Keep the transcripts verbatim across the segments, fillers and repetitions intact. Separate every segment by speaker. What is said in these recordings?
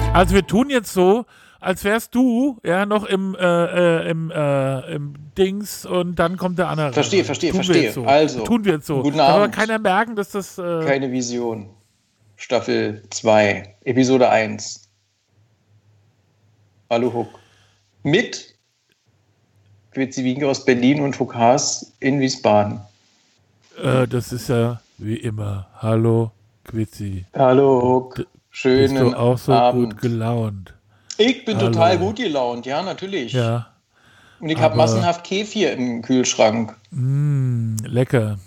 Speaker 1: Also wir tun jetzt so, als wärst du ja noch im, äh, äh, im, äh, im Dings und dann kommt der andere.
Speaker 2: Verstehe, verstehe,
Speaker 1: tun
Speaker 2: verstehe.
Speaker 1: So.
Speaker 2: Also,
Speaker 1: tun wir jetzt so.
Speaker 2: guten
Speaker 1: Kann aber
Speaker 2: Abend.
Speaker 1: keiner merken, dass das... Äh
Speaker 2: Keine Vision. Staffel zwei, Episode eins. Hallo Huck. Mit Quitzi Wienke aus Berlin und Huck Haas in Wiesbaden.
Speaker 1: äh, das ist ja wie immer. Hallo, Quitzi.
Speaker 2: Hallo Huck. Schönen
Speaker 1: Bist du auch so
Speaker 2: Abend.
Speaker 1: gut gelaunt?
Speaker 2: Ich bin
Speaker 1: Hallo.
Speaker 2: total gut gelaunt, ja, natürlich.
Speaker 1: Ja.
Speaker 2: Und ich habe
Speaker 1: aber-
Speaker 2: massenhaft Kefir im Kühlschrank.
Speaker 1: Mh, lecker.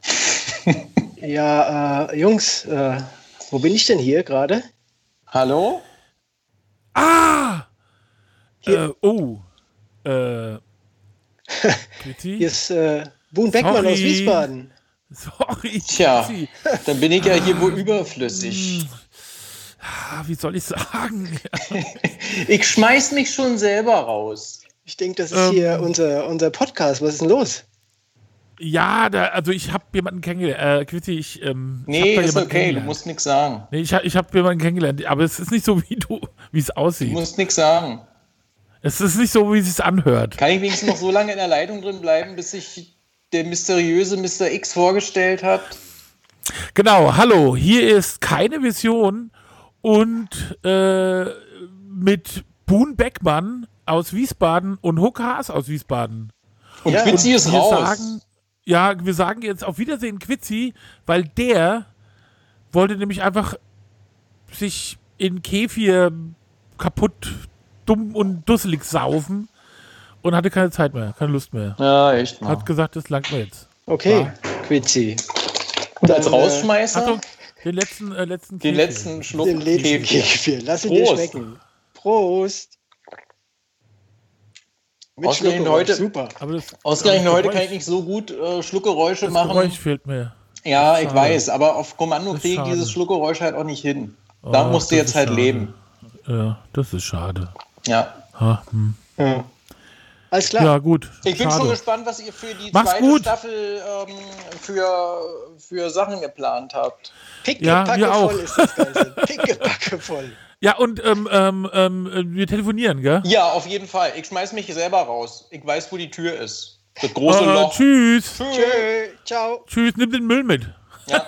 Speaker 3: Ja, äh, Jungs, äh, wo bin ich denn hier gerade?
Speaker 2: Hallo?
Speaker 1: Ah!
Speaker 3: Hier.
Speaker 1: Äh, oh. Äh. Quitzi?
Speaker 3: Hier ist äh, Boone Beckmann
Speaker 1: Sorry.
Speaker 3: aus Wiesbaden.
Speaker 1: Sorry.
Speaker 2: Tja,
Speaker 1: Quitzi.
Speaker 2: dann bin ich ja hier wohl überflüssig.
Speaker 1: Ah, wie soll ich sagen?
Speaker 2: Ich schmeiß mich schon selber raus.
Speaker 3: Ich denke, das ist
Speaker 1: Ähm.
Speaker 3: hier unser, unser Podcast. Was ist denn los?
Speaker 1: Ja, da, also ich habe jemanden kennengelernt. Äh, Quitzi, ich. Ähm, ich
Speaker 2: Nee,
Speaker 1: hab da
Speaker 2: ist
Speaker 1: jemanden
Speaker 2: okay, du
Speaker 1: kennengelernt.
Speaker 2: musst nichts sagen.
Speaker 1: Nee, ich, hab- ich habe jemanden kennengelernt, aber es ist nicht so, wie du, wie es
Speaker 2: Du
Speaker 1: aussieht.
Speaker 2: musst nichts sagen.
Speaker 1: Es ist nicht so, wie es sich anhört.
Speaker 2: Kann ich wenigstens noch so lange in der Leitung drin bleiben, bis sich der mysteriöse Mister X vorgestellt hat?
Speaker 1: Genau, hallo, hier ist keine Vision und äh, mit Boone Beckmann aus Wiesbaden und Huck Haas aus Wiesbaden.
Speaker 2: Und
Speaker 3: Ja,
Speaker 2: Quitzi ist
Speaker 1: wir
Speaker 2: raus.
Speaker 1: sagen, ja, wir sagen jetzt auf Wiedersehen Quitzi, weil der wollte nämlich einfach sich in Kefir kaputt, dumm und dusselig saufen und hatte keine Zeit mehr, keine Lust mehr.
Speaker 2: Ja, echt mal.
Speaker 1: Hat gesagt, das langt mir jetzt.
Speaker 3: Okay,
Speaker 1: Ja.
Speaker 3: Quitzi.
Speaker 2: Und als
Speaker 3: Dann, äh,
Speaker 2: Rausschmeißer
Speaker 1: Achtung, den letzten, äh, letzten
Speaker 2: den
Speaker 1: Kefir.
Speaker 2: letzten Schluck
Speaker 3: Den letzten
Speaker 2: Kefir.
Speaker 3: Kefir. Lass ihn dir
Speaker 2: Prost.
Speaker 3: schmecken. Prost. Mit
Speaker 2: Ausgerechnet
Speaker 3: Schlucke,
Speaker 2: heute-
Speaker 3: super.
Speaker 1: Aber das,
Speaker 2: Ausgerechnet
Speaker 1: das
Speaker 2: heute
Speaker 1: Geräusch-
Speaker 2: kann ich nicht so gut äh, Schluckgeräusche
Speaker 1: Das
Speaker 2: machen.
Speaker 1: Geräusch fehlt mir.
Speaker 2: Ja,
Speaker 1: Das ist
Speaker 2: ich
Speaker 1: schade.
Speaker 2: weiß, aber auf Kommando
Speaker 1: Das ist
Speaker 2: kriege ich
Speaker 1: schade.
Speaker 2: dieses Schluckgeräusch halt auch nicht hin. Da
Speaker 1: Oh,
Speaker 2: musst du
Speaker 1: das
Speaker 2: jetzt
Speaker 1: ist
Speaker 2: halt
Speaker 1: schade.
Speaker 2: leben.
Speaker 1: Ja, das ist schade.
Speaker 2: Ja.
Speaker 1: Ha, hm.
Speaker 3: Ja. Alles klar.
Speaker 1: Ja, gut.
Speaker 2: Ich bin
Speaker 1: schade.
Speaker 2: schon gespannt, was ihr für die
Speaker 1: Mach's
Speaker 2: zweite
Speaker 1: gut.
Speaker 2: Staffel ähm, für, für Sachen geplant habt.
Speaker 1: Ja,
Speaker 3: Pickepacke
Speaker 1: wir auch.
Speaker 3: voll ist das Ganze. Pickepacke voll.
Speaker 1: Ja, und ähm, ähm, ähm, wir telefonieren, gell?
Speaker 2: Ja, auf jeden Fall. Ich schmeiß mich selber raus. Ich weiß, wo die Tür ist. Das große
Speaker 1: Äh,
Speaker 2: Loch.
Speaker 1: tschüss.
Speaker 2: Tschüss.
Speaker 3: Tschö, ciao.
Speaker 1: Tschüss, nimm den Müll mit.
Speaker 2: Ja.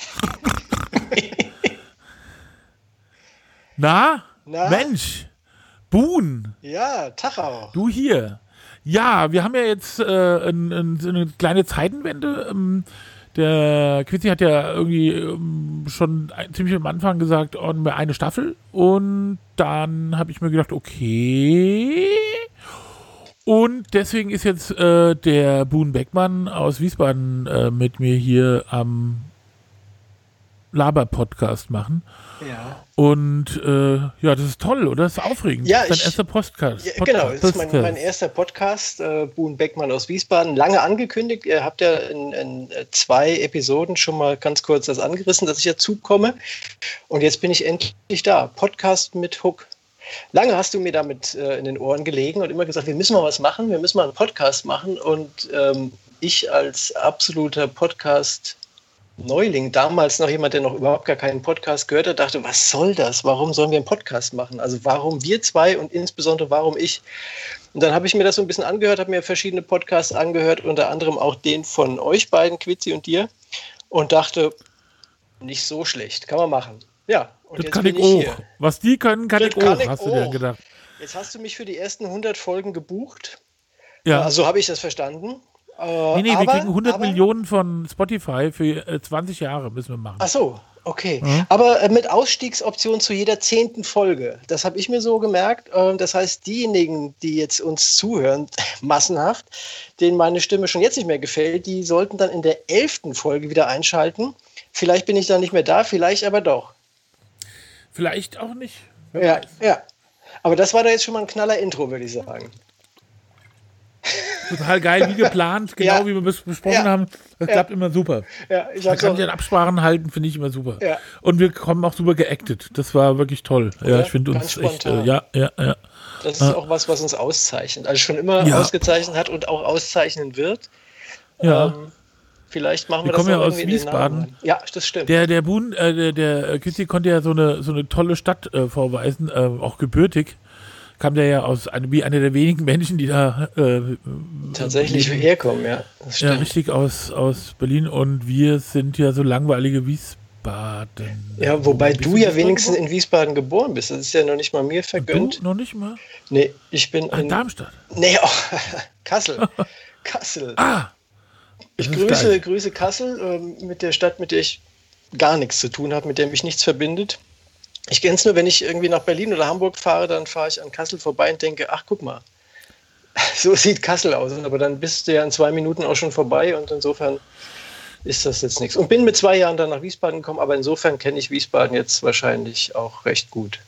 Speaker 1: Na?
Speaker 3: Na?
Speaker 1: Mensch. Boone,
Speaker 3: Ja, Tachau.
Speaker 1: du hier. Ja, wir haben ja jetzt äh, ein, ein, so eine kleine Zeitenwende. Ähm, der Quitzi hat ja irgendwie ähm, schon ein, ziemlich am Anfang gesagt, oh, nur eine Staffel. Und dann habe ich mir gedacht, okay. Und deswegen ist jetzt äh, der Boone Beckmann aus Wiesbaden äh, mit mir hier am Laber-Podcast machen.
Speaker 3: Ja.
Speaker 1: Und äh, ja, das ist toll, oder? Das ist aufregend.
Speaker 3: Ja,
Speaker 1: das ist
Speaker 3: ich-
Speaker 1: dein erster Podcast.
Speaker 3: Ja,
Speaker 1: Podcast.
Speaker 3: genau, das ist mein, mein erster Podcast, äh, Boone Beckmann aus Wiesbaden. Lange angekündigt, ihr habt ja in, in äh, zwei Episoden schon mal ganz kurz das angerissen, dass ich dazu komme. Und jetzt bin ich endlich da. Podcast mit Huck. Lange hast du mir damit äh, in den Ohren gelegen und immer gesagt, wir müssen mal was machen, wir müssen mal einen Podcast machen. Und ähm, ich als absoluter Podcast- Neuling, damals noch jemand, der noch überhaupt gar keinen Podcast gehört hat, dachte, was soll das? Warum sollen wir einen Podcast machen? Also warum wir zwei und insbesondere warum ich? Und dann habe ich mir das so ein bisschen angehört, habe mir verschiedene Podcasts angehört, unter anderem auch den von euch beiden, Quitzi und dir, und dachte, nicht so schlecht, kann man machen. Ja, und
Speaker 1: Das
Speaker 3: jetzt
Speaker 1: kann
Speaker 3: bin
Speaker 1: ich
Speaker 3: ich
Speaker 1: auch.
Speaker 3: hier.
Speaker 1: Was die können, kann
Speaker 3: Das
Speaker 1: ich
Speaker 3: kann
Speaker 1: auch,
Speaker 3: ich
Speaker 1: hast du dir
Speaker 3: auch.
Speaker 1: gedacht.
Speaker 3: Jetzt hast du mich für die ersten hundert Folgen gebucht.
Speaker 1: Ja.
Speaker 3: Also so habe ich das verstanden. Äh,
Speaker 1: nee, nee,
Speaker 3: aber,
Speaker 1: wir kriegen hundert
Speaker 3: aber,
Speaker 1: Millionen von Spotify für äh, zwanzig Jahre müssen wir machen.
Speaker 3: Ach so, okay.
Speaker 1: Mhm.
Speaker 3: Aber äh, mit Ausstiegsoption zu jeder zehnten Folge. Das habe ich mir so gemerkt. Äh, das heißt, diejenigen, die jetzt uns zuhören, massenhaft, denen meine Stimme schon jetzt nicht mehr gefällt, die sollten dann in der elften Folge wieder einschalten. Vielleicht bin ich dann nicht mehr da, vielleicht aber doch.
Speaker 1: Vielleicht auch nicht. Wer
Speaker 3: Ja,
Speaker 1: weiß.
Speaker 3: ja. Aber das war da jetzt schon mal ein knaller Intro, würde ich sagen.
Speaker 1: Total geil, wie geplant, genau
Speaker 3: Ja.
Speaker 1: wie wir bes besprochen
Speaker 3: Ja.
Speaker 1: haben. Das
Speaker 3: Ja.
Speaker 1: klappt immer super.
Speaker 3: Ja, ich
Speaker 1: Man
Speaker 3: habe
Speaker 1: kann
Speaker 3: so,
Speaker 1: sich an Absprachen halten, finde ich immer super.
Speaker 3: Ja.
Speaker 1: Und wir kommen auch super geactet. Das war wirklich toll. Ja,
Speaker 3: Ja,
Speaker 1: ich finde
Speaker 3: ganz
Speaker 1: uns echt,
Speaker 3: spontan.
Speaker 1: äh, ja, ja, ja.
Speaker 3: das ist
Speaker 1: Ah.
Speaker 3: auch was, was uns auszeichnet. Also schon immer
Speaker 1: Ja.
Speaker 3: ausgezeichnet hat und auch auszeichnen wird.
Speaker 1: Ja.
Speaker 3: Ähm, Vielleicht machen wir,
Speaker 1: wir
Speaker 3: das
Speaker 1: kommen ja
Speaker 3: noch
Speaker 1: aus
Speaker 3: irgendwie in den Namen
Speaker 1: Wiesbaden.
Speaker 3: rein. Ja, das stimmt.
Speaker 1: Der, der Boon, äh, der, der Quizzi konnte ja so eine, so eine tolle Stadt äh, vorweisen, äh, auch gebürtig. Kam der ja aus, eine, wie einer der wenigen Menschen, die da äh,
Speaker 3: tatsächlich
Speaker 1: leben.
Speaker 3: herkommen, ja. Das
Speaker 1: Ja,
Speaker 3: stimmt.
Speaker 1: richtig aus, aus Berlin und wir sind ja so langweilige Wiesbaden.
Speaker 3: Ja, wobei
Speaker 1: Bist
Speaker 3: du
Speaker 1: in
Speaker 3: ja
Speaker 1: Wiesbaden
Speaker 3: wenigstens
Speaker 1: geboren?
Speaker 3: in Wiesbaden geboren bist. Das ist ja noch nicht mal mir
Speaker 1: Du
Speaker 3: vergönnt.
Speaker 1: noch nicht mal?
Speaker 3: Nee, ich bin
Speaker 1: Ah,
Speaker 3: in
Speaker 1: Darmstadt.
Speaker 3: Nee, oh, Kassel. Kassel.
Speaker 1: Ah!
Speaker 3: Ich
Speaker 1: das ist
Speaker 3: grüße,
Speaker 1: geil.
Speaker 3: grüße Kassel, ähm, mit der Stadt, mit der ich gar nichts zu tun habe, mit der mich nichts verbindet. Ich kenne es nur, wenn ich irgendwie nach Berlin oder Hamburg fahre, dann fahre ich an Kassel vorbei und denke, ach, guck mal, so sieht Kassel aus. Aber dann bist du ja in zwei Minuten auch schon vorbei und insofern ist das jetzt nichts. Und bin mit zwei Jahren dann nach Wiesbaden gekommen, aber insofern kenne ich Wiesbaden jetzt wahrscheinlich auch recht gut.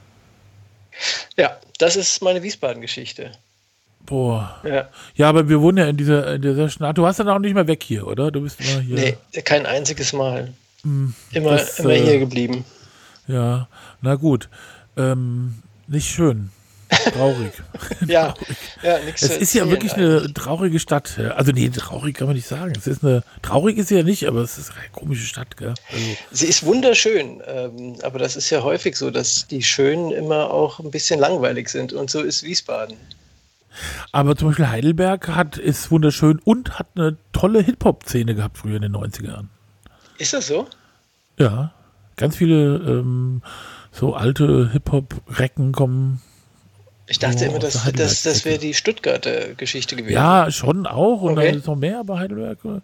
Speaker 3: Ja, das ist meine Wiesbaden-Geschichte.
Speaker 1: Boah.
Speaker 3: Ja.
Speaker 1: Ja, aber wir wohnen ja in dieser, in dieser Stadt. Du warst dann auch nicht mehr weg hier, oder? Du bist immer hier.
Speaker 3: Nee, kein einziges Mal.
Speaker 1: Hm,
Speaker 3: Immer,
Speaker 1: das,
Speaker 3: immer
Speaker 1: äh,
Speaker 3: hier geblieben.
Speaker 1: Ja, na gut. Ähm, nicht schön. Traurig.
Speaker 3: Ja, ja, nichts
Speaker 1: Es
Speaker 3: zu
Speaker 1: ist ja
Speaker 3: erzählen
Speaker 1: wirklich
Speaker 3: eigentlich.
Speaker 1: eine traurige Stadt. ja. Also nee, traurig kann man nicht sagen. Es ist eine, traurig ist sie ja nicht, aber es ist eine komische Stadt. Gell? Also,
Speaker 3: Sie ist wunderschön, ähm, aber das ist ja häufig so, dass die Schönen immer auch ein bisschen langweilig sind. Und so ist Wiesbaden.
Speaker 1: aber zum Beispiel Heidelberg hat, ist wunderschön und hat eine tolle Hip-Hop-Szene gehabt früher in den neunziger Jahren.
Speaker 3: Ist das so?
Speaker 1: Ja, ganz viele ähm, so alte Hip-Hop-Recken kommen.
Speaker 3: Ich dachte
Speaker 1: Oh,
Speaker 3: immer,
Speaker 1: aus
Speaker 3: das,
Speaker 1: der
Speaker 3: das,
Speaker 1: Heidelberg-Ecke.
Speaker 3: das wäre die Stuttgarter Geschichte gewesen.
Speaker 1: Ja, schon auch. Und
Speaker 3: Okay.
Speaker 1: da ist noch mehr, aber Heidelberg. äh.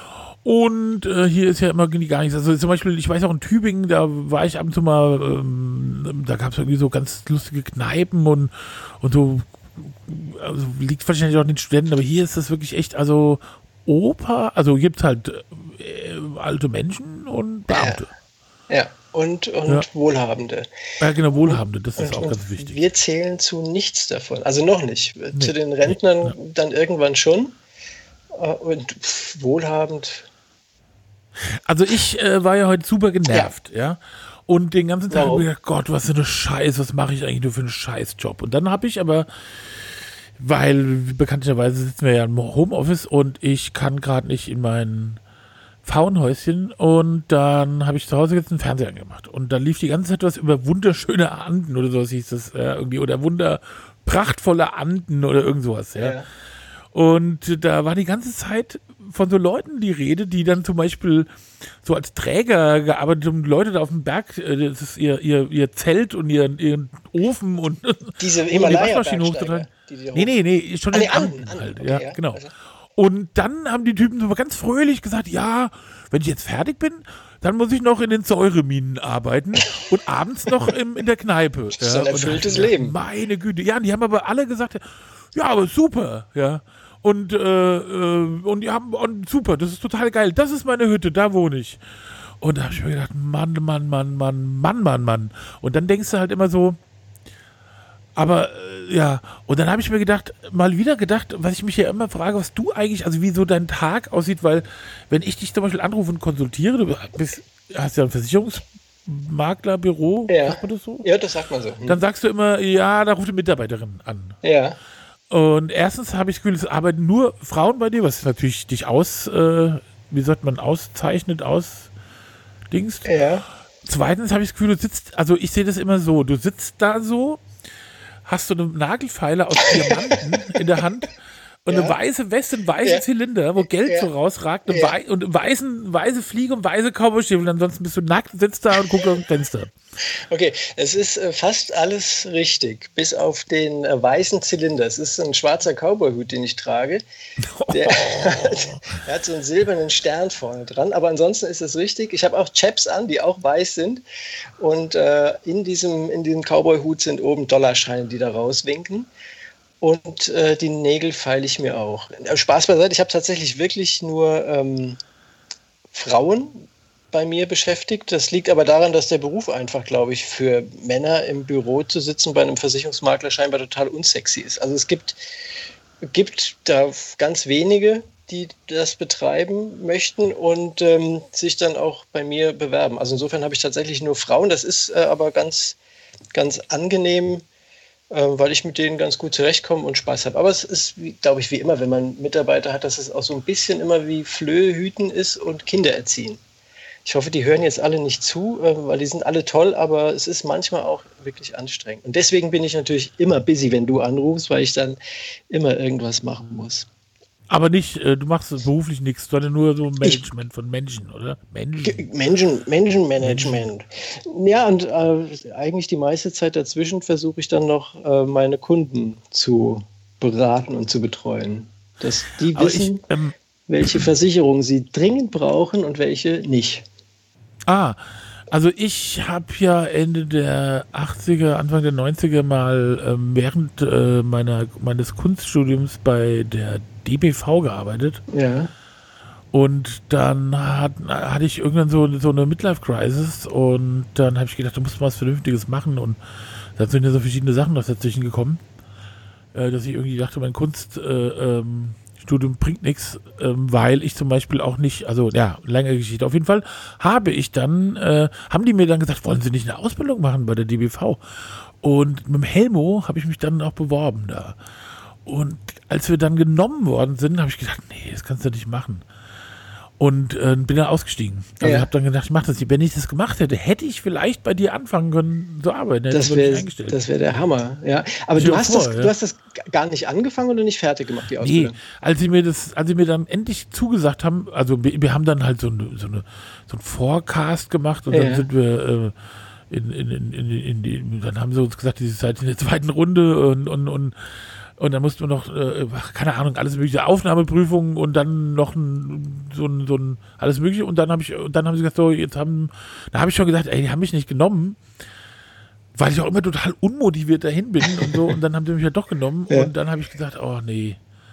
Speaker 1: Und äh, hier ist ja immer gar nichts. Also zum Beispiel, ich weiß auch in Tübingen, da war ich ab und zu mal, ähm, da gab es irgendwie so ganz lustige Kneipen und, und so, also liegt wahrscheinlich auch an den Studenten, aber hier ist das wirklich echt, also Oper, also gibt es halt äh, alte Menschen und Beamte.
Speaker 3: Ja, und, und
Speaker 1: Ja.
Speaker 3: Wohlhabende.
Speaker 1: Ja, genau, Wohlhabende, das ist
Speaker 3: Und,
Speaker 1: auch
Speaker 3: und
Speaker 1: ganz wichtig.
Speaker 3: wir zählen zu nichts davon. Also noch nicht. Zu den Rentnern dann irgendwann schon. Äh, Und pff, wohlhabend.
Speaker 1: Also ich äh, war ja heute super genervt, ja. Und den ganzen Tag
Speaker 3: Warum?
Speaker 1: habe ich gedacht, Gott, was für eine Scheiße, was mache ich eigentlich nur für einen Scheißjob? Und dann habe ich aber, weil bekanntlicherweise sitzen wir ja im Homeoffice und ich kann gerade nicht in mein Pfauenhäuschen und dann habe ich zu Hause jetzt einen Fernseher angemacht. Und dann lief die ganze Zeit was über wunderschöne Anden oder sowas hieß das ja, irgendwie, oder wunderprachtvolle Anden oder irgend sowas, ja.
Speaker 3: Ja.
Speaker 1: Und da war die ganze Zeit von so Leuten die Rede, die dann zum Beispiel so als Träger gearbeitet haben, Leute da auf dem Berg, äh, das ist ihr, ihr, ihr Zelt und ihren, ihren Ofen und
Speaker 3: Diese
Speaker 1: und die Waschmaschine
Speaker 3: Himalaya-Bergsteiger,
Speaker 1: hochzutragen.
Speaker 3: die die
Speaker 1: Nee, nee, nee, schon
Speaker 3: Ah,
Speaker 1: in
Speaker 3: nee,
Speaker 1: Anden,
Speaker 3: Anden, Anden,
Speaker 1: halt.
Speaker 3: okay,
Speaker 1: ja,
Speaker 3: ja.
Speaker 1: genau.
Speaker 3: Also-
Speaker 1: Und dann haben die Typen so ganz fröhlich gesagt, ja, wenn ich jetzt fertig bin, dann muss ich noch in den Säureminen arbeiten und abends noch im, in der Kneipe.
Speaker 3: Das ist ein
Speaker 1: ja. Und da hab ich
Speaker 3: erfülltes
Speaker 1: gedacht,
Speaker 3: Leben.
Speaker 1: Meine Güte. Ja, und die haben aber alle gesagt, ja, aber super, ja. Und, äh, äh, und die haben, und super, das ist total geil. Das ist meine Hütte, da wohne ich. Und da habe ich mir gedacht, Mann, Mann, Mann, Mann, Mann, Mann, Mann. Und dann denkst du halt immer so, aber äh, ja, und dann habe ich mir gedacht, mal wieder gedacht, was ich mich ja immer frage, was du eigentlich, also wie so dein Tag aussieht, weil wenn ich dich zum Beispiel anrufe und konsultiere, du bist, hast ja ein Versicherungsmaklerbüro,
Speaker 3: Ja.
Speaker 1: sagt man das so?
Speaker 3: Ja, das sagt man so. Hm.
Speaker 1: Dann sagst du immer, ja, da ruft eine Mitarbeiterin an.
Speaker 3: Ja.
Speaker 1: Und erstens habe ich das Gefühl, es arbeiten nur Frauen bei dir, was natürlich dich aus, äh, wie sagt man, auszeichnet, ausdingst.
Speaker 3: Ja.
Speaker 1: Zweitens habe ich das Gefühl, du sitzt, also ich sehe das immer so, du sitzt da so, hast du eine Nagelfeile aus Diamanten in der Hand und
Speaker 3: Ja.
Speaker 1: eine weiße Weste, einen weißen
Speaker 3: Ja.
Speaker 1: Zylinder, wo Geld
Speaker 3: Ja.
Speaker 1: so rausragt, eine
Speaker 3: Ja.
Speaker 1: wei und weißen, weiße Fliege und weiße Cowboystiefel. Und ansonsten bist du nackt, sitzt da und guckst aus dem Fenster.
Speaker 3: Okay, es ist äh, fast alles richtig, bis auf den äh, weißen Zylinder. Es ist ein schwarzer Cowboyhut, den ich trage. Der, der hat so einen silbernen Stern vorne dran, aber ansonsten ist es richtig. Ich habe auch Chaps an, die auch weiß sind. Und äh, in diesem, in diesem Cowboyhut sind oben Dollarscheine, die da rauswinken. Und äh, die Nägel feile ich mir auch. Äh, Spaß beiseite, ich habe tatsächlich wirklich nur ähm, Frauen bei mir beschäftigt. Das liegt aber daran, dass der Beruf einfach, glaube ich, für Männer im Büro zu sitzen bei einem Versicherungsmakler scheinbar total unsexy ist. Also es gibt, gibt da ganz wenige, die das betreiben möchten und ähm, sich dann auch bei mir bewerben. Also insofern habe ich tatsächlich nur Frauen. Das ist äh, aber ganz, ganz angenehm, ähm, weil ich mit denen ganz gut zurechtkomme und Spaß habe. Aber es ist, glaube ich, wie immer, wenn man Mitarbeiter hat, dass es auch so ein bisschen immer wie Flöhe hüten ist und Kinder erziehen. Ich hoffe, die hören jetzt alle nicht zu, äh, weil die sind alle toll, aber es ist manchmal auch wirklich anstrengend. Und deswegen bin ich natürlich immer busy, wenn du anrufst, weil ich dann immer irgendwas machen muss.
Speaker 1: Aber nicht, äh, du machst beruflich nichts, sondern nur so Management ich, von Menschen, oder?
Speaker 3: Menschen. Menschen, Menschenmanagement. Ja, und äh, eigentlich die meiste Zeit dazwischen versuche ich dann noch, äh, meine Kunden zu beraten und zu betreuen. Dass die
Speaker 1: Aber
Speaker 3: wissen,
Speaker 1: ich, ähm,
Speaker 3: welche Versicherungen sie dringend brauchen und welche nicht.
Speaker 1: Ah, also ich habe ja Ende der achtziger, Anfang der neunziger mal ähm, während äh, meiner, meines Kunststudiums bei der D B V gearbeitet.
Speaker 3: Ja.
Speaker 1: Und dann hat, hatte ich irgendwann so, so eine Midlife-Crisis und dann habe ich gedacht, du musst mal was Vernünftiges machen und da sind ja so verschiedene Sachen noch dazwischen gekommen, äh, dass ich irgendwie dachte, mein Kunststudium äh, ähm, bringt nichts, ähm, weil ich zum Beispiel auch nicht, also ja, lange Geschichte. Auf jeden Fall habe ich dann, äh, haben die mir dann gesagt, wollen Sie nicht eine Ausbildung machen bei der D B V? Und mit dem Helmo habe ich mich dann auch beworben da. Und als wir dann genommen worden sind, habe ich gedacht, nee, das kannst du nicht machen. Und äh, bin dann ausgestiegen. Also
Speaker 3: Ja.
Speaker 1: habe dann gedacht, ich mache das nicht. Wenn ich das gemacht hätte, hätte ich vielleicht bei dir anfangen können zu arbeiten. Hätte
Speaker 3: Das
Speaker 1: ich mich
Speaker 3: wäre
Speaker 1: eingestellt.
Speaker 3: das wär der Hammer. Ja. Aber
Speaker 1: Stell
Speaker 3: du
Speaker 1: dir
Speaker 3: hast,
Speaker 1: vor,
Speaker 3: das,
Speaker 1: ja.
Speaker 3: du hast das gar nicht angefangen oder nicht fertig gemacht, die
Speaker 1: Nee,
Speaker 3: Ausbildung?
Speaker 1: als sie mir das, als sie mir dann endlich zugesagt haben, also wir, wir haben dann halt so, eine, so, eine, so einen Forecast gemacht und
Speaker 3: Ja.
Speaker 1: dann sind wir äh, in, in, in, in, in die, dann haben sie uns gesagt, diese Zeit in der zweiten Runde und, und, und Und dann mussten wir noch, äh, keine Ahnung, alles mögliche, Aufnahmeprüfungen und dann noch ein, so ein, so ein, alles mögliche. Und dann habe ich, und dann haben sie gesagt, so, jetzt haben, da habe ich schon gesagt, ey, die haben mich nicht genommen, weil ich auch immer total unmotiviert dahin bin und so. Und dann haben sie mich ja doch genommen.
Speaker 3: Ja.
Speaker 1: Und dann habe ich gesagt, oh, nee.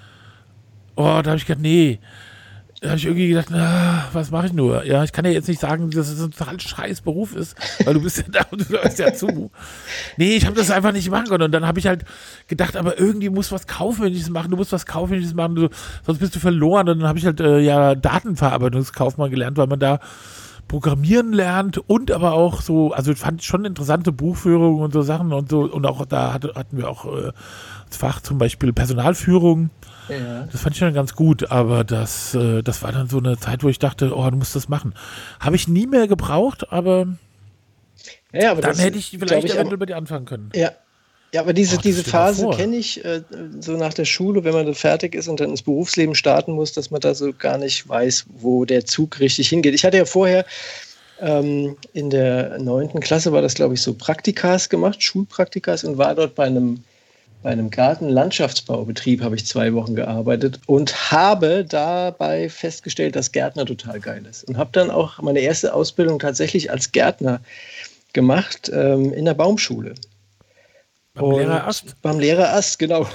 Speaker 1: Oh, da habe ich gedacht, nee. Da habe ich irgendwie gedacht, na, was mache ich nur? Ja, ich kann ja jetzt nicht sagen, dass es ein total scheiß Beruf ist, weil du bist ja da und du hörst ja zu. Nee, ich habe das einfach nicht machen können. Und dann habe ich halt gedacht, aber irgendwie muss was Kaufmännisches machen, du musst was Kaufmännisches machen, du, sonst bist du verloren. Und dann habe ich halt äh, ja Datenverarbeitungskaufmann gelernt, weil man da Programmieren lernt und aber auch so, also ich fand schon interessante Buchführung und so Sachen und so. Und auch da hatte, hatten wir auch äh, das Fach zum Beispiel Personalführung.
Speaker 3: Ja.
Speaker 1: Das fand ich schon ganz gut, aber das, äh, das war dann so eine Zeit, wo ich dachte, oh, du musst das machen. Habe ich nie mehr gebraucht, aber,
Speaker 3: Ja, aber
Speaker 1: dann
Speaker 3: das,
Speaker 1: hätte ich
Speaker 3: glaub
Speaker 1: vielleicht
Speaker 3: ich,
Speaker 1: eventuell bei dir anfangen können.
Speaker 3: Ja. Ja, aber diese,
Speaker 1: Oh, das
Speaker 3: diese
Speaker 1: steht mir
Speaker 3: Phase
Speaker 1: vor.
Speaker 3: kenne ich äh, so nach der Schule, wenn man dann fertig ist und dann ins Berufsleben starten muss, dass man da so gar nicht weiß, wo der Zug richtig hingeht. Ich hatte ja vorher ähm, in der neunten Klasse war das, glaube ich, so Praktikas gemacht, Schulpraktikas, und war dort bei einem Bei einem Gartenlandschaftsbaubetrieb habe ich zwei Wochen gearbeitet und habe dabei festgestellt, dass Gärtner total geil ist. Und habe dann auch meine erste Ausbildung tatsächlich als Gärtner gemacht ähm, in der Baumschule.
Speaker 1: Beim
Speaker 3: Und
Speaker 1: Lehrer Ast.
Speaker 3: Beim Lehrer Ast, genau.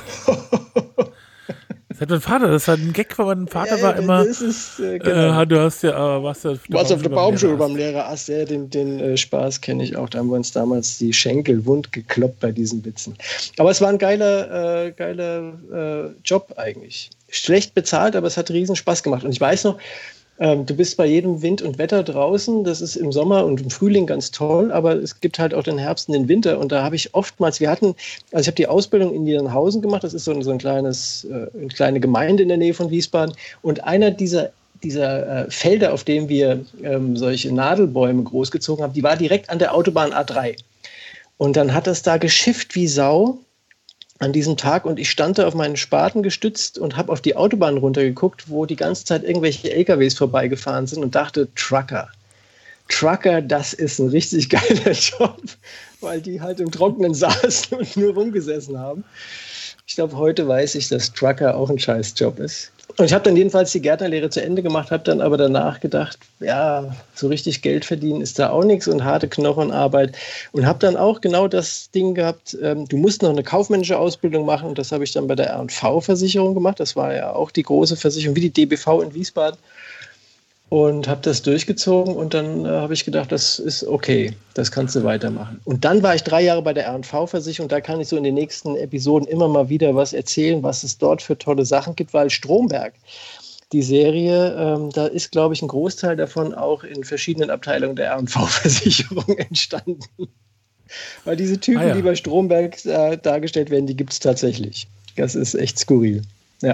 Speaker 1: Das hat mein Vater, das hat ein Gag von meinem Vater
Speaker 3: Ja,
Speaker 1: war immer,
Speaker 3: das ist, äh, genau.
Speaker 1: äh, du hast ja, äh, was auf
Speaker 3: Was auf der Baumschule
Speaker 1: Lehrer
Speaker 3: beim Lehrer Ast, ja, den, den äh, Spaß kenne ich auch. Da haben wir uns damals die Schenkel wund gekloppt bei diesen Witzen. Aber es war ein geiler, äh, geiler äh, Job eigentlich. Schlecht bezahlt, aber es hat riesen Spaß gemacht. Und ich weiß noch, ähm, du bist bei jedem Wind und Wetter draußen. Das ist im Sommer und im Frühling ganz toll, aber es gibt halt auch den Herbst und den Winter. Und da habe ich oftmals, wir hatten, also ich habe die Ausbildung in Niedernhausen gemacht. Das ist so ein, so ein kleines, äh, eine kleine Gemeinde in der Nähe von Wiesbaden. Und einer dieser dieser äh, Felder, auf denen wir ähm, solche Nadelbäume großgezogen haben, die war direkt an der Autobahn A drei. Und dann hat das da geschifft wie Sau an diesem Tag und ich stand da auf meinen Spaten gestützt und habe auf die Autobahn runtergeguckt, wo die ganze Zeit irgendwelche L K Ws vorbeigefahren sind und dachte, Trucker. Trucker, das ist ein richtig geiler Job, weil die halt im Trockenen saßen und nur rumgesessen haben. Ich glaube, heute weiß ich, dass Trucker auch ein Scheißjob ist. Und ich habe dann jedenfalls die Gärtnerlehre zu Ende gemacht, habe dann aber danach gedacht, ja, so richtig Geld verdienen ist da auch nichts und harte Knochenarbeit. Und habe dann auch genau das Ding gehabt, ähm, du musst noch eine kaufmännische Ausbildung machen. Und das habe ich dann bei der R und V-Versicherung gemacht. Das war ja auch die große Versicherung, wie die D B V in Wiesbaden. Und habe das durchgezogen und dann äh, habe ich gedacht, das ist okay, das kannst du weitermachen. Und dann war ich drei Jahre bei der R und V-Versicherung, da kann ich so in den nächsten Episoden immer mal wieder was erzählen, was es dort für tolle Sachen gibt, weil Stromberg, die Serie, ähm, da ist, glaube ich, ein Großteil davon auch in verschiedenen Abteilungen der R und V-Versicherung entstanden. Weil diese Typen,
Speaker 1: ah, ja.
Speaker 3: die bei Stromberg äh, dargestellt werden, die gibt es tatsächlich. Das ist echt skurril. Ja.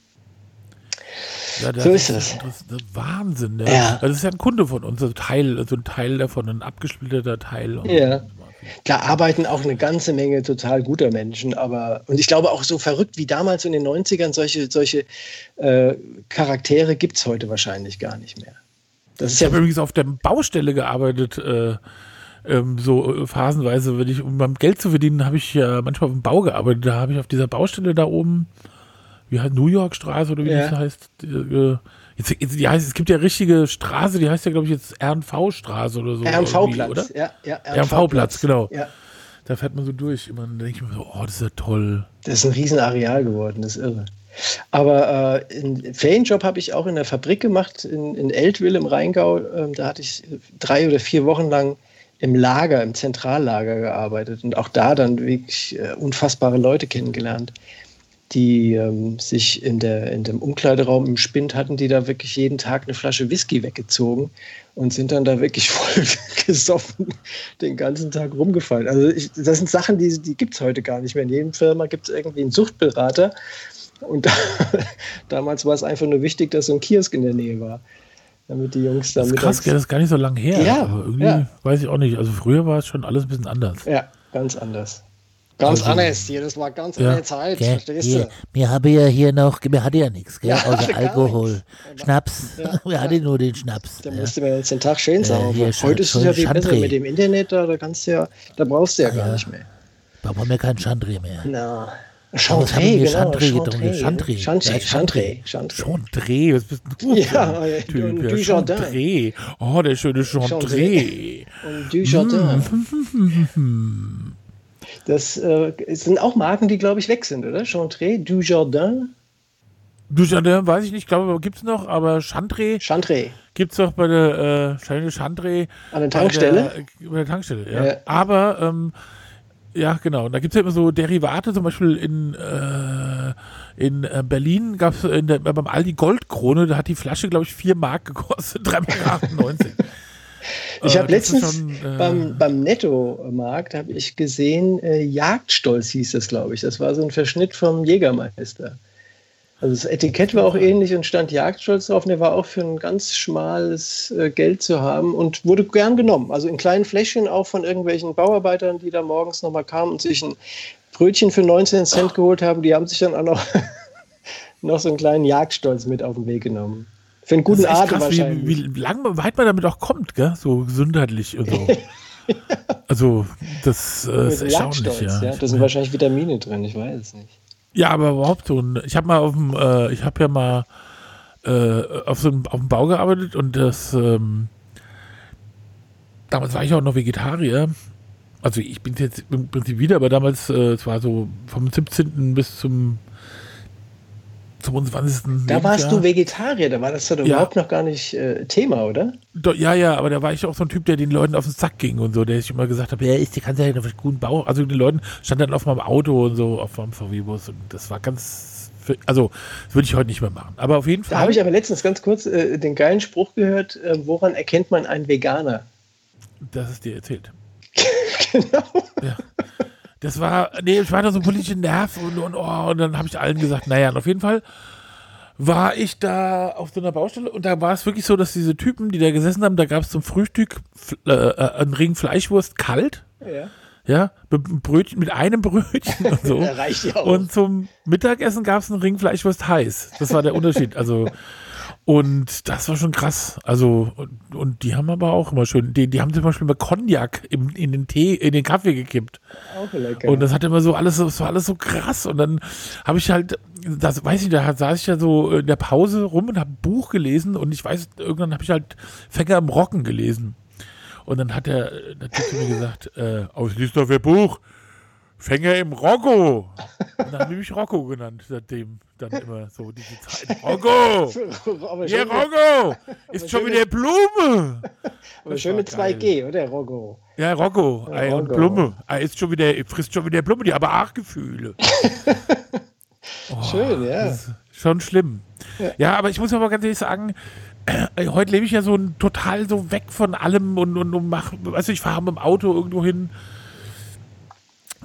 Speaker 1: Ja, das
Speaker 3: so ist
Speaker 1: es.
Speaker 3: es.
Speaker 1: Das ist Wahnsinn. Ne?
Speaker 3: Ja.
Speaker 1: Das ist ja ein Kunde von uns, also Teil, also ein Teil davon, ein abgesplitterter Teil. Und
Speaker 3: Ja. Da arbeiten auch eine ganze Menge total guter Menschen, aber und ich glaube auch so verrückt wie damals in den neunzigern, solche, solche äh, Charaktere gibt es heute wahrscheinlich gar nicht mehr. Das ist
Speaker 1: ich
Speaker 3: ja
Speaker 1: habe übrigens auf der Baustelle gearbeitet, äh, ähm, so äh, phasenweise, wenn ich, um beim Geld zu verdienen, habe ich ja manchmal auf dem Bau gearbeitet. Da habe ich auf dieser Baustelle da oben, wie heißt New York Straße oder wie
Speaker 3: Ja.
Speaker 1: das heißt, äh, jetzt, jetzt, die heißt, es gibt ja richtige Straße, die heißt ja, glaube ich, jetzt R und V-Straße oder so.
Speaker 3: R und
Speaker 1: irgendwie,
Speaker 3: V-Platz,
Speaker 1: oder?
Speaker 3: ja, ja,
Speaker 1: R und V-Platz, genau.
Speaker 3: Ja.
Speaker 1: Da fährt man so durch. Immer dann denke ich mir so, oh, das ist ja toll.
Speaker 3: Das ist ein Riesenareal geworden, das ist irre. Aber äh, einen Ferienjob habe ich auch in der Fabrik gemacht, in, in Eltville im Rheingau. Ähm, da hatte ich drei oder vier Wochen lang im Lager, im Zentrallager gearbeitet und auch da dann wirklich äh, unfassbare Leute kennengelernt, die ähm, sich in, der, in dem Umkleideraum im Spind hatten, die da wirklich jeden Tag eine Flasche Whisky weggezogen und sind dann da wirklich voll gesoffen den ganzen Tag rumgefallen. Also ich, das sind Sachen, die, die gibt es heute gar nicht mehr. In jedem Firma gibt es irgendwie einen Suchtberater und da, damals war es einfach nur wichtig, dass so ein Kiosk in der Nähe war, damit die Jungs da
Speaker 1: Das ist krass, gell, das ist gar nicht so lange her.
Speaker 3: Ja,
Speaker 1: aber irgendwie
Speaker 3: ja.
Speaker 1: weiß ich auch nicht. Also früher war es schon alles ein bisschen anders.
Speaker 3: Ja, ganz anders. Ganz
Speaker 1: Also,
Speaker 3: anders hier, das war ganz
Speaker 1: ja.
Speaker 3: andere Zeit,
Speaker 4: Gell,
Speaker 3: verstehst
Speaker 4: hier,
Speaker 3: du?
Speaker 4: wir haben ja hier noch, wir hatten ja nichts, gell,
Speaker 3: Ja,
Speaker 4: außer
Speaker 3: gar
Speaker 4: Alkohol,
Speaker 3: nichts.
Speaker 4: Schnaps,
Speaker 3: Ja,
Speaker 4: wir
Speaker 3: ja.
Speaker 4: hatten nur den Schnaps.
Speaker 3: Da
Speaker 4: ja.
Speaker 3: musste man jetzt den Tag schön sauber.
Speaker 4: hier,
Speaker 3: Heute ist es ja viel
Speaker 4: Chandré.
Speaker 3: besser mit dem Internet, da, da kannst du ja, da brauchst du ja gar
Speaker 4: Ja.
Speaker 3: nicht mehr.
Speaker 4: Da brauchen wir kein Chandré mehr.
Speaker 3: Na,
Speaker 4: was haben
Speaker 3: Chantre,
Speaker 4: wir?
Speaker 3: genau.
Speaker 4: Chantre getrunken, Chantre.
Speaker 3: Chantre,
Speaker 4: Ja,
Speaker 3: Chantre, Chantre.
Speaker 1: Chantre, was bist du
Speaker 3: Ja,
Speaker 1: für ein
Speaker 3: ja,
Speaker 1: Typ?
Speaker 3: und
Speaker 1: Ja,
Speaker 3: du Jardin.
Speaker 1: Chantre. Oh, der schöne Chantre.
Speaker 3: Und Du Jardin.
Speaker 1: Mm.
Speaker 3: Das äh, sind auch Marken, die, glaube ich, weg sind, oder? Chantre, Du Jardin,
Speaker 1: Du Jardin, weiß ich nicht, glaube gibt es noch, aber Chantre
Speaker 3: Chantre.
Speaker 1: gibt es doch bei der äh, Schöne Chantre.
Speaker 3: An der Tankstelle?
Speaker 1: Bei der, bei der Tankstelle, ja.
Speaker 3: Ja.
Speaker 1: Aber, ähm, ja, genau. Und da gibt es ja immer so Derivate, zum Beispiel in, äh, in äh, Berlin gab es beim Aldi Goldkrone, da hat die Flasche, glaube ich, vier Mark gekostet, drei Mark achtundneunzig.
Speaker 3: Ich
Speaker 1: Äh,
Speaker 3: habe
Speaker 1: das ist
Speaker 3: letztens
Speaker 1: schon, äh,
Speaker 3: beim, beim Netto-Markt habe ich gesehen, äh, Jagdstolz hieß das, glaube ich. Das war so ein Verschnitt vom Jägermeister. Also das Etikett war auch ähnlich und stand Jagdstolz drauf. Und der war auch für ein ganz schmales äh, Geld zu haben und wurde gern genommen. Also in kleinen Fläschchen auch von irgendwelchen Bauarbeitern, die da morgens nochmal kamen und sich ein Brötchen für neunzehn Cent geholt haben. Die haben sich dann auch noch, noch so einen kleinen Jagdstolz mit auf den Weg genommen. Für einen guten
Speaker 1: das ist echt
Speaker 3: Atem
Speaker 1: krass,
Speaker 3: wahrscheinlich.
Speaker 1: wie, wie lang, weit man damit auch kommt, gell? So gesundheitlich und so. Also, das äh,
Speaker 3: Mit
Speaker 1: ist
Speaker 3: dem
Speaker 1: erstaunlich,
Speaker 3: Jagdstolz,
Speaker 1: ja.
Speaker 3: ja. Da sind wahrscheinlich Vitamine drin, ich weiß es nicht.
Speaker 1: Ja, aber überhaupt so ein, ich habe mal auf dem, äh, ich habe ja mal äh, auf so einem, auf dem Bau gearbeitet und das, ähm, damals war ich auch noch Vegetarier. Also ich bin jetzt im Prinzip wieder, aber damals, äh, es war so vom siebzehnten bis zum zweiundzwanzigsten
Speaker 3: Da warst
Speaker 1: Lebensjahr.
Speaker 3: du Vegetarier, da war das doch
Speaker 1: Ja.
Speaker 3: überhaupt noch gar nicht äh, Thema, oder?
Speaker 1: Do, ja, ja, aber da war ich auch so ein Typ, der den Leuten auf den Sack ging und so, der ich immer gesagt habe, ja, ich, die kannst ja einen guten Bau. Also den Leuten stand dann auf meinem Auto und so, auf meinem V W-Bus und das war ganz, also das würde ich heute nicht mehr machen. Aber auf jeden Fall.
Speaker 3: Da habe ich aber letztens ganz kurz äh, den geilen Spruch gehört, äh, woran erkennt man einen Veganer?
Speaker 1: Das ist dir erzählt.
Speaker 3: Genau.
Speaker 1: Ja. Das war, nee, ich war da so ein politischer Nerv und, und, oh, und dann habe ich allen gesagt, naja, und auf jeden Fall war ich da auf so einer Baustelle und da war es wirklich so, dass diese Typen, die da gesessen haben, da gab es zum Frühstück äh, einen Ring Fleischwurst kalt,
Speaker 3: Ja.
Speaker 1: ja, mit, einem Brötchen, mit einem Brötchen und so.
Speaker 3: Da reicht ja auch.
Speaker 1: Und zum Mittagessen gab es einen Ring Fleischwurst heiß. Das war der Unterschied. Also, und das war schon krass. Also, und, und die haben aber auch immer schön, die, die haben zum Beispiel mal Cognac in, in den Tee, in den Kaffee gekippt.
Speaker 3: Auch lecker.
Speaker 1: Und das hat immer so alles, das war alles so krass. Und dann habe ich halt, das weiß ich, da saß ich ja so in der Pause rum und habe ein Buch gelesen und ich weiß, irgendwann habe ich halt Fänger im Rocken gelesen. Und dann hat der, der Typ zu mir gesagt, äh, oh, ich liest doch für Buch. Fänger im Rocco. Und dann haben die mich Rocco genannt, seitdem dann immer so diese Zeit. Rocco!
Speaker 3: aber
Speaker 1: Ja,
Speaker 3: schön,
Speaker 1: Rocco! Ist schon
Speaker 3: schön
Speaker 1: wieder Blume!
Speaker 3: aber schön
Speaker 1: war
Speaker 3: mit zwei
Speaker 1: geil.
Speaker 3: G, oder, Roggo?
Speaker 1: Ja, Rocco,
Speaker 3: Ja,
Speaker 1: ey, und
Speaker 3: Rocco.
Speaker 1: Blume. Er ist schon wieder, frisst schon wieder Blume, die haben auch Gefühle. Oh,
Speaker 3: Schön, ja.
Speaker 1: das ist schon schlimm.
Speaker 3: Ja.
Speaker 1: Ja, aber ich muss aber ganz ehrlich sagen, äh, heute lebe ich ja so ein, total so weg von allem und, und, und mach, weißt du, ich fahre mit dem Auto irgendwo hin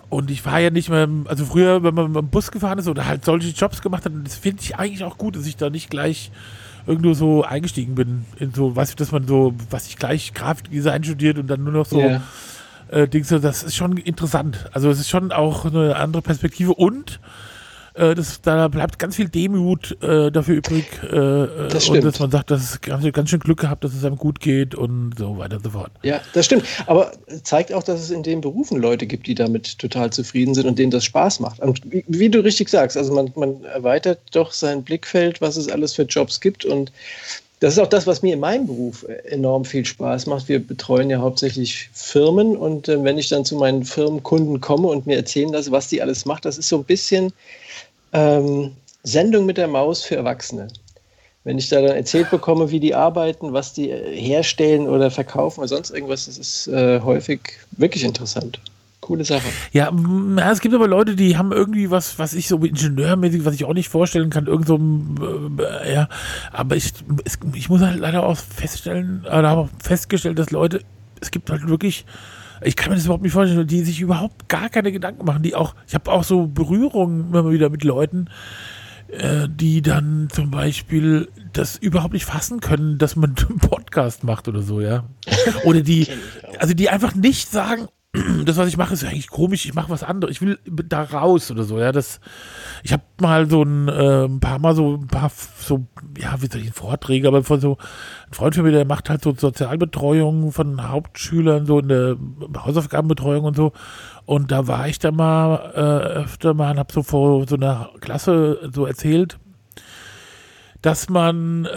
Speaker 1: Und ich war ja nicht mehr, also früher, wenn man mit dem Bus gefahren ist oder halt solche Jobs gemacht hat, das finde ich eigentlich auch gut, dass ich da nicht gleich irgendwo so eingestiegen bin, in so, weißt du, dass man so, was ich gleich Grafikdesign studiert und dann nur noch so
Speaker 2: Ja.
Speaker 1: äh, Dings, das ist schon interessant. Also es ist schon auch eine andere Perspektive und äh, das, da bleibt ganz viel Demut äh, dafür übrig äh,
Speaker 2: Das
Speaker 1: und
Speaker 2: stimmt.
Speaker 1: dass man sagt, dass es ganz, ganz schön Glück gehabt, dass es einem gut geht und so weiter und so fort.
Speaker 3: Ja, das stimmt. Aber zeigt auch, dass es in den Berufen Leute gibt, die damit total zufrieden sind und denen das Spaß macht. Und wie, wie du richtig sagst, also man, man erweitert doch sein Blickfeld, was es alles für Jobs gibt. Und das ist auch das, was mir in meinem Beruf enorm viel Spaß macht. Wir betreuen ja hauptsächlich Firmen. Und äh, wenn ich dann zu meinen Firmenkunden komme und mir erzählen lasse, was die alles macht, das ist so ein bisschen ähm, Sendung mit der Maus für Erwachsene. Wenn ich da dann erzählt bekomme, wie die arbeiten, was die äh, herstellen oder verkaufen oder sonst irgendwas, das ist äh, häufig wirklich interessant. Coole Sache.
Speaker 1: Ja, m- ja, es gibt aber Leute, die haben irgendwie was, was ich so ingenieurmäßig, was ich auch nicht vorstellen kann, irgend so, äh, ja, aber ich, es, ich muss halt leider auch feststellen, oder habe auch festgestellt, dass Leute, es gibt halt wirklich, ich kann mir das überhaupt nicht vorstellen, die sich überhaupt gar keine Gedanken machen, die auch, ich habe auch so Berührungen immer mal wieder mit Leuten, äh, die dann zum Beispiel das überhaupt nicht fassen können, dass man einen Podcast macht oder so, ja. Oder die, also die einfach nicht sagen, das, was ich mache, ist eigentlich komisch, ich mache was anderes, ich will da raus oder so, ja, das, ich habe mal so ein, äh, ein paar Mal so ein paar, so, ja, wie soll ich, Vorträge, aber von so, ein Freund von mir, der macht halt so Sozialbetreuung von Hauptschülern, so in der Hausaufgabenbetreuung und so, und da war ich da mal äh, öfter mal und habe so vor so einer Klasse so erzählt, dass man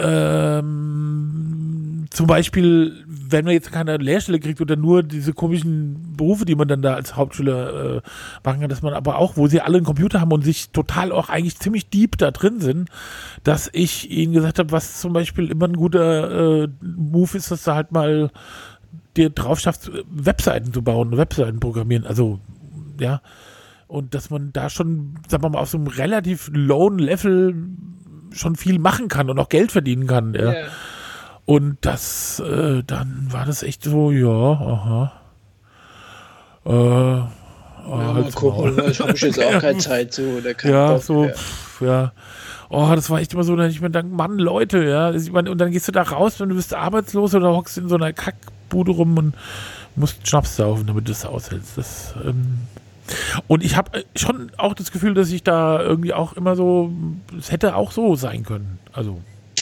Speaker 1: ähm, zum Beispiel, wenn man jetzt keine Lehrstelle kriegt oder nur diese komischen Berufe, die man dann da als Hauptschüler äh, machen kann, dass man aber auch, wo sie alle einen Computer haben und sich total auch eigentlich ziemlich deep da drin sind, dass ich ihnen gesagt habe, was zum Beispiel immer ein guter äh, Move ist, dass du halt mal dir drauf schaffst, Webseiten zu bauen, Webseiten programmieren, also ja, und dass man da schon, sagen wir mal, auf so einem relativ lowen Level schon viel machen kann und auch Geld verdienen kann, ja.
Speaker 3: Ja.
Speaker 1: Und das, äh, dann war das echt so, ja, aha. Äh, oh,
Speaker 3: Ja, mal
Speaker 1: halt's
Speaker 3: gucken,
Speaker 1: Maul.
Speaker 3: ich habe jetzt auch keine Zeit zu oder keinen
Speaker 1: Ja,
Speaker 3: Bock.
Speaker 1: so,
Speaker 3: Ja.
Speaker 1: pff, ja. Oh, das war echt immer so, dass ich mir denke, Mann, Leute, ja. Ich meine, und dann gehst du da raus, wenn du bist arbeitslos oder hockst in so einer Kackbude rum und musst Schnaps saufen, damit du das aushältst. Das, ähm und ich habe schon auch das Gefühl, dass ich da irgendwie auch immer so, es hätte auch so sein können. Also,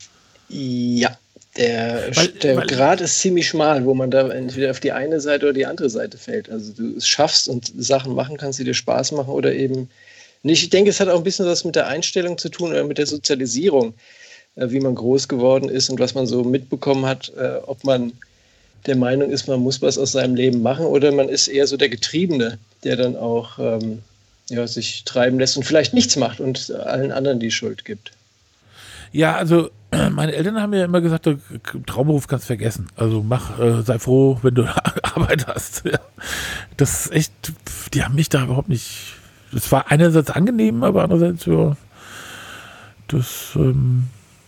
Speaker 3: Ja, der,
Speaker 1: Weil-
Speaker 3: der
Speaker 1: weil-
Speaker 3: Grad ist ziemlich schmal, wo man da entweder auf die eine Seite oder die andere Seite fällt. Also du es schaffst und Sachen machen kannst, die dir Spaß machen oder eben nicht. Ich denke, es hat auch ein bisschen was mit der Einstellung zu tun oder mit der Sozialisierung, äh, wie man groß geworden ist und was man so mitbekommen hat, äh, ob man der Meinung ist, man muss was aus seinem Leben machen oder man ist eher so der Getriebene, der dann auch ähm, ja, sich treiben lässt und vielleicht nichts macht und allen anderen die Schuld gibt.
Speaker 1: ja, also meine Eltern haben mir immer gesagt, der Traumberuf kannst du vergessen. Also mach, äh, sei froh, wenn du Arbeit hast. Ja. Das ist echt, die haben mich da überhaupt nicht, das war einerseits angenehm, aber andererseits, ja, das, ähm,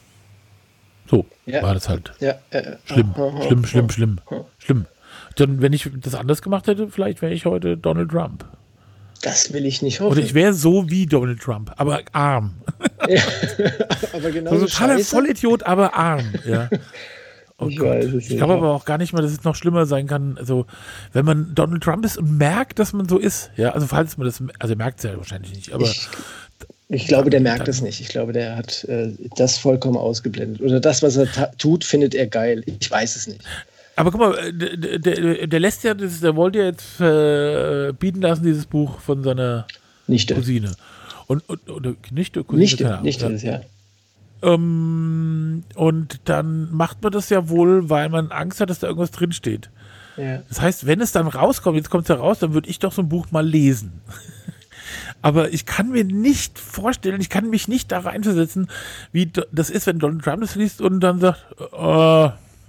Speaker 1: so
Speaker 3: Ja.
Speaker 1: war das halt.
Speaker 3: Ja, äh,
Speaker 1: Schlimm,
Speaker 3: aha,
Speaker 1: schlimm, schlimm,
Speaker 3: aha.
Speaker 1: schlimm, schlimm. Dann, wenn ich das anders gemacht hätte, vielleicht wäre ich heute Donald Trump.
Speaker 3: Das will ich nicht hoffen.
Speaker 1: Oder ich wäre so wie Donald Trump, aber arm.
Speaker 3: Ja, aber genau
Speaker 1: So
Speaker 3: so
Speaker 1: ein totaler
Speaker 3: scheiße.
Speaker 1: Vollidiot, aber arm. Ja. Oh
Speaker 3: Ich
Speaker 1: Gott.
Speaker 3: weiß es
Speaker 1: Ich
Speaker 3: nicht.
Speaker 1: glaube aber auch gar nicht mal, dass es noch schlimmer sein kann. Also, wenn man Donald Trump ist und merkt, dass man so ist, ja, also falls man das, also er merkt es ja wahrscheinlich nicht, aber
Speaker 3: Ich, ich glaube, der merkt
Speaker 1: dann-
Speaker 3: das nicht. Ich glaube, der hat äh, das vollkommen ausgeblendet. Oder das, was er ta- tut, findet er geil. Ich weiß es nicht.
Speaker 1: aber guck mal, äh, der, der, der lässt ja, das, der wollte ja jetzt äh, bieten lassen, dieses Buch von seiner
Speaker 3: Nicht.
Speaker 1: Cousine. Und, und oder Nichte, Cousine,
Speaker 3: Nicht,
Speaker 1: keine Ahnung.
Speaker 3: nicht
Speaker 1: ja.
Speaker 3: das, ja.
Speaker 1: Ähm, und dann macht man das ja wohl, weil man Angst hat, dass da irgendwas drinsteht.
Speaker 3: ja.
Speaker 1: Das heißt, wenn es dann rauskommt, jetzt kommt es ja raus, dann würde ich doch so ein Buch mal lesen. Aber ich kann mir nicht vorstellen, ich kann mich nicht da reinversetzen, wie do- das ist, wenn Donald Trump das liest und dann sagt, äh,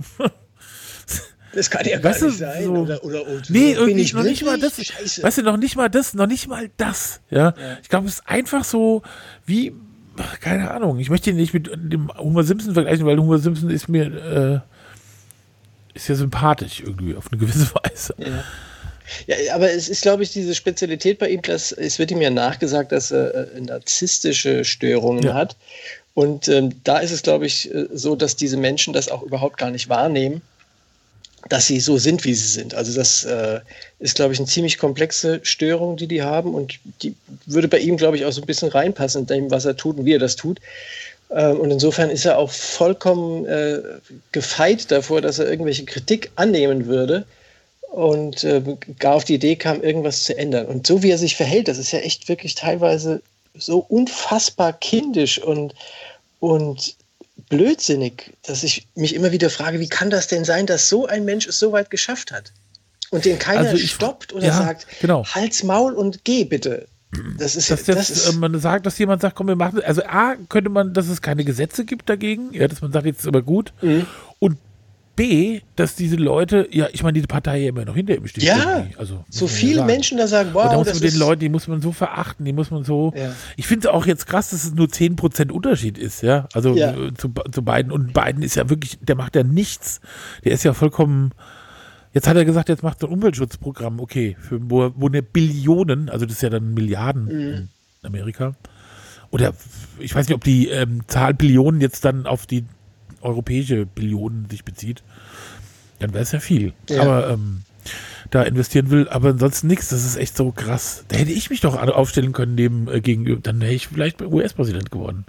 Speaker 3: Das kann ja
Speaker 1: Weißt
Speaker 3: gar
Speaker 1: du,
Speaker 3: nicht sein.
Speaker 1: so-
Speaker 3: Oder, oder, oder
Speaker 1: nee,
Speaker 3: bin
Speaker 1: irgendwie
Speaker 3: ich
Speaker 1: noch nicht mal das,
Speaker 3: wirklich? Scheiße.
Speaker 1: weißt du, noch nicht mal das, noch nicht mal das, ja. Ich glaube, es ist einfach so, wie, ach, keine Ahnung, ich möchte ihn nicht mit dem Homer Simpson vergleichen, weil Homer Simpson ist mir, äh, ist ja sympathisch irgendwie, auf eine gewisse Weise.
Speaker 3: Ja. Ja, aber es ist, glaube ich, diese Spezialität bei ihm, dass es wird ihm ja nachgesagt, dass er äh, narzisstische Störungen
Speaker 1: Ja.
Speaker 3: hat. Und ähm, da ist es, glaube ich, äh, so, dass diese Menschen das auch überhaupt gar nicht wahrnehmen, dass sie so sind, wie sie sind. Also das äh, ist, glaube ich, eine ziemlich komplexe Störung, die die haben. Und die würde bei ihm, glaube ich, auch so ein bisschen reinpassen in dem, was er tut und wie er das tut. Ähm, und insofern ist er auch vollkommen äh, gefeit davor, dass er irgendwelche Kritik annehmen würde und äh, gar auf die Idee kam, irgendwas zu ändern. Und so wie er sich verhält, das ist ja echt wirklich teilweise so unfassbar kindisch und, und blödsinnig, dass ich mich immer wieder frage, wie kann das denn sein, dass so ein Mensch es so weit geschafft hat? Und den keiner
Speaker 1: Also ich-
Speaker 3: stoppt oder
Speaker 1: ja,
Speaker 3: sagt,
Speaker 1: genau.
Speaker 3: Halt's Maul und geh bitte. Das ist,
Speaker 1: Dass
Speaker 3: das
Speaker 1: das,
Speaker 3: ist
Speaker 1: äh, man sagt, dass jemand sagt, komm, wir machen, also A, könnte man, dass es keine Gesetze gibt dagegen, ja, dass man sagt, jetzt ist aber gut.
Speaker 3: Mhm.
Speaker 1: Und B, dass diese Leute, ja, ich meine, die Partei ja immer noch hinter ihm steht.
Speaker 3: Ja,
Speaker 1: irgendwie. Also, muss
Speaker 3: so
Speaker 1: man ja
Speaker 3: viele
Speaker 1: sagen.
Speaker 3: Menschen da sagen,
Speaker 1: Und da
Speaker 3: wow,
Speaker 1: muss
Speaker 3: das
Speaker 1: man den
Speaker 3: ist...
Speaker 1: Leuten, die muss man so verachten, die muss man so.
Speaker 3: Ja.
Speaker 1: Ich finde es auch jetzt krass, dass es nur zehn Prozent Unterschied ist, ja. Also
Speaker 3: Ja.
Speaker 1: äh, zu, zu beiden. Und Biden ist ja wirklich, der macht ja nichts. Der ist ja vollkommen. Jetzt hat er gesagt, jetzt macht er ein Umweltschutzprogramm, okay, für wo, wo eine Billionen, also das ist ja dann Milliarden in Amerika. Oder ich weiß nicht, ob die ähm, Zahl Billionen jetzt dann auf die europäische Billionen sich bezieht. Dann wäre es ja viel.
Speaker 3: Ja.
Speaker 1: Aber ähm, da investieren will, aber ansonsten nichts. Das ist echt so krass. Da hätte ich mich doch aufstellen können neben äh, gegenüber. Dann wäre ich vielleicht U S-Präsident geworden.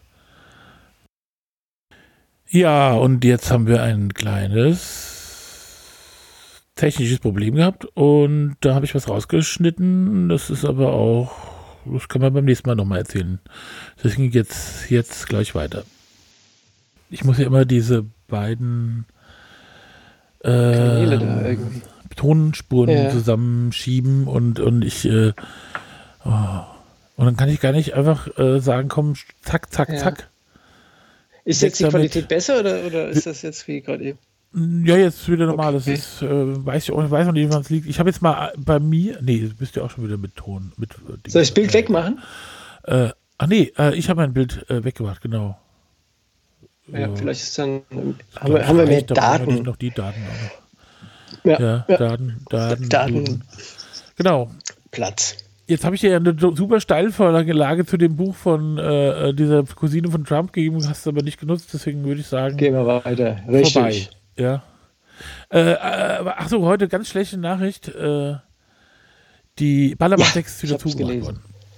Speaker 1: Ja, und jetzt haben wir ein kleines technisches Problem gehabt und da habe ich was rausgeschnitten. Das ist aber auch, das kann man beim nächsten Mal nochmal erzählen. Deswegen jetzt, jetzt gleich weiter. Ich muss ja immer diese beiden
Speaker 3: Kanäle
Speaker 1: äh,
Speaker 3: da irgendwie.
Speaker 1: Tonspuren
Speaker 3: Ja.
Speaker 1: zusammenschieben und, und ich äh, oh. und dann kann ich gar nicht einfach äh, sagen, komm, zack, zack,
Speaker 3: Ja.
Speaker 1: zack.
Speaker 3: Ist
Speaker 1: weg
Speaker 3: jetzt die
Speaker 1: damit.
Speaker 3: Qualität besser oder, oder ist das jetzt wie gerade eben?
Speaker 1: Ja, jetzt wieder normal.
Speaker 3: Okay.
Speaker 1: Das ist, äh, weiß ich auch, ich weiß noch nicht, wann es liegt. Ich habe jetzt mal bei mir, nee, das bist ja auch schon wieder mit Ton. Mit, äh, Ding.
Speaker 3: Soll ich das Bild wegmachen?
Speaker 1: Äh, ach nee, äh, ich habe mein Bild äh, weggemacht, genau.
Speaker 3: Ja,
Speaker 1: So.
Speaker 3: vielleicht ist dann, ähm,
Speaker 1: Ich
Speaker 3: haben
Speaker 1: glaub,
Speaker 3: wir, haben wir mehr
Speaker 1: reicht, da brauchen wir nicht
Speaker 3: Daten.
Speaker 1: noch die Daten auch noch.
Speaker 3: Ja,
Speaker 1: Ja,
Speaker 3: ja.
Speaker 1: Daten, Daten,
Speaker 3: Daten.
Speaker 1: Duden. Genau.
Speaker 3: Platz.
Speaker 1: Jetzt habe ich dir ja eine super Steilvorlage zu dem Buch von äh, dieser Cousine von Trump gegeben, hast du aber nicht genutzt, deswegen würde ich sagen,
Speaker 3: Gehen wir weiter. Richtig.
Speaker 1: vorbei. Ja. Äh, äh, aber ach so, heute ganz schlechte Nachricht. Äh, die Ballermann sechs ist
Speaker 3: ich
Speaker 1: wieder
Speaker 3: hab's
Speaker 1: zugemacht
Speaker 3: gelesen.
Speaker 1: worden.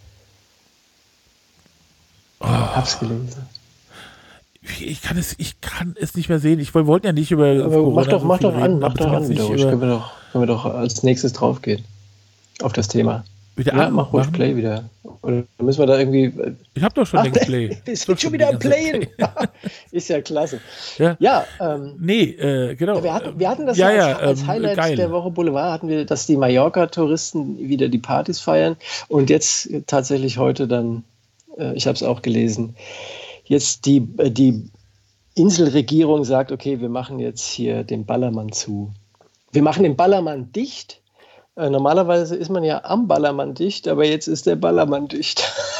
Speaker 3: Hab's gelesen.
Speaker 1: Ich kann es, ich kann es nicht mehr sehen. Ich wir wollten ja nicht über
Speaker 3: Aber
Speaker 1: Corona
Speaker 3: mach doch,
Speaker 1: so
Speaker 3: mach
Speaker 1: viel
Speaker 3: doch an,
Speaker 1: reden,
Speaker 3: mach
Speaker 1: aber
Speaker 3: doch an
Speaker 1: zumindest
Speaker 3: wieder
Speaker 1: nicht
Speaker 3: ruhig.
Speaker 1: über-
Speaker 3: Können wir, doch, können wir doch als nächstes draufgehen. Auf das Thema.
Speaker 1: wieder
Speaker 3: Ja, mach ruhig
Speaker 1: anmachen.
Speaker 3: Play wieder. Oder müssen wir da irgendwie.
Speaker 1: Ich habe doch schon
Speaker 3: Ach,
Speaker 1: längst Play.
Speaker 3: Wir
Speaker 1: Ich hab
Speaker 3: sind schon wieder am
Speaker 1: die ganze
Speaker 3: Playen. Ist ja klasse.
Speaker 1: Ja.
Speaker 3: Ja, ähm,
Speaker 1: Nee, äh, genau.
Speaker 3: wir, hatten, wir hatten das
Speaker 1: ja,
Speaker 3: ja,
Speaker 1: ja,
Speaker 3: als, als
Speaker 1: ähm,
Speaker 3: Highlight
Speaker 1: geil.
Speaker 3: der Woche Boulevard, hatten wir, dass die Mallorca-Touristen wieder die Partys feiern. Und jetzt äh, tatsächlich heute dann, äh, ich habe es auch gelesen, jetzt die, äh, die Inselregierung sagt, okay, wir machen jetzt hier den Ballermann zu. Wir machen den Ballermann dicht. Äh, normalerweise ist man ja am Ballermann dicht, aber jetzt ist der Ballermann dicht.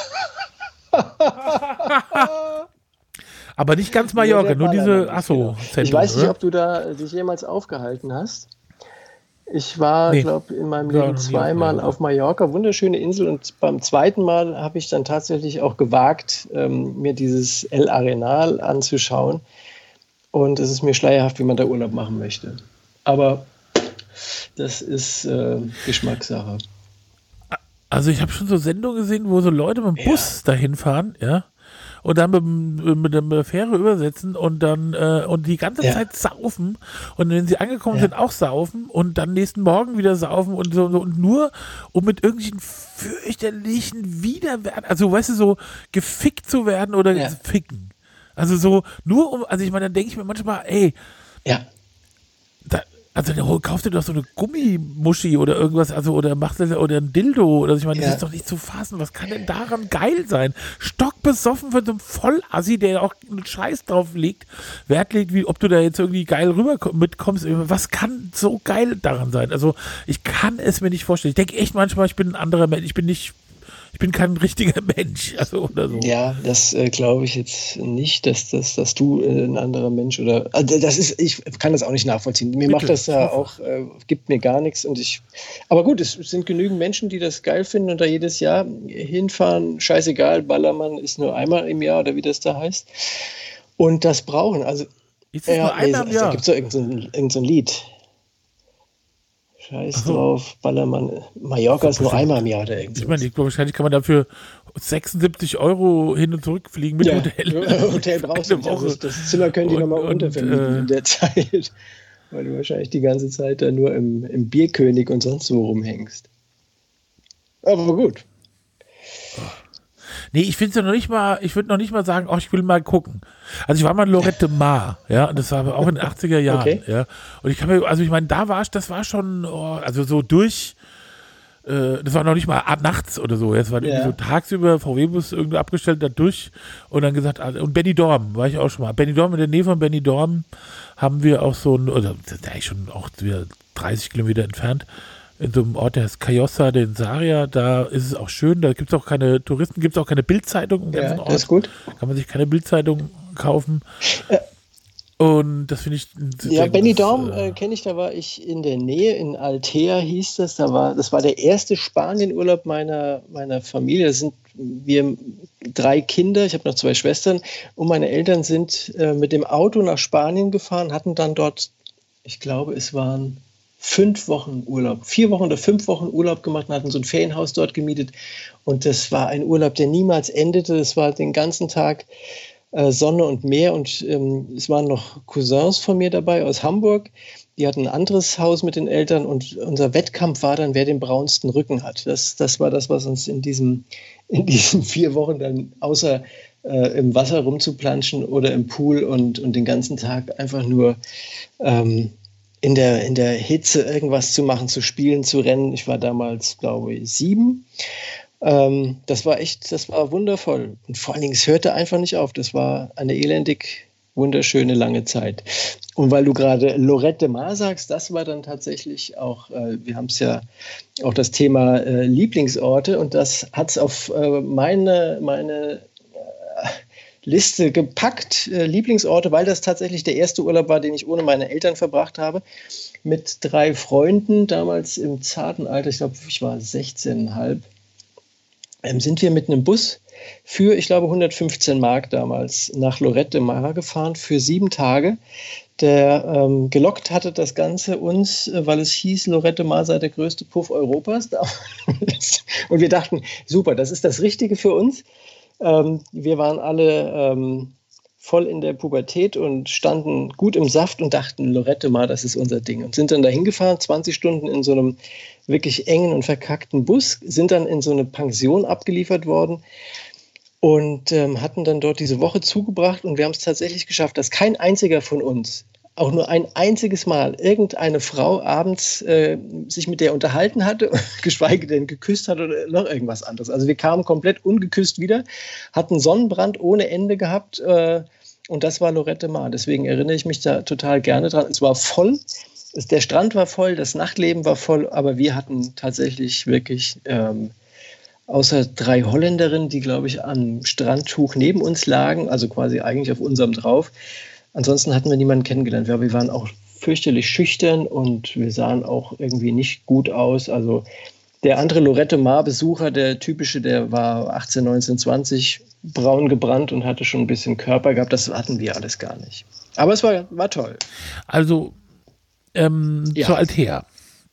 Speaker 1: Aber nicht ganz Mallorca,
Speaker 3: der
Speaker 1: nur diese
Speaker 3: Ballermann,
Speaker 1: Asso-Zentrum.
Speaker 3: Ich weiß nicht,
Speaker 1: oder?
Speaker 3: ob du da dich jemals aufgehalten hast. Ich war,
Speaker 1: Nee.
Speaker 3: glaube in meinem
Speaker 1: Ja,
Speaker 3: Leben
Speaker 1: noch nie auf
Speaker 3: zweimal
Speaker 1: Mallorca.
Speaker 3: auf Mallorca, wunderschöne Insel. Und beim zweiten Mal habe ich dann tatsächlich auch gewagt, ähm, mir dieses El Arenal anzuschauen. Und es ist mir schleierhaft, wie man da Urlaub machen möchte. Aber das ist äh, Geschmackssache.
Speaker 1: Also ich habe schon so Sendungen gesehen, wo so Leute mit dem Bus dahin fahren, ja, und dann mit, dem- mit der Fähre übersetzen und dann äh, und die ganze
Speaker 3: Ja.
Speaker 1: Zeit saufen und wenn sie angekommen
Speaker 3: Ja.
Speaker 1: sind, auch saufen und dann nächsten Morgen wieder saufen und so, so und nur um mit irgendwelchen fürchterlichen Widerwert, also weißt du, so gefickt zu werden oder
Speaker 3: Ja.
Speaker 1: ficken. Also so nur um, also ich meine, dann denke ich mir manchmal, ey,
Speaker 3: Ja,
Speaker 1: da, also der kauft dir doch so eine Gummimuschi oder irgendwas, also oder macht das oder ein Dildo oder so. Ich meine, das
Speaker 3: Ja.
Speaker 1: ist doch nicht zu fassen. Was kann denn daran geil sein? Stockbesoffen von so einem Vollassi, der auch einen Scheiß drauf legt, Wert legt, wie ob du da jetzt irgendwie geil rüber mitkommst. Was kann so geil daran sein? Also ich kann es mir nicht vorstellen. Ich denke echt manchmal, ich bin ein anderer Mensch. Ich bin nicht, ich bin kein richtiger Mensch, also oder so.
Speaker 3: Ja, das äh, glaube ich jetzt nicht, dass, dass, dass du äh, ein anderer Mensch oder, also das ist, ich kann das auch nicht nachvollziehen. Mir
Speaker 1: Bitte,
Speaker 3: macht das ja
Speaker 1: hoffe.
Speaker 3: auch, äh, gibt mir gar nichts und ich, aber gut, es sind genügend Menschen, die das geil finden und da jedes Jahr hinfahren, scheißegal, Ballermann ist nur einmal im Jahr oder wie das da heißt und das brauchen, also
Speaker 1: Ist es
Speaker 3: ja,
Speaker 1: nur
Speaker 3: nee,
Speaker 1: einmal im
Speaker 3: da
Speaker 1: Jahr?
Speaker 3: gibt es so irgendein, irgendein so ein Lied. Scheiß
Speaker 1: so.
Speaker 3: drauf, Ballermann. Mallorca ist nur
Speaker 1: bestimmt.
Speaker 3: einmal im Jahr oder irgendwas.
Speaker 1: Ich meine, ich glaube, wahrscheinlich kann man dafür sechsundsiebzig Euro hin und zurück fliegen mit
Speaker 3: ja,
Speaker 1: Hotel.
Speaker 3: Hotel brauchst du
Speaker 1: Eine
Speaker 3: nicht. Also
Speaker 1: Woche.
Speaker 3: das Zimmer können die
Speaker 1: Und-
Speaker 3: nochmal
Speaker 1: und,
Speaker 3: untervermieten
Speaker 1: äh,
Speaker 3: in der Zeit. Weil du wahrscheinlich die ganze Zeit da nur im, im Bierkönig und sonst wo rumhängst. Aber gut.
Speaker 1: Nee, ich finde es ja noch nicht mal, ich würde noch nicht mal sagen, oh, ich will mal gucken. Also ich war mal in Lorette Mar, ja, und das war aber auch in den achtziger Jahren,
Speaker 3: Okay.
Speaker 1: ja. Und ich kann mir, also ich meine, da war ich, das war schon, oh, also so durch, äh, das war noch nicht mal ab nachts oder so, ja. Es war
Speaker 3: Ja.
Speaker 1: irgendwie so tagsüber, V W-Bus irgendwie abgestellt, da durch und dann gesagt, also, und Benidorm war ich auch schon mal. Benidorm, in der Nähe von Benidorm haben wir auch so ein, oder das ist eigentlich schon auch wieder dreißig Kilometer entfernt, in so einem Ort, der heißt Callosa de Ensaria, da ist es auch schön, da gibt es auch keine Touristen, gibt es auch keine Bildzeitung im
Speaker 3: Ja,
Speaker 1: ganzen
Speaker 3: das
Speaker 1: Ort.
Speaker 3: ist gut.
Speaker 1: Kann man sich keine Bildzeitung kaufen.
Speaker 3: Äh,
Speaker 1: Und das finde ich. ein sehr
Speaker 3: Ja,
Speaker 1: gutes,
Speaker 3: Benidorm
Speaker 1: äh,
Speaker 3: äh, kenne ich, da war ich in der Nähe, in Altea hieß das. Da war, das war der erste Spanienurlaub meiner, meiner Familie. Das sind wir drei Kinder, ich habe noch zwei Schwestern und meine Eltern sind äh, mit dem Auto nach Spanien gefahren, hatten dann dort, ich glaube, es waren fünf Wochen Urlaub, vier Wochen oder fünf Wochen Urlaub gemacht und hatten so ein Ferienhaus dort gemietet. Und das war ein Urlaub, der niemals endete. Das war den ganzen Tag äh, Sonne und Meer. Und ähm, es waren noch Cousins von mir dabei aus Hamburg. Die hatten ein anderes Haus mit den Eltern. Und unser Wettkampf war dann, wer den braunsten Rücken hat. Das, das war das, was uns in, diesem, in diesen vier Wochen dann außer äh, im Wasser rumzuplanschen oder im Pool und, und den ganzen Tag einfach nur ähm, in der, in der Hitze irgendwas zu machen, zu spielen, zu rennen. Ich war damals, glaube ich, sieben. Ähm, das war echt, das war wundervoll. Und vor allen Dingen, es hörte einfach nicht auf. Das war eine elendig wunderschöne lange Zeit. Und weil du gerade Lorette Mar sagst, das war dann tatsächlich auch, äh, wir haben es ja auch das Thema äh, Lieblingsorte und das hat es auf äh, meine, meine Liste gepackt, äh, Lieblingsorte, weil das tatsächlich der erste Urlaub war, den ich ohne meine Eltern verbracht habe, mit drei Freunden, damals im zarten Alter, ich glaube, ich war sechzehn Komma fünf, ähm, sind wir mit einem Bus für, ich glaube, hundertfünfzehn Mark damals nach Lorette Mar gefahren für sieben Tage. Der ähm, gelockt hatte das Ganze uns, äh, weil es hieß, Lorette Mar sei der größte Puff Europas. Und wir dachten, super, das ist das Richtige für uns. Ähm, wir waren alle ähm, voll in der Pubertät und standen gut im Saft und dachten, Lorette Mar, das ist unser Ding. Und sind dann dahin gefahren, zwanzig Stunden in so einem wirklich engen und verkackten Bus, sind dann in so eine Pension abgeliefert worden und ähm, hatten dann dort diese Woche zugebracht. Und wir haben es tatsächlich geschafft, dass kein einziger von uns auch nur ein einziges Mal irgendeine Frau abends äh, sich mit der unterhalten hatte, geschweige denn geküsst hat oder noch irgendwas anderes. Also wir kamen komplett ungeküsst wieder, hatten Sonnenbrand ohne Ende gehabt äh, und das war Lorette Mar. Deswegen erinnere ich mich da total gerne dran. Es war voll, es, der Strand war voll, das Nachtleben war voll, aber wir hatten tatsächlich wirklich ähm, außer drei Holländerinnen, die, glaube ich, am Strandtuch neben uns lagen, also quasi eigentlich auf unserem drauf. Ansonsten hatten wir niemanden kennengelernt. Wir waren auch fürchterlich schüchtern und wir sahen auch irgendwie nicht gut aus. Also der andere Lorette Mar-Besucher, der typische, der war achtzehn, neunzehn, zwanzig, braun gebrannt und hatte schon ein bisschen Körper gehabt. Das hatten wir alles gar nicht. Aber es war, war toll.
Speaker 1: Also, ähm,
Speaker 3: Ja.
Speaker 1: zur Altea.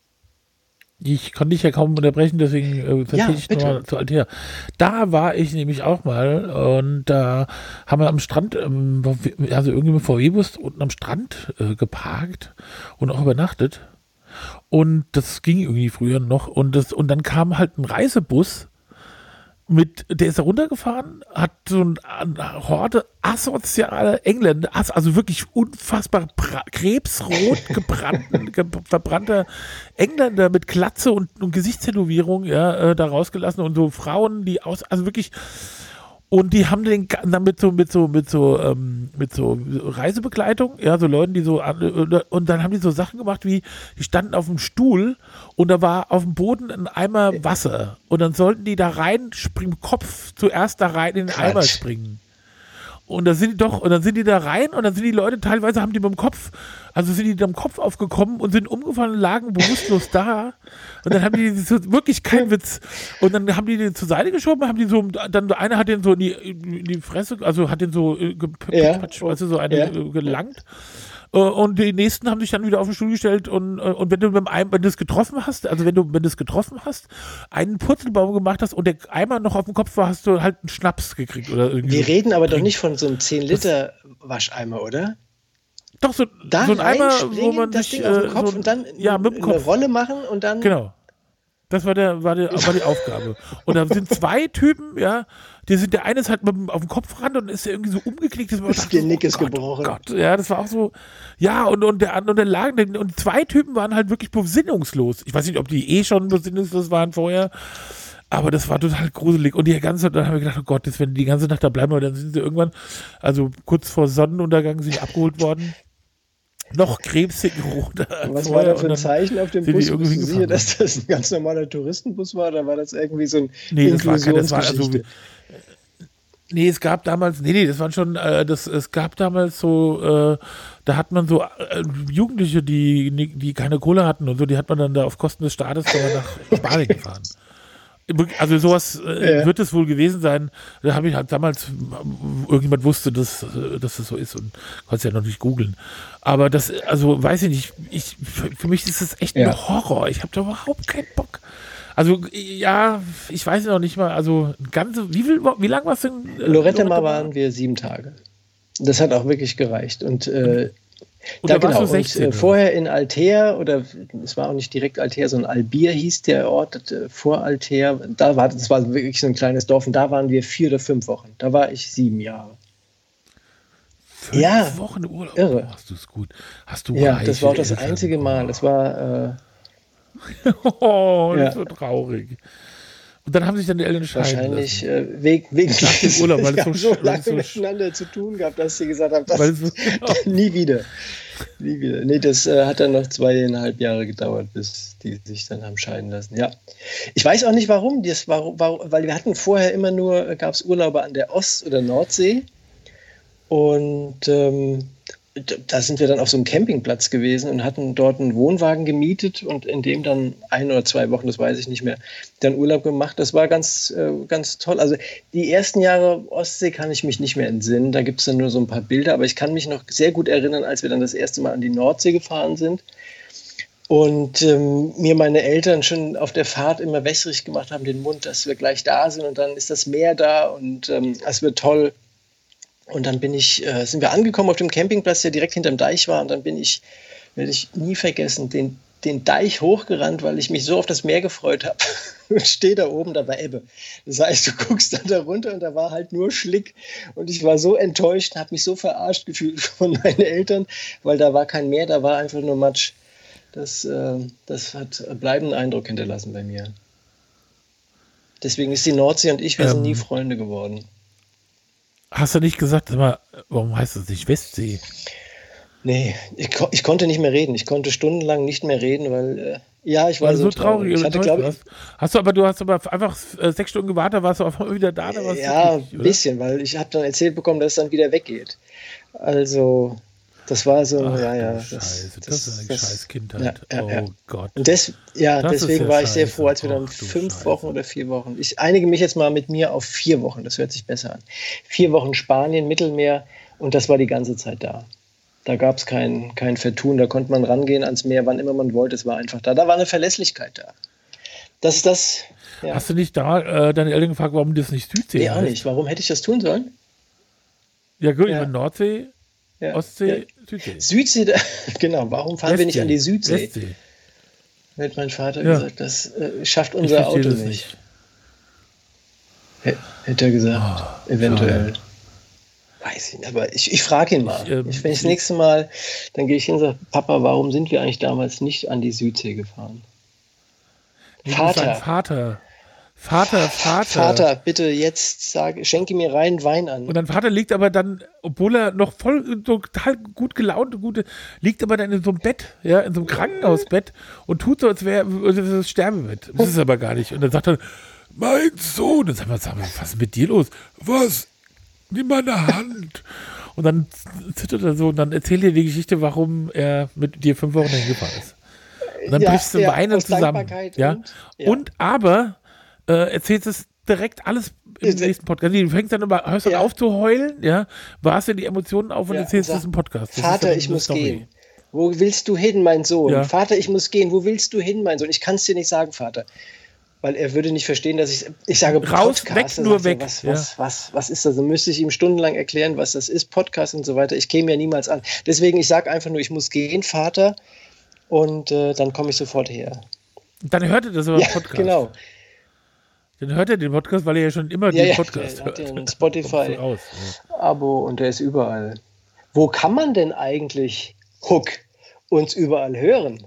Speaker 1: Ich konnte dich ja kaum unterbrechen, deswegen äh,
Speaker 3: Ja,
Speaker 1: verstehe ich
Speaker 3: bitte.
Speaker 1: nochmal zu Altea. Da war ich nämlich auch mal und da haben wir am Strand, ähm, also irgendwie mit V W-Bus unten am Strand äh, geparkt und auch übernachtet. Und das ging irgendwie früher noch. Und, das, und dann kam halt ein Reisebus mit, der ist da runtergefahren, hat so ein- eine Horde asoziale Engländer, as- also wirklich unfassbar bra- krebsrot gebrannten, ge verbrannter Engländer mit Glatze und, und Gesichtstätowierung, ja, äh, da rausgelassen und so Frauen, die aus, also wirklich, Und die haben den ga- dann mit so, mit so, mit so, ähm, mit so Reisebegleitung, ja, so Leuten, die so, an- und dann haben die so Sachen gemacht wie, die standen auf dem Stuhl und da war auf dem Boden ein Eimer Wasser und dann sollten die da rein springen, Kopf zuerst da rein in den
Speaker 3: Quatsch.
Speaker 1: Eimer springen. Und da sind die doch, und dann sind die da rein und dann sind die Leute, teilweise haben die mit dem Kopf, also sind die da im Kopf aufgekommen und sind umgefallen und lagen bewusstlos da. Und dann haben die, so, wirklich kein Witz. Und dann haben die den zur Seite geschoben, haben die so, dann der eine hat den so in die, in die Fresse, also hat den so, äh, gep-
Speaker 3: Ja.
Speaker 1: gepatscht, also so eine
Speaker 3: Ja.
Speaker 1: äh, gelangt. Äh, Und die nächsten haben sich dann wieder auf den Stuhl gestellt und, äh, und wenn du mit dem Eimer, wenn du es getroffen hast, also wenn du, wenn du es getroffen hast, einen Purzelbaum gemacht hast und der Eimer noch auf dem Kopf war, hast du halt einen Schnaps gekriegt oder irgendwie.
Speaker 3: Wir
Speaker 1: so.
Speaker 3: reden aber doch nicht von so einem zehn Liter Wascheimer, oder?
Speaker 1: Doch, so,
Speaker 3: Da
Speaker 1: so ein Eimer, wo
Speaker 3: reinspringen,
Speaker 1: man
Speaker 3: das
Speaker 1: sich,
Speaker 3: Ding auf den
Speaker 1: äh,
Speaker 3: Kopf
Speaker 1: so,
Speaker 3: und dann
Speaker 1: ja, mit dem
Speaker 3: eine
Speaker 1: Kopf.
Speaker 3: Rolle machen und dann...
Speaker 1: Genau. Das war, der, war, der, war die Aufgabe. Und da sind zwei Typen, ja, die sind, der eine ist halt mit dem, auf dem Kopfrand und ist irgendwie so umgeknickt. dass man
Speaker 3: Das
Speaker 1: dachte,
Speaker 3: Genick ist
Speaker 1: Gott,
Speaker 3: gebrochen.
Speaker 1: Oh Gott, ja, das war auch so, ja, und, und der andere, und der lagen, und zwei Typen waren halt wirklich besinnungslos. Ich weiß nicht, ob die eh schon besinnungslos waren vorher, aber das war total gruselig. Und die ganze, dann haben wir gedacht, oh Gott, jetzt, wenn die ganze Nacht da bleiben, dann sind sie irgendwann, also kurz vor Sonnenuntergang, sind die abgeholt worden. Noch krebsgeruch.
Speaker 3: Was war da für ein Zeichen auf dem
Speaker 1: sind die
Speaker 3: Bus?
Speaker 1: irgendwie
Speaker 3: Bist du sicher,
Speaker 1: hingefahren
Speaker 3: dass das ein ganz normaler Touristenbus war? Oder war das irgendwie so ein
Speaker 1: Nee, das war kein, das war
Speaker 3: Inklusionsgeschichte?
Speaker 1: also, nee, es gab damals, nee, nee, das waren schon, äh, das, es gab damals so, äh, da hat man so äh, Jugendliche, die, die keine Kohle hatten und so, die hat man dann da auf Kosten des Staates dann nach Spanien gefahren. Also sowas äh,
Speaker 3: Ja.
Speaker 1: wird es wohl gewesen sein. Da habe ich halt damals, irgendjemand wusste, dass, äh, dass das so ist und konnte es ja noch nicht googeln. Aber das, also weiß ich nicht, ich, für mich ist das echt
Speaker 3: Ja.
Speaker 1: ein Horror. Ich habe da überhaupt keinen Bock. Also ja, ich weiß noch nicht mal, also ganze, wie viel, wie lang war es denn? äh,
Speaker 3: Lorette Mar waren wir sieben Tage. Das hat auch wirklich gereicht. Und, äh,
Speaker 1: Und
Speaker 3: da
Speaker 1: da warst
Speaker 3: genau.
Speaker 1: du sechzehn,
Speaker 3: und, äh,
Speaker 1: oder?
Speaker 3: vorher in Altea, oder es war auch nicht direkt Altea, sondern Albir hieß der Ort, äh, vor Altea. Da war, das war wirklich so ein kleines Dorf und da waren wir vier oder fünf Wochen. Da war ich sieben Jahre.
Speaker 1: Fünf
Speaker 3: ja,
Speaker 1: Wochen Urlaub.
Speaker 3: irre.
Speaker 1: Oh, hast du es gut. Hast du
Speaker 3: Ja,
Speaker 1: reiche
Speaker 3: das war auch das
Speaker 1: Eltern.
Speaker 3: einzige Mal. Das war äh,
Speaker 1: Oh, das ist
Speaker 3: Ja.
Speaker 1: so traurig. Und dann haben sich dann die Eltern scheiden
Speaker 3: wahrscheinlich
Speaker 1: lassen.
Speaker 3: äh, wegen, wegen
Speaker 1: Nach dem Urlaub, weil es
Speaker 3: wir
Speaker 1: so
Speaker 3: haben so
Speaker 1: sch- weil
Speaker 3: lange
Speaker 1: es so sch-
Speaker 3: miteinander zu tun gehabt, dass sie gesagt haben, das
Speaker 1: Weil es so, genau.
Speaker 3: nie wieder. Nie wieder. Nee, das äh, hat dann noch zweieinhalb Jahre gedauert, bis die sich dann haben scheiden lassen. Ja. Ich weiß auch nicht, warum. Das war, war, weil wir hatten vorher immer nur, gab es Urlaube an der Ost- oder Nordsee. Und ähm, da sind wir dann auf so einem Campingplatz gewesen und hatten dort einen Wohnwagen gemietet und in dem dann ein oder zwei Wochen, das weiß ich nicht mehr, dann Urlaub gemacht. Das war ganz, äh, ganz toll. Also die ersten Jahre Ostsee kann ich mich nicht mehr entsinnen. Da gibt es dann nur so ein paar Bilder, aber ich kann mich noch sehr gut erinnern, als wir dann das erste Mal an die Nordsee gefahren sind und ähm, mir meine Eltern schon auf der Fahrt immer wässrig gemacht haben, den Mund, dass wir gleich da sind und dann ist das Meer da und ähm, es wird toll. Und dann bin ich, äh, sind wir angekommen auf dem Campingplatz, der direkt hinterm Deich war. Und dann bin ich, werde ich nie vergessen, den, den Deich hochgerannt, weil ich mich so auf das Meer gefreut habe. Und stehe da oben, da war Ebbe. Das heißt, du guckst dann da runter und da war halt nur Schlick. Und ich war so enttäuscht, habe mich so verarscht gefühlt von meinen Eltern, weil da war kein Meer, da war einfach nur Matsch. Das, äh, das hat einen bleibenden Eindruck hinterlassen bei mir. Deswegen ist die Nordsee und ich, wir sind
Speaker 1: Ähm.
Speaker 3: nie Freunde geworden.
Speaker 1: Hast du nicht gesagt, immer, warum heißt das nicht Westsee?
Speaker 3: Nee, ich, ko- ich konnte nicht mehr reden. Ich konnte stundenlang nicht mehr reden, weil, äh, ja, ich war
Speaker 1: Weil du
Speaker 3: so
Speaker 1: so traurig,
Speaker 3: Ich
Speaker 1: oder
Speaker 3: hatte,
Speaker 1: enttäuscht
Speaker 3: glaube ich,
Speaker 1: warst. Hast du aber, du hast aber einfach äh, sechs Stunden gewartet, warst du auf einmal wieder da, da warst du
Speaker 3: ja,
Speaker 1: glücklich,
Speaker 3: ein
Speaker 1: oder?
Speaker 3: bisschen, weil ich habe dann erzählt bekommen, dass es dann wieder weggeht. Also, das war so,
Speaker 1: Ach,
Speaker 3: ja, ja.
Speaker 1: du Scheiße, das, ist eine scheiß Kindheit.
Speaker 3: ja, ja, ja.
Speaker 1: Oh Gott.
Speaker 3: Und des, ja,
Speaker 1: Das ist
Speaker 3: deswegen
Speaker 1: ja
Speaker 3: war ich sehr
Speaker 1: scheiße.
Speaker 3: froh, als wir dann
Speaker 1: Ach, du
Speaker 3: fünf
Speaker 1: Scheiße.
Speaker 3: Wochen oder vier Wochen, ich einige mich jetzt mal mit mir auf vier Wochen, das hört sich besser an. Vier Wochen Spanien, Mittelmeer und das war die ganze Zeit da. Da gab es kein, kein Vertun, da konnte man rangehen ans Meer, wann immer man wollte, es war einfach da. Da war eine Verlässlichkeit da. Das ist das, ja.
Speaker 1: Hast du nicht da äh, deine Eltern gefragt, warum das nicht Südsee
Speaker 3: Nee, auch
Speaker 1: heißt?
Speaker 3: nicht. Warum hätte ich das tun sollen?
Speaker 1: Ja gut,
Speaker 3: Ja.
Speaker 1: ich meine Nordsee,
Speaker 3: Ja.
Speaker 1: Ostsee,
Speaker 3: Ja.
Speaker 1: Südsee.
Speaker 3: Südsee, da- genau, warum fahren wir nicht an die Südsee?
Speaker 1: Westsee.
Speaker 3: Hat mein Vater
Speaker 1: Ja.
Speaker 3: gesagt, das äh, schafft
Speaker 1: Ich
Speaker 3: unser
Speaker 1: verstehe
Speaker 3: Auto
Speaker 1: das
Speaker 3: nicht.
Speaker 1: nicht.
Speaker 3: H- Hätte er gesagt,
Speaker 1: Oh,
Speaker 3: eventuell.
Speaker 1: schade.
Speaker 3: Weiß ich nicht, aber ich, ich frage ihn mal.
Speaker 1: Ich, ähm,
Speaker 3: ich, wenn ich das nächste Mal, dann gehe ich hin und sage, Papa, warum sind wir eigentlich damals nicht an die Südsee gefahren?
Speaker 1: Nee, du musst
Speaker 3: Vater.
Speaker 1: sagen, Vater. Vater, Vater.
Speaker 3: Vater, bitte jetzt sag, schenke mir rein Wein an.
Speaker 1: Und dein Vater liegt aber dann, obwohl er noch voll so total gut gelaunt, gute, liegt aber dann in so einem Bett, ja, in so einem Krankenhausbett und tut so, als wäre das Sterbebett. Das ist aber gar nicht. Und dann sagt er, mein Sohn, dann sagt man, was ist mit dir los? Was? Nimm meine Hand. Und dann zittert er so und dann erzählt er die Geschichte, warum er mit dir fünf Wochen hingefahren ist. Und dann
Speaker 3: Ja,
Speaker 1: brichst du
Speaker 3: ja,
Speaker 1: weinen
Speaker 3: aus
Speaker 1: zusammen.
Speaker 3: Dankbarkeit
Speaker 1: Ja?
Speaker 3: und- ja.
Speaker 1: Und aber äh, erzählst es direkt alles im
Speaker 3: Ist-
Speaker 1: nächsten Podcast. Du fängst dann immer, hörst dann
Speaker 3: Ja.
Speaker 1: auf zu heulen, ja, warst in die Emotionen auf und
Speaker 3: Ja,
Speaker 1: erzählst
Speaker 3: und
Speaker 1: es
Speaker 3: sag,
Speaker 1: im Podcast. Das ist
Speaker 3: Vater,
Speaker 1: dann
Speaker 3: ich
Speaker 1: eine
Speaker 3: muss
Speaker 1: Story.
Speaker 3: gehen. Wo willst du hin, mein Sohn?
Speaker 1: Ja.
Speaker 3: Vater, ich muss gehen. Wo willst du hin, mein Sohn? Ich kann es dir nicht sagen, Vater. Weil er würde nicht verstehen, dass ich, ich sage
Speaker 1: Raus,
Speaker 3: Podcast.
Speaker 1: weg,
Speaker 3: Da
Speaker 1: nur
Speaker 3: sagt er,
Speaker 1: weg.
Speaker 3: Was,
Speaker 1: Ja.
Speaker 3: was, was, was ist das? Dann müsste ich ihm stundenlang erklären, was das ist, Podcast und so weiter. Ich käme ja niemals an. Deswegen, ich sage einfach nur, ich muss gehen, Vater. Und äh, dann komme ich sofort her.
Speaker 1: Dann hört er das aber im
Speaker 3: Ja,
Speaker 1: Podcast.
Speaker 3: genau.
Speaker 1: Dann hört er den Podcast, weil er ja schon immer
Speaker 3: Ja,
Speaker 1: den
Speaker 3: ja,
Speaker 1: Podcast
Speaker 3: der hat
Speaker 1: hört.
Speaker 3: den Spotify.
Speaker 1: Kommt so raus, ja.
Speaker 3: Abo und der ist überall. Wo kann man denn eigentlich, Hook, uns überall hören?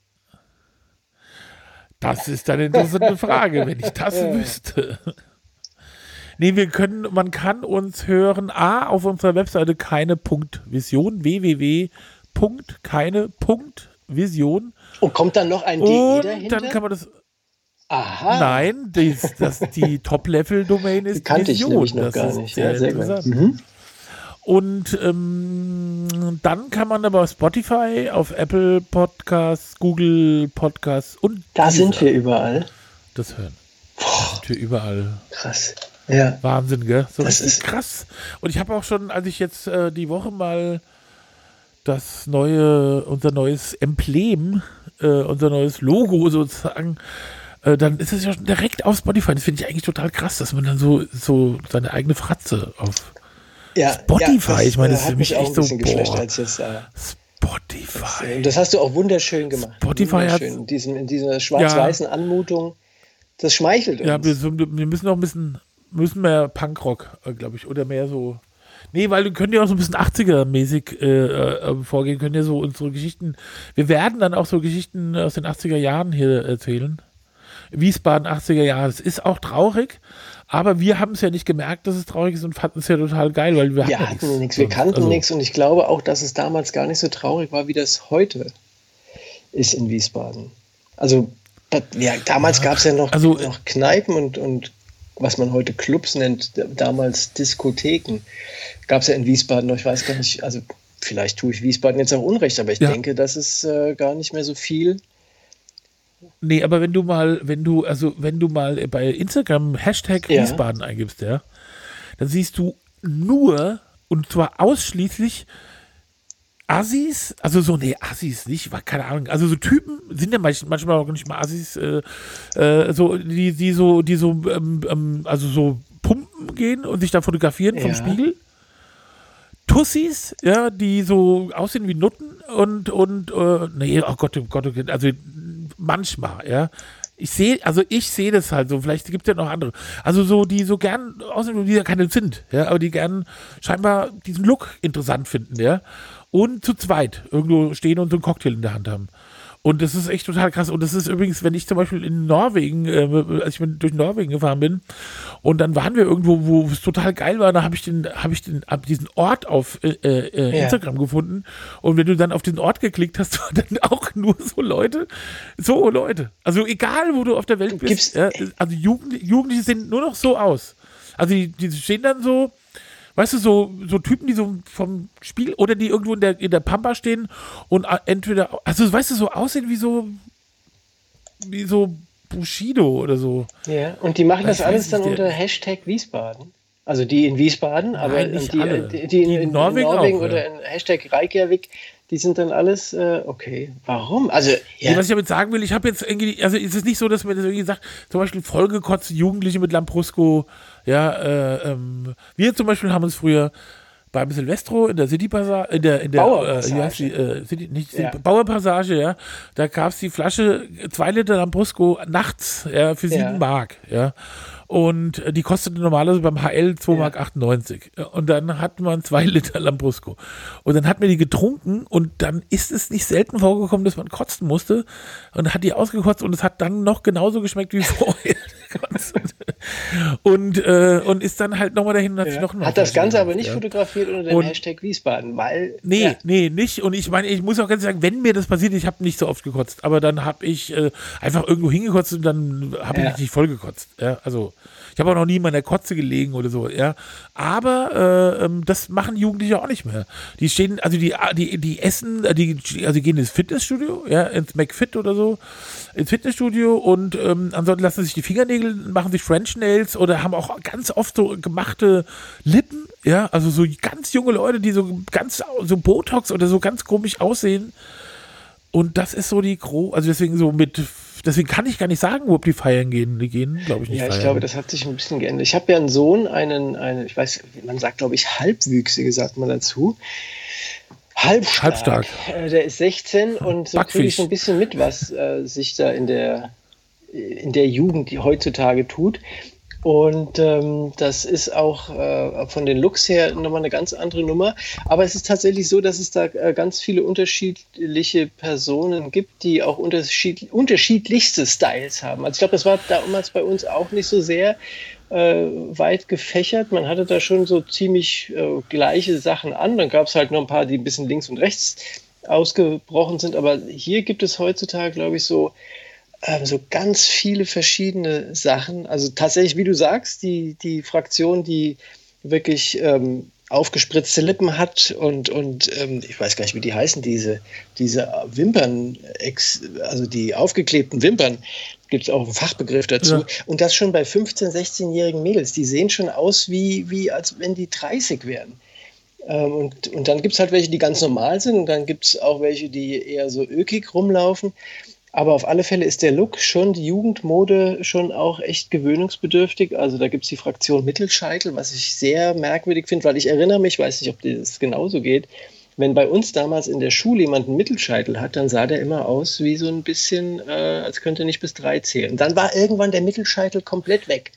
Speaker 1: Das ist eine interessante Frage, wenn ich das wüsste. Nee, wir können, man kann uns hören, A, auf unserer Webseite keine.vision, w w w punkt keine punkt vision.
Speaker 3: Und kommt dann noch ein D E
Speaker 1: Und
Speaker 3: dahinter?
Speaker 1: dann kann man das,
Speaker 3: Aha.
Speaker 1: nein, das, das, die Top-Level-Domain
Speaker 3: Die
Speaker 1: ist
Speaker 3: kannte ich
Speaker 1: Vision.
Speaker 3: nämlich noch
Speaker 1: Das
Speaker 3: gar
Speaker 1: ist
Speaker 3: nicht.
Speaker 1: sehr
Speaker 3: Ja, sehr gut.
Speaker 1: interessant.
Speaker 3: Mhm.
Speaker 1: Und ähm, dann kann man aber auf Spotify, auf Apple Podcasts, Google Podcasts und
Speaker 3: Da
Speaker 1: Deezer
Speaker 3: sind wir überall.
Speaker 1: das hören. Da sind wir überall.
Speaker 3: Krass. Ja.
Speaker 1: Wahnsinn, gell? So
Speaker 3: Das
Speaker 1: richtig
Speaker 3: ist-
Speaker 1: krass. Und ich habe auch schon, als ich jetzt äh, die Woche mal das neue, unser neues Emblem, äh, unser neues Logo sozusagen, äh, dann ist es ja schon direkt auf Spotify. Das finde ich eigentlich total krass, dass man dann so, so seine eigene Fratze auf
Speaker 3: Ja,
Speaker 1: Spotify,
Speaker 3: ja, das,
Speaker 1: ich meine, das
Speaker 3: äh,
Speaker 1: ist für
Speaker 3: hat
Speaker 1: mich
Speaker 3: mich auch
Speaker 1: echt
Speaker 3: ein
Speaker 1: so,
Speaker 3: bisschen geflasht,
Speaker 1: boah.
Speaker 3: als jetzt, äh,
Speaker 1: Spotify.
Speaker 3: das hast du auch wunderschön gemacht.
Speaker 1: Spotify hat-
Speaker 3: wunderschön. In, diesem, in dieser schwarz-weißen Anmutung. Das schmeichelt uns.
Speaker 1: Ja, wir, so- wir müssen noch ein bisschen, müssen mehr Punkrock, äh, glaube ich, oder mehr so. Nee, weil wir können ja auch so ein bisschen achtziger-mäßig äh, äh, vorgehen, können ja so unsere Geschichten, wir werden dann auch so Geschichten aus den achtziger Jahren hier erzählen. Wiesbaden, achtziger Jahre, das ist auch traurig, aber wir haben es ja nicht gemerkt, dass es traurig ist und fanden es ja total geil, weil wir,
Speaker 3: wir
Speaker 1: hatten
Speaker 3: hatten
Speaker 1: ja
Speaker 3: nichts, wir
Speaker 1: sonst.
Speaker 3: kannten
Speaker 1: Also,
Speaker 3: nichts und ich glaube auch, dass es damals gar nicht so traurig war, wie das heute ist in Wiesbaden. Also das, ja, damals gab es ja noch,
Speaker 1: also,
Speaker 3: noch Kneipen und, und was man heute Clubs nennt, damals Diskotheken, gab es ja in Wiesbaden noch, ich weiß gar nicht, also vielleicht tue ich Wiesbaden jetzt auch Unrecht, aber ich
Speaker 1: Ja.
Speaker 3: denke, das ist äh, gar nicht mehr so viel.
Speaker 1: Nee, aber wenn du mal, wenn du, also wenn du mal bei Instagram Hashtag
Speaker 3: Ja.
Speaker 1: Wiesbaden eingibst, ja, dann siehst du nur, und zwar ausschließlich Assis, also so, nee, Assis nicht, war keine Ahnung, also so Typen sind ja manch, manchmal auch nicht mal Assis, äh, äh, so, die, die so, die so, ähm, ähm, also so pumpen gehen und sich da fotografieren vom
Speaker 3: Ja.
Speaker 1: Spiegel. Tussis, ja, die so aussehen wie Nutten und, und, äh, nee, oh Gott, oh Gott, oh Gott, also manchmal, ja. Ich sehe, also ich sehe das halt so, vielleicht gibt es ja noch andere. Also so, die so gern aussehen, die ja keine sind, ja, aber die gern scheinbar diesen Look interessant finden, ja. Und zu zweit irgendwo stehen und so einen Cocktail in der Hand haben. Und das ist echt total krass. Und das ist übrigens, wenn ich zum Beispiel in Norwegen, äh, als ich mit, durch Norwegen gefahren bin, und dann waren wir irgendwo, wo es total geil war, da habe ich den, habe ich den, hab diesen Ort auf äh, äh,
Speaker 3: Ja.
Speaker 1: Instagram gefunden. Und wenn du dann auf den Ort geklickt hast, waren dann auch nur so Leute, so Leute. Also egal, wo du auf der Welt bist.
Speaker 3: Gibt's-
Speaker 1: Ja, also Jugend, Jugendliche sehen nur noch so aus. Also die, die stehen dann so, weißt du, so, so Typen, die so vom Spiel oder die irgendwo in der, in der Pampa stehen und entweder, also weißt du, so aussehen wie so, wie so Bushido oder so.
Speaker 3: Ja, und die machen
Speaker 1: Ich
Speaker 3: das
Speaker 1: weiß
Speaker 3: alles
Speaker 1: nicht,
Speaker 3: dann
Speaker 1: der-
Speaker 3: unter Hashtag Wiesbaden. Also die in Wiesbaden, aber
Speaker 1: nicht
Speaker 3: die,
Speaker 1: alle.
Speaker 3: die, die in,
Speaker 1: Die in
Speaker 3: in
Speaker 1: Norwegen
Speaker 3: Norwegen,
Speaker 1: auch,
Speaker 3: oder
Speaker 1: ja.
Speaker 3: in Hashtag Reykjavik, die sind dann alles, äh, okay, warum? Also, ja,
Speaker 1: Nee, was ich damit sagen will, ich habe jetzt irgendwie, also es ist nicht so, dass man das irgendwie sagt, zum Beispiel vollgekotzte Jugendliche mit Lambrusco, ja, äh, ähm, wir zum Beispiel haben uns früher beim Silvestro in der City Passage, in der, in der,
Speaker 3: Bauerpassage.
Speaker 1: äh, wie heißt die, äh, City, nicht City,
Speaker 3: Ja.
Speaker 1: Bauerpassage, ja, da gab es die Flasche, zwei Liter Lambrusco nachts, ja, für sieben
Speaker 3: Ja.
Speaker 1: Mark, ja. Und äh, die kostete normalerweise beim H L zwei
Speaker 3: Ja.
Speaker 1: Mark achtundneunzig. Und dann hat man zwei Liter Lambrusco. Und dann hat man die getrunken und dann ist es nicht selten vorgekommen, dass man kotzen musste und hat die ausgekotzt und es hat dann noch genauso geschmeckt wie vorher. Und, äh, und ist dann halt nochmal dahin und hat
Speaker 3: Ja.
Speaker 1: sich noch
Speaker 3: Hat das Ganze aber nicht
Speaker 1: ja.
Speaker 3: fotografiert unter dem
Speaker 1: Und-
Speaker 3: Hashtag Wiesbaden, weil.
Speaker 1: Nee,
Speaker 3: ja.
Speaker 1: nee, nicht. Und ich meine, ich muss auch ganz sagen, wenn mir das passiert, ich habe nicht so oft gekotzt, aber dann habe ich äh, einfach irgendwo hingekotzt und dann habe ich
Speaker 3: Ja.
Speaker 1: mich nicht voll gekotzt. Ja, also ich habe auch noch nie in meiner Kotze gelegen oder so, ja. Aber äh, ähm, das machen Jugendliche auch nicht mehr. Die stehen, also die, die, die essen, äh, die, also die gehen ins Fitnessstudio, ja, ins McFit oder so, ins Fitnessstudio und ähm, ansonsten lassen sich die Fingernägel, machen sich French Nails oder haben auch ganz oft so gemachte Lippen, ja, also so ganz junge Leute, die so ganz, so Botox oder so ganz komisch aussehen. Und das ist so die Gro, also deswegen so mit, deswegen kann ich gar nicht sagen, ob die feiern gehen. Die gehen, glaube ich, nicht
Speaker 3: Ja, ich
Speaker 1: feiern.
Speaker 3: glaube, das hat sich ein bisschen geändert. Ich habe ja einen Sohn, einen, einen, ich weiß, man sagt, glaube ich, Halbwüchsige, sagt man dazu. Halbstark.
Speaker 1: Halbstark.
Speaker 3: Äh, Der ist sechzehn und so kriege
Speaker 1: Backfisch.
Speaker 3: ich so ein bisschen mit, was äh, sich da in der, in der Jugend die heutzutage tut. Und ähm, das ist auch äh, von den Looks her nochmal eine ganz andere Nummer. Aber es ist tatsächlich so, dass es da äh, ganz viele unterschiedliche Personen gibt, die auch unterschied unterschiedlichste Styles haben. Also ich glaube, das war damals bei uns auch nicht so sehr äh, weit gefächert. Man hatte da schon so ziemlich äh, gleiche Sachen an. Dann gab es halt noch ein paar, die ein bisschen links und rechts ausgebrochen sind. Aber hier gibt es heutzutage, glaube ich, so so ganz viele verschiedene Sachen. Also tatsächlich, wie du sagst, die, die Fraktion, die wirklich ähm, aufgespritzte Lippen hat und, und ähm, ich weiß gar nicht, wie die heißen, diese, diese Wimpern, also die aufgeklebten Wimpern, gibt es auch einen Fachbegriff dazu. Ja. Und das schon bei fünfzehn-, sechzehnjährigen Mädels. Die sehen schon aus, wie, wie als wenn die dreißig wären. Ähm, und, und dann gibt es halt welche, die ganz normal sind und dann gibt es auch welche, die eher so ökig rumlaufen. Aber auf alle Fälle ist der Look schon, die Jugendmode schon auch echt gewöhnungsbedürftig. Also da gibt es die Fraktion Mittelscheitel, was ich sehr merkwürdig finde, weil ich erinnere mich, weiß nicht, ob das genauso geht, wenn bei uns damals in der Schule jemand einen Mittelscheitel hat, dann sah der immer aus wie so ein bisschen, äh, als könnte er nicht bis drei zählen. Dann war irgendwann der Mittelscheitel komplett weg.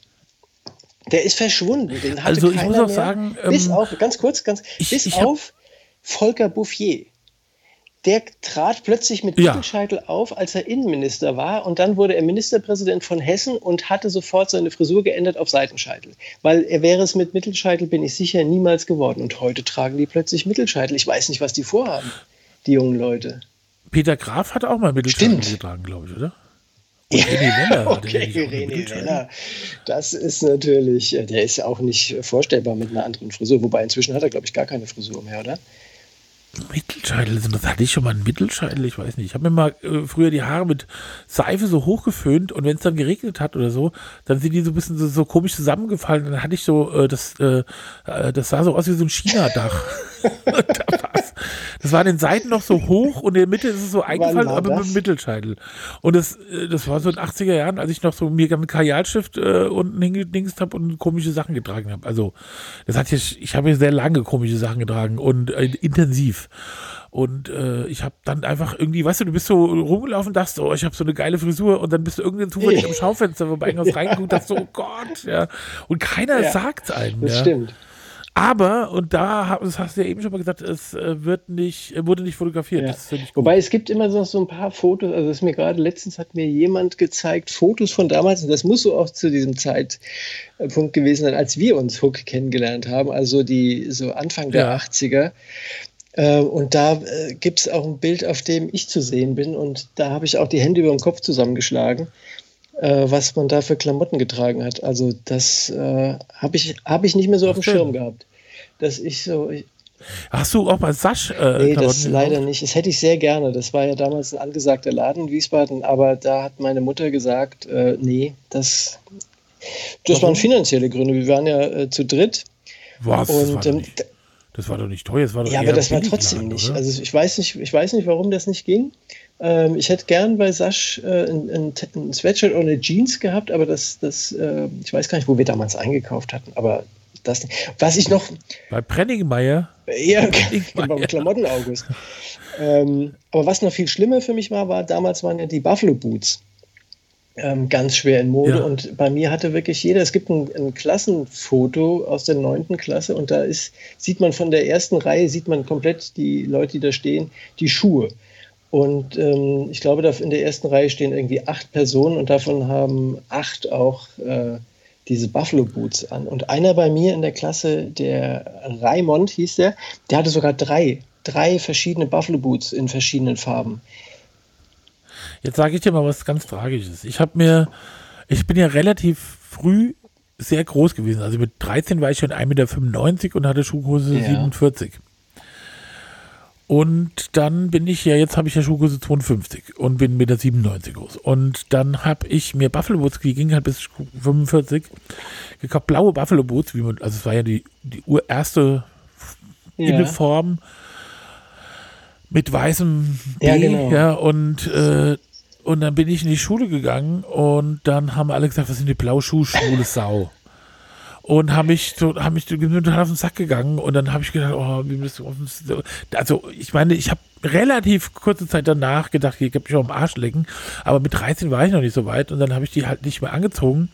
Speaker 3: Der ist verschwunden. Den hatte
Speaker 1: also ich
Speaker 3: keiner
Speaker 1: muss auch
Speaker 3: mehr,
Speaker 1: sagen,
Speaker 3: bis
Speaker 1: ähm,
Speaker 3: auf, ganz kurz, ganz,
Speaker 1: ich,
Speaker 3: bis
Speaker 1: ich hab,
Speaker 3: auf Volker Bouffier. Der trat plötzlich mit
Speaker 1: Ja.
Speaker 3: Mittelscheitel auf, als er Innenminister war. Und dann wurde er Ministerpräsident von Hessen und hatte sofort seine Frisur geändert auf Seitenscheitel. Weil er wäre es mit Mittelscheitel, bin ich sicher, niemals geworden. Und heute tragen die plötzlich Mittelscheitel. Ich weiß nicht, was die vorhaben, die jungen Leute.
Speaker 1: Peter Graf hat auch mal Mittelscheitel
Speaker 3: Stimmt.
Speaker 1: getragen, glaube ich, oder? Und René Wenner. hatte der
Speaker 3: Okay,
Speaker 1: nicht auch eine
Speaker 3: René
Speaker 1: Mittelscheitel?
Speaker 3: Wenner. Das ist natürlich, äh, der ist auch nicht vorstellbar mit einer anderen Frisur. Wobei inzwischen hat er, glaube ich, gar keine Frisur mehr, oder?
Speaker 1: Mittelscheitel, das hatte ich schon mal einen Mittelscheitel, ich weiß nicht. Ich habe mir mal äh, früher die Haare mit Seife so hochgeföhnt und wenn es dann geregnet hat oder so, dann sind die so ein bisschen so, so komisch zusammengefallen. Dann hatte ich so, äh, das, äh, äh, das sah so aus wie so ein China-Dach. da war's. Das war an den Seiten noch so hoch und in der Mitte ist es so eingefallen,
Speaker 3: war
Speaker 1: aber mit
Speaker 3: das?
Speaker 1: dem Mittelscheitel. Und das, äh, das war so in den achtziger Jahren, als ich noch so mir mit Kajalstift äh, unten hingedingst habe und komische Sachen getragen habe. Also, das hat ich, ich habe ja sehr lange komische Sachen getragen und äh, intensiv. Und äh, ich habe dann einfach irgendwie, weißt du, du bist so rumgelaufen, dachtest, oh, ich habe so eine geile Frisur und dann bist du irgendwann zufällig am Schaufenster vorbei und hast reingeguckt, dachtest so, oh Gott, ja. Und keiner
Speaker 3: Ja,
Speaker 1: sagt einem,
Speaker 3: Das
Speaker 1: ja.
Speaker 3: stimmt.
Speaker 1: Aber, und da, hab- das hast du ja eben schon mal gesagt, es äh, wird nicht, äh, wurde nicht fotografiert.
Speaker 3: Ja.
Speaker 1: Das finde ich gut.
Speaker 3: Wobei es gibt immer so, so ein paar Fotos, also das ist mir gerade letztens hat mir jemand gezeigt, Fotos von damals, und das muss so auch zu diesem Zeitpunkt gewesen sein, als wir uns Hook kennengelernt haben, also die so Anfang der
Speaker 1: Ja.
Speaker 3: achtziger. Äh, Und da äh, gibt es auch ein Bild, auf dem ich zu sehen bin, und da habe ich auch die Hände über dem Kopf zusammengeschlagen, äh, was man da für Klamotten getragen hat. Also das äh, habe ich, hab ich nicht mehr so auf dem
Speaker 1: Was denn?
Speaker 3: Schirm gehabt. Dass ich so, ich,
Speaker 1: Hast du auch bei Sasch äh,
Speaker 3: Nee,
Speaker 1: Klamotten
Speaker 3: das leider
Speaker 1: gekauft?
Speaker 3: nicht. Das hätte ich sehr gerne. Das war ja damals ein angesagter Laden in Wiesbaden, aber da hat meine Mutter gesagt, äh, nee, das, das
Speaker 1: Warum?
Speaker 3: waren finanzielle Gründe. Wir waren ja äh, zu dritt.
Speaker 1: Was? Das, war
Speaker 3: Und
Speaker 1: doch
Speaker 3: ähm,
Speaker 1: nicht, das war doch nicht teuer. Das war doch
Speaker 3: ja,
Speaker 1: eher
Speaker 3: aber das war
Speaker 1: Billigladen,
Speaker 3: trotzdem nicht.
Speaker 1: oder?
Speaker 3: Also ich weiß nicht, ich weiß nicht, warum das nicht ging. Ähm, ich hätte gern bei Sasch äh, ein, ein, ein Sweatshirt oder eine Jeans gehabt, aber das, das äh, ich weiß gar nicht, wo wir damals eingekauft hatten, aber das nicht. Was ich noch,
Speaker 1: Bei Brenningmeier.
Speaker 3: ja,
Speaker 1: Ich
Speaker 3: beim
Speaker 1: meine, ja.
Speaker 3: Klamotten-August. ähm, aber was noch viel schlimmer für mich war, war, damals waren ja die Buffalo Boots ähm, ganz schwer in Mode.
Speaker 1: Ja.
Speaker 3: Und bei mir hatte wirklich jeder, es gibt ein, ein Klassenfoto aus der neunten Klasse und da ist, sieht man von der ersten Reihe, sieht man komplett die Leute, die da stehen, die Schuhe. Und ähm, ich glaube, da in der ersten Reihe stehen irgendwie acht Personen und davon haben acht auch äh, diese Buffalo Boots an. Und einer bei mir in der Klasse, der Raimond hieß der, der hatte sogar drei, drei verschiedene Buffalo Boots in verschiedenen Farben.
Speaker 1: Jetzt sage ich dir mal was ganz Tragisches. Ich habe mir, ich bin ja relativ früh sehr groß gewesen. Also mit dreizehn war ich schon ein Meter fünfundneunzig und hatte Schuhgröße
Speaker 3: Ja.
Speaker 1: siebenundvierzig. Und dann bin ich ja, jetzt habe ich ja Schuhgröße zweiundfünfzig und bin ein Meter siebenundneunzig groß. Und dann habe ich mir Buffalo Boots, die gingen halt bis fünfundvierzig, gekauft, blaue Buffalo Boots, wie man, also es war ja die, die erste
Speaker 3: Ja.
Speaker 1: Uniform mit weißem B,
Speaker 3: Ja, genau.
Speaker 1: ja, und, äh, und dann bin ich in die Schule gegangen und dann haben alle gesagt, was sind die Blauschuh, schwule Sau. Und haben mich so, haben mich total auf den Sack gegangen und dann habe ich gedacht, oh, wie bist du auf den, also ich meine, ich habe relativ kurze Zeit danach gedacht, ich habe mich auch am Arsch lecken, aber mit dreizehn war ich noch nicht so weit und dann habe ich die halt nicht mehr angezogen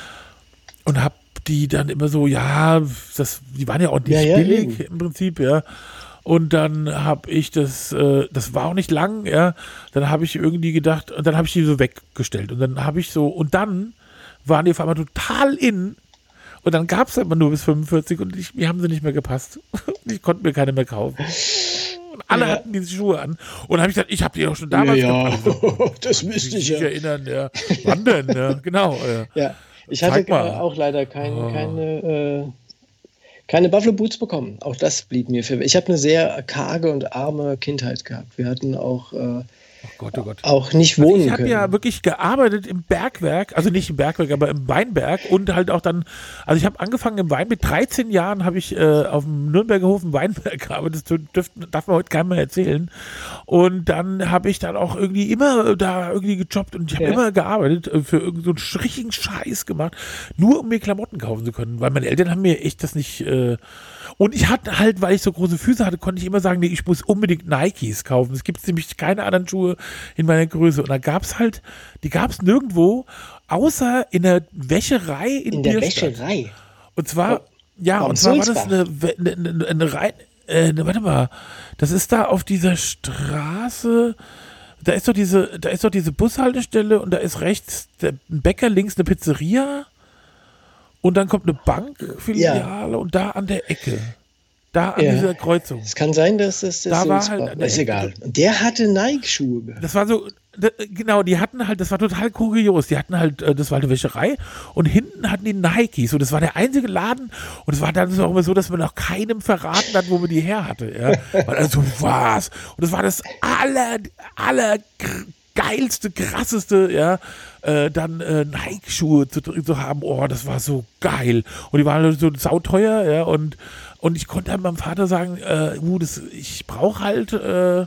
Speaker 1: und habe die dann immer so, ja, das, die waren ja auch nicht
Speaker 3: Ja, ja,
Speaker 1: billig
Speaker 3: eben.
Speaker 1: im Prinzip, ja. Und dann habe ich das, äh, das war auch nicht lang, ja. Dann habe ich irgendwie gedacht, und dann habe ich die so weggestellt. Und dann habe ich so, und dann waren die auf einmal total in. Und dann gab es aber nur bis fünfundvierzig und ich, mir haben sie nicht mehr gepasst. Und ich konnte mir keine mehr kaufen. Und alle
Speaker 3: Ja.
Speaker 1: hatten diese Schuhe an. Und dann habe ich gesagt, ich habe die auch schon damals
Speaker 3: ja,
Speaker 1: gehabt.
Speaker 3: ja. das
Speaker 1: Ich
Speaker 3: müsste
Speaker 1: mich
Speaker 3: ich
Speaker 1: nicht
Speaker 3: ja.
Speaker 1: erinnern, ja. Wann denn? Ja, genau. Ja.
Speaker 3: Ja, ich hatte
Speaker 1: Zeig mal.
Speaker 3: auch leider kein,
Speaker 1: Oh.
Speaker 3: keine, äh, keine Buffalo Boots bekommen. Auch das blieb mir für. Ich habe eine sehr karge und arme Kindheit gehabt. Wir hatten auch, äh,
Speaker 1: Oh Gott, oh Gott.
Speaker 3: auch nicht
Speaker 1: Also
Speaker 3: wohnen
Speaker 1: ich habe
Speaker 3: können.
Speaker 1: ja wirklich gearbeitet im Bergwerk, also nicht im Bergwerk, aber im Weinberg und halt auch dann, also ich habe angefangen im Wein, mit dreizehn Jahren habe ich äh, auf dem Nürnberger Hof im Weinberg gearbeitet, das dürft, darf man heute keinem mehr erzählen. Und dann habe ich dann auch irgendwie immer da irgendwie gejobbt und ich habe
Speaker 3: Ja.
Speaker 1: immer gearbeitet, äh, für irgendeinen so einen richtigen Scheiß gemacht, nur um mir Klamotten kaufen zu können, weil meine Eltern haben mir echt das nicht, äh, und ich hatte halt, weil ich so große Füße hatte, konnte ich immer sagen, nee, ich muss unbedingt Nikes kaufen. Es gibt nämlich keine anderen Schuhe in meiner Größe. Und da gab es halt, die gab es nirgendwo, außer in der Wäscherei in,
Speaker 3: In der
Speaker 1: Bierstadt.
Speaker 3: Wäscherei.
Speaker 1: Und zwar,
Speaker 3: Oh,
Speaker 1: ja,
Speaker 3: am
Speaker 1: und zwar war das
Speaker 3: Sulzbach.
Speaker 1: eine, eine, eine, eine Reihe, äh, eine, warte mal, das ist da auf dieser Straße, da ist doch diese, da ist doch diese Bushaltestelle und da ist rechts der, ein Bäcker, links eine Pizzeria und dann kommt eine Bankfiliale und da an der Ecke, da an
Speaker 3: Ja.
Speaker 1: dieser Kreuzung.
Speaker 3: Es kann sein, dass das das
Speaker 1: Da war
Speaker 3: Sulzbach-
Speaker 1: halt eine
Speaker 3: ist
Speaker 1: Ecke-
Speaker 3: egal. Und der hatte Nike-Schuhe gehabt.
Speaker 1: Das war so, d- genau, die hatten halt, das war total kurios, die hatten halt, äh, das war eine Wäscherei und hinten hatten die Nikes und das war der einzige Laden und es war dann so auch immer so, dass man auch keinem verraten hat, wo man die her hatte, ja, weil also was und das war das aller, aller gr- geilste, krasseste, ja, äh, dann äh, Nike-Schuhe zu, zu haben, oh, das war so geil und die waren halt so sauteuer, ja, und und ich konnte dann meinem Vater sagen, äh, uh, das, ich brauche halt äh,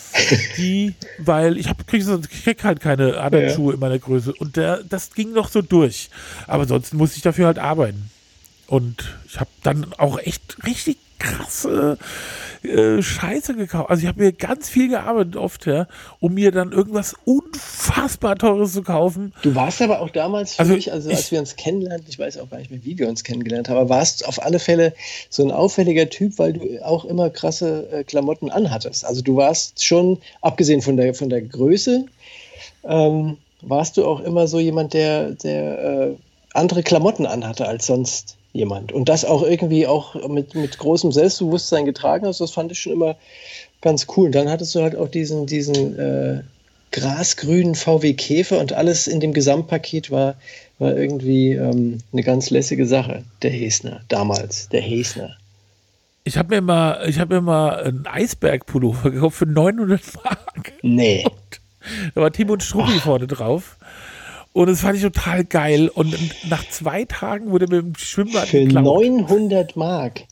Speaker 1: die, weil ich hab, krieg, so- ich krieg halt keine anderen
Speaker 3: Ja.
Speaker 1: Schuhe in meiner Größe. Und der, das ging noch so durch. Aber sonst musste ich dafür halt arbeiten. Und ich habe dann auch echt richtig krasse äh, Scheiße gekauft. Also ich habe mir ganz viel gearbeitet oft, ja, um mir dann irgendwas unfassbar Teures zu kaufen.
Speaker 3: Du warst aber auch damals für
Speaker 1: Also
Speaker 3: mich, also als
Speaker 1: ich-
Speaker 3: wir uns kennenlernten, ich weiß auch gar nicht mehr, wie wir uns kennengelernt haben, aber warst auf alle Fälle so ein auffälliger Typ, weil du auch immer krasse äh, Klamotten anhattest. Also du warst schon, abgesehen von der, von der Größe, ähm, warst du auch immer so jemand, der, der äh, andere Klamotten anhatte als sonst jemand. Und das auch irgendwie auch mit, mit großem Selbstbewusstsein getragen hast, das fand ich schon immer ganz cool. Und dann hattest du halt auch diesen, diesen äh, grasgrünen V W Käfer und alles in dem Gesamtpaket war, war irgendwie ähm, eine ganz lässige Sache. Der Hesner, damals, der Hesner.
Speaker 1: Ich habe mir mal, ich habe mir mal einen Eisberg-Pullover gekauft für neunhundert Mark.
Speaker 3: Nee.
Speaker 1: Da war Tim und Struppi vorne drauf. Und das fand ich total geil. Und nach zwei Tagen wurde mir im Schwimmbad
Speaker 3: Für
Speaker 1: geklaut.
Speaker 3: neunhundert Mark.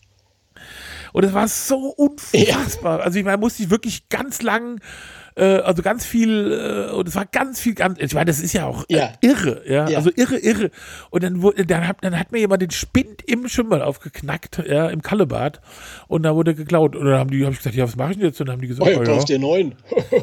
Speaker 1: Und es war so unfassbar. Also ich meine, musste ich wirklich ganz lang, äh, also ganz viel, äh, und es war ganz viel, ganz, ich meine, das ist ja auch äh,
Speaker 3: Ja.
Speaker 1: irre, ja?
Speaker 3: Ja.
Speaker 1: also irre, irre. Und dann, wurde, dann, hat, dann hat mir jemand den Spind im Schwimmbad aufgeknackt, ja, im Kallebad. Und da wurde geklaut. Und dann haben die, habe ich gesagt, ja, was mache ich denn jetzt? Und dann haben die gesagt,
Speaker 3: Oh,
Speaker 1: oh,
Speaker 3: du
Speaker 1: ja.
Speaker 3: brauchst dir neun.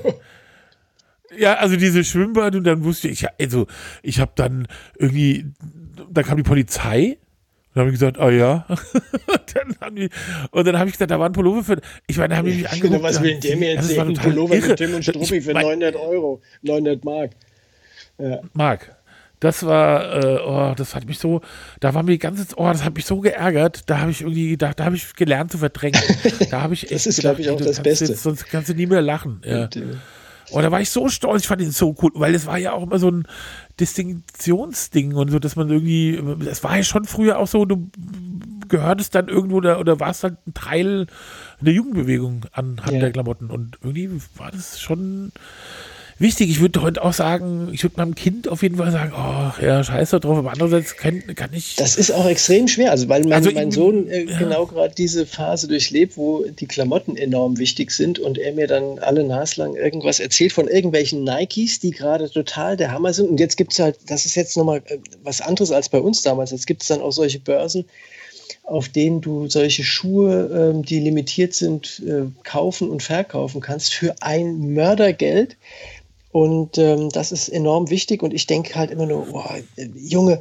Speaker 1: Ja, also diese Schwimmbad und dann wusste ich, ja, also ich habe dann irgendwie, da kam die Polizei und dann habe ich gesagt, ah ja. und dann haben die, und dann habe ich gesagt, da war ein Pullover für, ich meine, da haben die mich angeguckt.
Speaker 3: Was will der mir
Speaker 1: das war
Speaker 3: erzählen? Ein
Speaker 1: total
Speaker 3: Pullover
Speaker 1: irre.
Speaker 3: mit Tim und Struppi
Speaker 1: Ich
Speaker 3: für
Speaker 1: mein-
Speaker 3: neunhundert Euro. neunhundert Mark. Ja.
Speaker 1: Mark, Das war, äh, oh, das hat mich so, da war mir die ganze, oh, das hat mich so geärgert, da habe ich irgendwie, da, da habe ich gelernt zu verdrängen. Da habe ich echt
Speaker 3: Das ist,
Speaker 1: gedacht,
Speaker 3: glaube ich, auch
Speaker 1: ey, du
Speaker 3: das
Speaker 1: kannst
Speaker 3: Beste.
Speaker 1: Jetzt, sonst kannst du nie mehr lachen. Ja.
Speaker 3: Und, äh,
Speaker 1: Und da war ich so stolz, ich fand ihn so cool, weil es war ja auch immer so ein Distinktionsding und so, dass man irgendwie, es war ja schon früher auch so, du gehörtest dann irgendwo oder, oder warst halt ein Teil der Jugendbewegung anhand
Speaker 3: Ja.
Speaker 1: der Klamotten und irgendwie war das schon wichtig. Ich würde heute auch sagen, ich würde meinem Kind auf jeden Fall sagen, oh, ja, scheiß da drauf, aber andererseits kann, kann ich...
Speaker 3: Das ist auch extrem schwer, also weil mein,
Speaker 1: Also
Speaker 3: mein
Speaker 1: ich-
Speaker 3: Sohn äh,
Speaker 1: ja.
Speaker 3: genau gerade diese Phase durchlebt, wo die Klamotten enorm wichtig sind und er mir dann alle naslang irgendwas erzählt von irgendwelchen Nikes, die gerade total der Hammer sind. Und jetzt gibt es halt, das ist jetzt nochmal äh, was anderes als bei uns damals, jetzt gibt es dann auch solche Börsen, auf denen du solche Schuhe, ähm, die limitiert sind, äh, kaufen und verkaufen kannst für ein Mördergeld. Und ähm, das ist enorm wichtig. Und ich denke halt immer nur, boah, äh, Junge,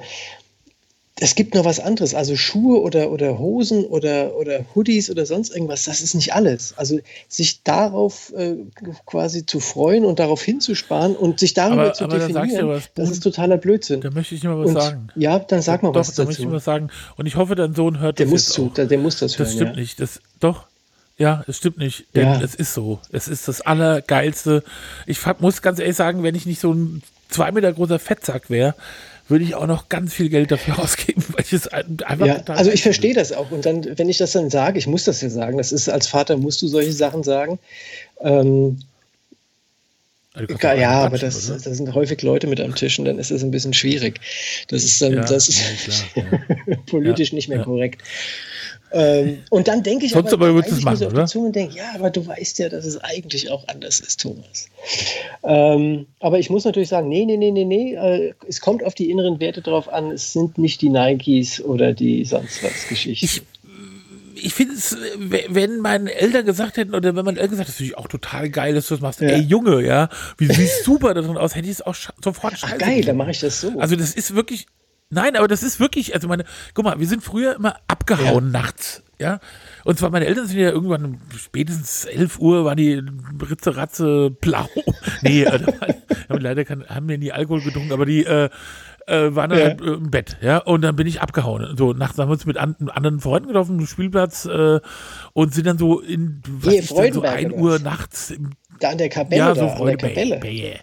Speaker 3: es gibt noch was anderes. Also Schuhe oder, oder Hosen oder, oder Hoodies oder sonst irgendwas, das ist nicht alles. Also sich darauf äh, quasi zu freuen und darauf hinzusparen und sich darüber
Speaker 1: Aber-
Speaker 3: zu
Speaker 1: aber da sagst du
Speaker 3: definieren,
Speaker 1: ja was,
Speaker 3: das
Speaker 1: Boon.
Speaker 3: ist totaler Blödsinn.
Speaker 1: Da möchte ich nicht mal was
Speaker 3: Und,
Speaker 1: sagen.
Speaker 3: ja, dann sag mal
Speaker 1: doch,
Speaker 3: was
Speaker 1: da möchte ich
Speaker 3: dazu.
Speaker 1: was sagen. Und ich hoffe, dein Sohn hört
Speaker 3: Der
Speaker 1: das
Speaker 3: muss,
Speaker 1: jetzt
Speaker 3: zu,
Speaker 1: auch.
Speaker 3: der, der muss das hören.
Speaker 1: Das stimmt
Speaker 3: ja.
Speaker 1: nicht. Das, doch. Ja, es stimmt nicht. Denn
Speaker 3: Ja.
Speaker 1: es ist so. Es ist das Allergeilste. Ich fa- muss ganz ehrlich sagen, wenn ich nicht so ein zwei Meter großer Fettsack wäre, würde ich auch noch ganz viel Geld dafür ausgeben, weil ich es ein- einfach
Speaker 3: Ja,
Speaker 1: total
Speaker 3: also
Speaker 1: geil
Speaker 3: ich verstehe das auch. Und dann, wenn ich das dann sage, ich muss das ja sagen, das ist als Vater musst du solche Sachen sagen. Ähm,
Speaker 1: finde. Also, du kannst
Speaker 3: ja,
Speaker 1: auch einen
Speaker 3: aber
Speaker 1: quatschen,
Speaker 3: das,
Speaker 1: oder?
Speaker 3: das sind häufig Leute mit am Tisch und dann ist es ein bisschen schwierig. Das ist dann,
Speaker 1: Ja,
Speaker 3: das ist
Speaker 1: ja, klar, ja.
Speaker 3: politisch
Speaker 1: Ja,
Speaker 3: nicht mehr
Speaker 1: ja.
Speaker 3: korrekt. Ähm, und dann denke ich
Speaker 1: Sonst aber
Speaker 3: dann
Speaker 1: würdest du
Speaker 3: reiß
Speaker 1: es
Speaker 3: ich mir
Speaker 1: machen,
Speaker 3: so auf
Speaker 1: oder?
Speaker 3: die Zunge und denke, ja, aber du weißt ja, dass es eigentlich auch anders ist, Thomas. Ähm, aber ich muss natürlich sagen, nee, nee, nee, nee, nee, äh, es kommt auf die inneren Werte drauf an, es sind nicht die Nikes oder die sonst was Geschichten.
Speaker 1: Ich, ich finde es, wenn meine Eltern gesagt hätten, oder wenn meine Eltern gesagt hätten, das finde ich auch total geil, dass du das machst.
Speaker 3: Ja.
Speaker 1: Ey, Junge, ja, wie siehst super da drin aus, hätte ich es auch scha- sofort
Speaker 3: Ach
Speaker 1: scheiße
Speaker 3: geil,
Speaker 1: gefunden.
Speaker 3: dann mache ich das so.
Speaker 1: Also das ist wirklich, nein, aber das ist wirklich, also meine, guck mal, wir sind früher immer abgehauen nachts, ja. Und zwar meine Eltern sind ja irgendwann um spätestens elf Uhr, war die Ritze, Ratze, blau. Nee, äh, da war- haben leider kein, haben wir nie Alkohol getrunken, aber die äh, äh, waren dann
Speaker 3: Ja.
Speaker 1: halt äh, im Bett, ja. Und dann bin ich abgehauen. So, nachts haben wir uns mit an, anderen Freunden getroffen, am Spielplatz äh, und sind dann so in, was
Speaker 3: Hier,
Speaker 1: ist denn, so
Speaker 3: Freudenberg
Speaker 1: ein
Speaker 3: oder
Speaker 1: Uhr
Speaker 3: was?
Speaker 1: nachts im
Speaker 3: Da an der Kapelle,
Speaker 1: ja,
Speaker 3: da,
Speaker 1: so
Speaker 3: an der
Speaker 1: Freude.
Speaker 3: Kapelle.
Speaker 1: Bäh.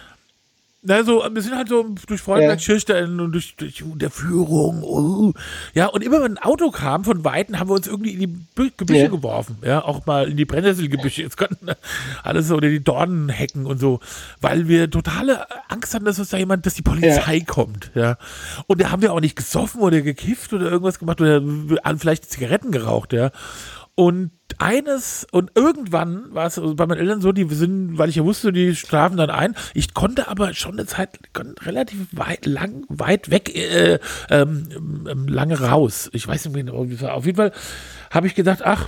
Speaker 1: Na, so, wir sind halt so durch Freudenberg,
Speaker 3: Ja.
Speaker 1: Schirstein und durch, durch der Führung. Oh. Ja, und immer wenn ein Auto kam von Weitem, haben wir uns irgendwie in die Bü- Gebüsche
Speaker 3: Ja.
Speaker 1: geworfen. Ja, auch mal in die Brennnesselgebüsche. Jetzt konnten alles so, oder die Dornenhecken und so. Weil wir totale Angst hatten, dass uns da jemand, dass die Polizei kommt. Ja. Und da haben wir auch nicht gesoffen oder gekifft oder irgendwas gemacht oder vielleicht Zigaretten geraucht, ja. Und eines, und irgendwann war es bei meinen Eltern so, die sind, weil ich ja wusste, die schlafen dann ein. Ich konnte aber schon eine Zeit kon- relativ weit, lang, weit weg, äh, ähm, ähm, lange raus. Ich weiß nicht mehr genau, wie es war. Auf jeden Fall habe ich gedacht, ach,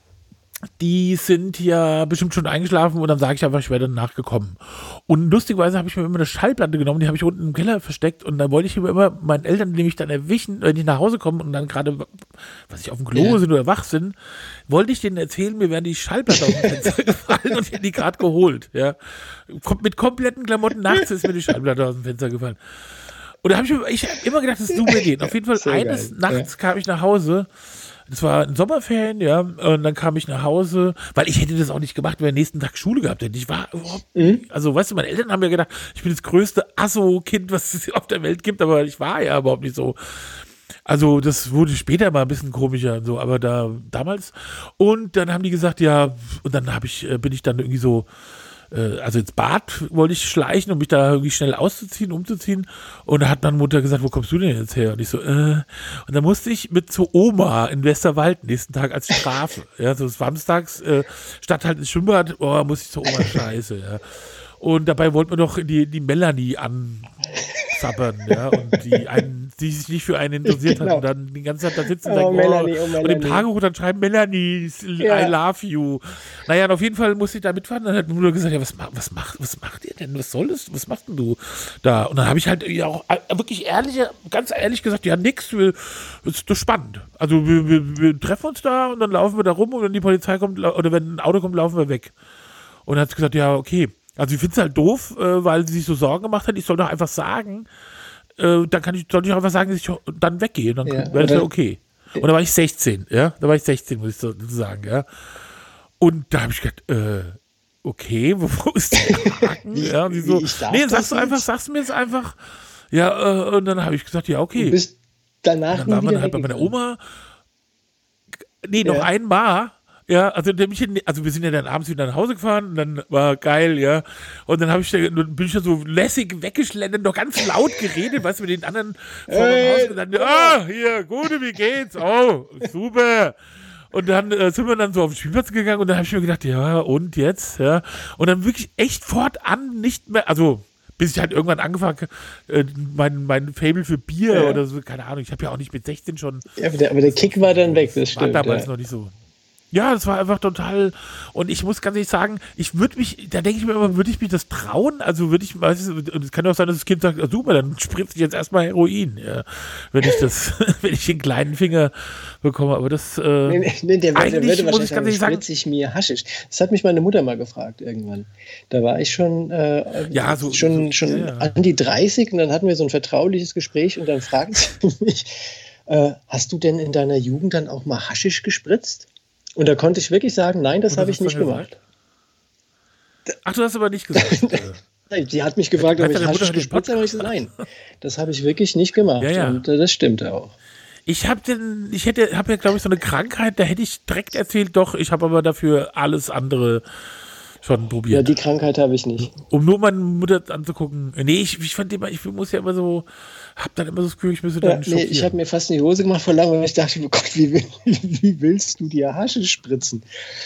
Speaker 1: die sind ja bestimmt schon eingeschlafen und dann sage ich einfach, ich werde nachgekommen. Und lustigerweise habe ich mir immer eine Schallplatte genommen, die habe ich unten im Keller versteckt und dann wollte ich immer, immer meinen Eltern nämlich dann erwischen, wenn die nach Hause kommen und dann gerade, was ich auf dem Klo
Speaker 3: Ja.
Speaker 1: sind oder wach sind, wollte ich denen erzählen, mir wären die Schallplatte aus dem Fenster gefallen und ich hätte die gerade geholt. Ja. Kom mit kompletten Klamotten nachts ist mir die Schallplatte aus dem Fenster gefallen. Und da habe ich, mir- ich hab immer gedacht, das ist super Idee. Auf jeden Fall
Speaker 3: Sehr
Speaker 1: eines
Speaker 3: geil,
Speaker 1: Nachts kam ich nach Hause. Das war in Sommerferien, ja, und dann kam ich nach Hause, weil ich hätte das auch nicht gemacht, wenn ich am nächsten Tag Schule gehabt hätte. Ich war überhaupt,
Speaker 3: Mhm.
Speaker 1: also weißt du, meine Eltern haben ja gedacht, ich bin das größte Asso-Kind, was es auf der Welt gibt, aber ich war ja überhaupt nicht so. Also das wurde später mal ein bisschen komischer und so, aber da damals. Und dann haben die gesagt, ja, und dann habe ich, äh, bin ich dann irgendwie so, äh, also ins Bad wollte ich schleichen, um mich da irgendwie schnell auszuziehen, umzuziehen. Und da hat meine Mutter gesagt, wo kommst du denn jetzt her? Und ich so, äh, und dann musste ich mit zur Oma in Westerwald nächsten Tag als Strafe. Ja, so samstags, äh, statt halt ins Schwimmbad, oh, muss ich zur Oma, scheiße, ja. Und dabei wollten wir doch die, die Melanie anzappern, ja, und die einen, die sich nicht für einen interessiert hat
Speaker 3: Genau.
Speaker 1: und dann die ganze Zeit da sitzen und
Speaker 3: Oh,
Speaker 1: sagen,
Speaker 3: Melanie, oh,
Speaker 1: und im
Speaker 3: Melanie.
Speaker 1: Tagebuch dann schreiben, Melanie,
Speaker 3: Ja.
Speaker 1: I love you. Naja, und auf jeden Fall musste ich da mitfahren. Dann hat meine Mutter gesagt, ja, was, ma- was, macht, was macht ihr denn? Was soll das? Was machst denn du da? Und dann habe ich halt ja auch äh, wirklich ehrlich, ganz ehrlich gesagt, ja, nix, wir, das ist doch spannend. Also wir, wir, wir treffen uns da und dann laufen wir da rum und wenn die Polizei kommt lau- oder wenn ein Auto kommt, laufen wir weg. Und dann hat sie gesagt, ja, okay. Also ich finde es halt doof, äh, weil sie sich so Sorgen gemacht hat. Ich soll doch einfach sagen, äh, dann kann ich, soll ich auch einfach sagen, dass ich dann weggehe, dann
Speaker 3: Ja,
Speaker 1: wäre das ja
Speaker 3: oder-
Speaker 1: okay. Und da war ich sechzehn, ja, da war ich sechzehn, muss ich so sagen, ja. Und da habe ich gedacht, äh, okay, wo, wo ist der Haken?
Speaker 3: Wie-
Speaker 1: ja, und die so,
Speaker 3: wie, ich darf
Speaker 1: nee,
Speaker 3: das
Speaker 1: sagst du einfach,
Speaker 3: jetzt?
Speaker 1: sagst du mir jetzt einfach. Ja, äh, und dann habe ich gesagt, ja, okay.
Speaker 3: Du bist danach
Speaker 1: Dann
Speaker 3: nie
Speaker 1: waren wir
Speaker 3: wieder
Speaker 1: halt bei meiner
Speaker 3: weggegangen.
Speaker 1: Oma. Nee, noch
Speaker 3: Ja.
Speaker 1: einmal. Ja, also, nämlich, also wir sind ja dann abends wieder nach Hause gefahren und dann war geil, ja. Und dann, hab ich, dann bin ich schon so lässig weggeschlendert, noch ganz laut geredet, weißt du, mit den anderen vor meinem Haus gesagt, ah, hier, Gute, wie geht's? Oh, super. Und dann äh, sind wir dann so auf den Spielplatz gegangen und dann habe ich mir gedacht, ja, und jetzt? Ja. Und dann wirklich echt fortan nicht mehr, also bis ich halt irgendwann angefangen äh, mein, mein Faible für Bier
Speaker 3: Ja.
Speaker 1: oder so, keine Ahnung, ich habe ja auch nicht mit sechzehn schon.
Speaker 3: Ja, aber, der, aber der Kick war dann weg, das
Speaker 1: War
Speaker 3: stimmt.
Speaker 1: damals
Speaker 3: Ja.
Speaker 1: noch nicht so. Ja, das war einfach total. Und ich muss ganz ehrlich sagen, ich würde mich, da denke ich mir immer, würde ich mich das trauen? Also würde ich, weiß ich, und es kann ja auch sein, dass das Kind sagt, ah, super, dann spritze ich jetzt erstmal Heroin, ja, wenn ich das, wenn ich den kleinen Finger bekomme. Aber das. Äh,
Speaker 3: Nee, nee, nee, der, der
Speaker 1: eigentlich
Speaker 3: würde
Speaker 1: muss ich
Speaker 3: wahrscheinlich
Speaker 1: ganz
Speaker 3: sagen,
Speaker 1: ehrlich sagen,
Speaker 3: spritze ich mir Haschisch. Das hat mich meine Mutter mal gefragt irgendwann. Da war ich schon, äh,
Speaker 1: Ja, so-
Speaker 3: schon,
Speaker 1: so-
Speaker 3: schon
Speaker 1: ja, ja.
Speaker 3: an die dreißig und dann hatten wir so ein vertrauliches Gespräch und dann fragte sie mich, äh, hast du denn in deiner Jugend dann auch mal Haschisch gespritzt? Und da konnte ich wirklich sagen, nein, das
Speaker 1: Und
Speaker 3: habe
Speaker 1: was
Speaker 3: ich
Speaker 1: hast
Speaker 3: nicht
Speaker 1: du
Speaker 3: gemacht.
Speaker 1: ach, du hast aber nicht gesagt. äh,
Speaker 3: Nein, Sie hat mich gefragt,
Speaker 1: Hat
Speaker 3: ob ich
Speaker 1: deine Mutter
Speaker 3: Haschisch
Speaker 1: den
Speaker 3: gespritzt habe. Und ich so, nein, das habe ich wirklich nicht gemacht.
Speaker 1: Ja, ja.
Speaker 3: Und äh, das stimmt auch.
Speaker 1: Ich habe den, ich hätte, habe ja, glaube ich, so eine Krankheit, da hätte ich direkt erzählt, doch, ich habe aber dafür alles andere schon
Speaker 3: Ja,
Speaker 1: probiert.
Speaker 3: die Krankheit habe ich nicht.
Speaker 1: Um nur meine Mutter anzugucken. Nee, ich, ich fand immer, ich muss ja immer so, hab dann immer so das Gefühl, ich müsste
Speaker 3: Ja,
Speaker 1: dann
Speaker 3: nee,
Speaker 1: chauffieren.
Speaker 3: ich habe mir fast in die Hose gemacht vor langem, weil ich dachte, oh Gott, wie, will- wie willst du dir Haschisch spritzen?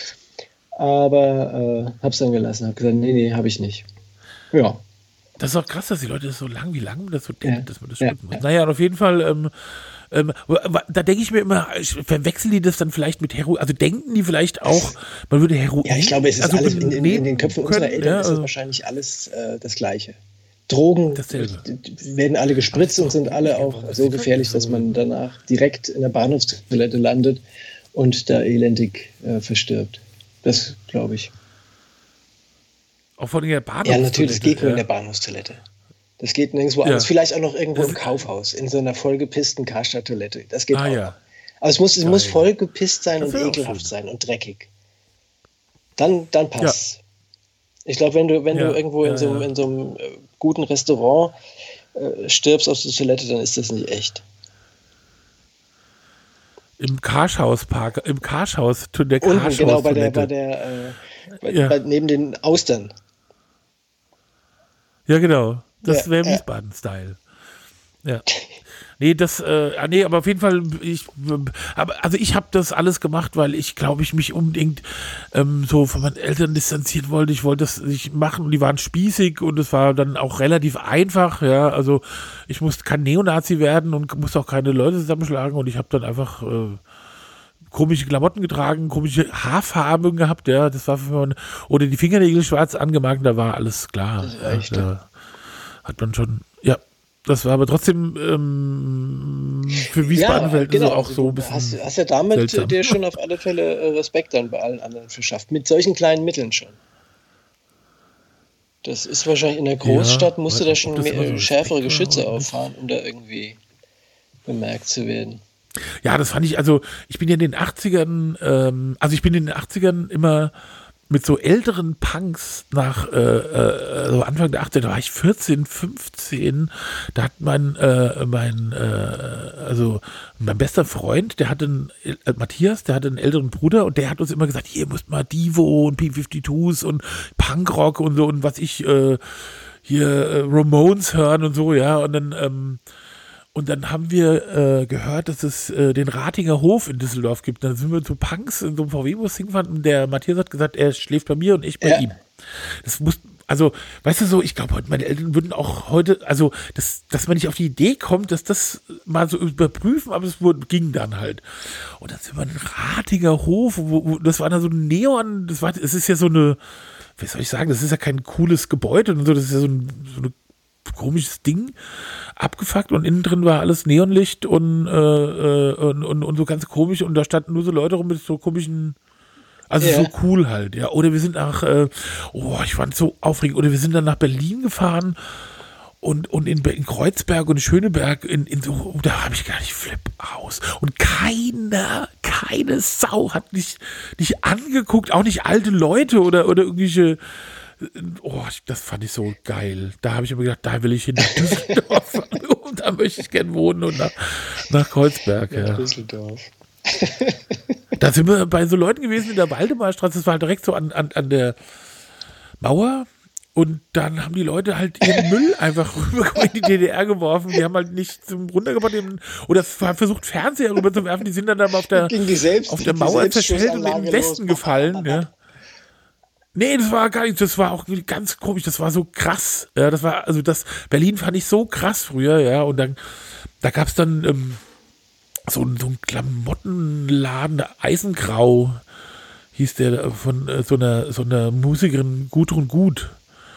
Speaker 3: Aber äh, hab's dann gelassen, hab gesagt, nee, nee, habe ich nicht. Ja.
Speaker 1: Das ist auch krass, dass die Leute das so lang, wie lange das so denken,
Speaker 3: Ja,
Speaker 1: dass man das
Speaker 3: ja,
Speaker 1: spritzen muss. Naja, und auf jeden Fall, ähm, ähm, da denke ich mir immer, ich- verwechseln die das dann vielleicht mit Heroin? Also denken die vielleicht auch, man würde Heroin.
Speaker 3: Ja, ich glaube, es ist
Speaker 1: also
Speaker 3: alles in, in, in
Speaker 1: nehmen
Speaker 3: den Köpfen unserer
Speaker 1: können,
Speaker 3: Eltern
Speaker 1: ja,
Speaker 3: ist es
Speaker 1: also-
Speaker 3: wahrscheinlich alles äh, das Gleiche. Drogen
Speaker 1: Dasselbe.
Speaker 3: d- d- werden alle gespritzt und sind alle auch so gefährlich, dass man danach direkt in der Bahnhofstoilette landet und da elendig äh, verstirbt. Das glaube ich.
Speaker 1: Auch von der Bahnhof.
Speaker 3: Ja, natürlich, das geht nur in der Bahnhofstoilette. Das geht nirgendwo
Speaker 1: Ja.
Speaker 3: anders. Vielleicht auch noch irgendwo
Speaker 1: Das-
Speaker 3: im Kaufhaus, in so einer vollgepissten Karstadt-Toilette. Das geht
Speaker 1: Ah,
Speaker 3: auch.
Speaker 1: ja.
Speaker 3: Aber es muss, es
Speaker 1: Geil.
Speaker 3: muss vollgepisst sein
Speaker 1: Das
Speaker 3: und
Speaker 1: wär auch
Speaker 3: ekelhaft
Speaker 1: schön.
Speaker 3: sein und dreckig. Dann, dann passt. Ich glaube, wenn du, wenn
Speaker 1: Ja,
Speaker 3: du irgendwo in,
Speaker 1: ja,
Speaker 3: so, einem-
Speaker 1: ja.
Speaker 3: in so einem äh, guten Restaurant äh, stirbst auf der Toilette, dann ist das nicht echt.
Speaker 1: Im Karschhauspark, im Karschhaus, der
Speaker 3: Unten,
Speaker 1: Karschhaus
Speaker 3: genau, bei der, bei der äh, bei,
Speaker 1: Ja.
Speaker 3: bei, neben den Austern.
Speaker 1: Ja, genau. Das
Speaker 3: Ja,
Speaker 1: wäre
Speaker 3: ja.
Speaker 1: Wiesbaden-Style. Ja. Nee, das, äh, ah, nee, aber auf jeden Fall, ich, aber, also ich habe das alles gemacht, weil ich, glaube ich, mich unbedingt ähm, so von meinen Eltern distanzieren wollte. Ich wollte das nicht machen und die waren spießig und es war dann auch relativ einfach, ja, also ich musste kein Neonazi werden und musste auch keine Leute zusammenschlagen und ich habe dann einfach äh, komische Klamotten getragen, komische Haarfarben gehabt, ja, das war für mich, oder die Fingernägel schwarz angemalt, da war alles klar.
Speaker 3: Das war echt,
Speaker 1: ja, da hat man schon, ja, das war aber trotzdem ähm, für Wiesbaden-Verhältnisse
Speaker 3: genau.
Speaker 1: auch
Speaker 3: Also
Speaker 1: so
Speaker 3: du
Speaker 1: ein bisschen
Speaker 3: hast, hast ja damit äh,
Speaker 1: seltsam.
Speaker 3: dir schon auf alle Fälle äh, Respekt dann bei allen anderen verschafft. Mit solchen kleinen Mitteln schon. Das ist wahrscheinlich in der Großstadt,
Speaker 1: Ja,
Speaker 3: musst du
Speaker 1: weiß
Speaker 3: da
Speaker 1: nicht,
Speaker 3: schon
Speaker 1: ob das
Speaker 3: mehr,
Speaker 1: immer so
Speaker 3: schärfere
Speaker 1: Respekt war
Speaker 3: Geschütze
Speaker 1: oder nicht.
Speaker 3: auffahren, um da irgendwie bemerkt zu werden.
Speaker 1: Ja, das fand ich, also ich bin ja in den achtzigern, ähm, also ich bin in den achtzigern immer mit so älteren Punks nach, äh, äh, also Anfang der achtziger, da war ich vierzehn, fünfzehn, da hat mein, äh, mein, äh, also mein bester Freund, der hatte einen, äh, Matthias, der hatte einen älteren Bruder und der hat uns immer gesagt, hier müsst mal Divo und P zweiundfünfzigs und Punkrock und so und was ich, äh, hier äh, Ramones hören und so, ja, und dann, ähm, und dann haben wir äh, gehört, dass es äh, den Ratinger Hof in Düsseldorf gibt. Dann sind wir zu Punks in so einem V W-Bus hingefahren und der Matthias hat gesagt, er schläft bei mir und ich bei
Speaker 3: Ja.
Speaker 1: ihm. Das muss, also, weißt du so, ich glaube, meine Eltern würden auch heute, also, das, dass man nicht auf die Idee kommt, dass das mal so überprüfen, aber es wurde, ging dann halt. Und dann sind wir in den Ratinger Hof, wo, wo, das war da so ein Neon, das war, es ist ja so eine, wie soll ich sagen, das ist ja kein cooles Gebäude und so, das ist ja so, ein, so eine komisches Ding abgefuckt und innen drin war alles Neonlicht und, äh, äh, und, und, und so ganz komisch und da standen nur so Leute rum mit so komischen, also
Speaker 3: Ja.
Speaker 1: so cool halt, ja. Oder wir sind nach, äh, oh, ich fand es so aufregend, oder wir sind dann nach Berlin gefahren Und, und in, in Kreuzberg und Schöneberg, in, in so, da habe ich gar nicht Flip aus. Und keiner, keine Sau hat nicht, nicht angeguckt, auch nicht alte Leute oder, oder irgendwelche. Oh, das fand ich so geil. Da habe ich immer gedacht, da will ich hin nach Düsseldorf. Und da möchte ich gern wohnen und nach, nach Kreuzberg. Ja.
Speaker 3: Düsseldorf.
Speaker 1: Da sind wir bei so Leuten gewesen in der Waldemarstraße. Das war halt direkt so an, an, an der Mauer. Und dann haben die Leute halt ihren Müll einfach rüber in die D D R geworfen. Die haben halt nicht zum runtergebracht oder versucht, Fernseher rüber zu werfen. Die sind dann, dann auf der,
Speaker 3: selbst,
Speaker 1: auf der Mauer zerschellt und in den Westen los. gefallen. Ja. Nee, das war gar nicht, das war auch ganz komisch. Das war so krass. Ja, das war, also das, Berlin fand ich so krass früher, ja. Und dann, da gab es dann ähm, so, so einen Klamottenladen, der Eisengrau hieß der, von äh, so einer, so einer Musikerin Gudrun Gut.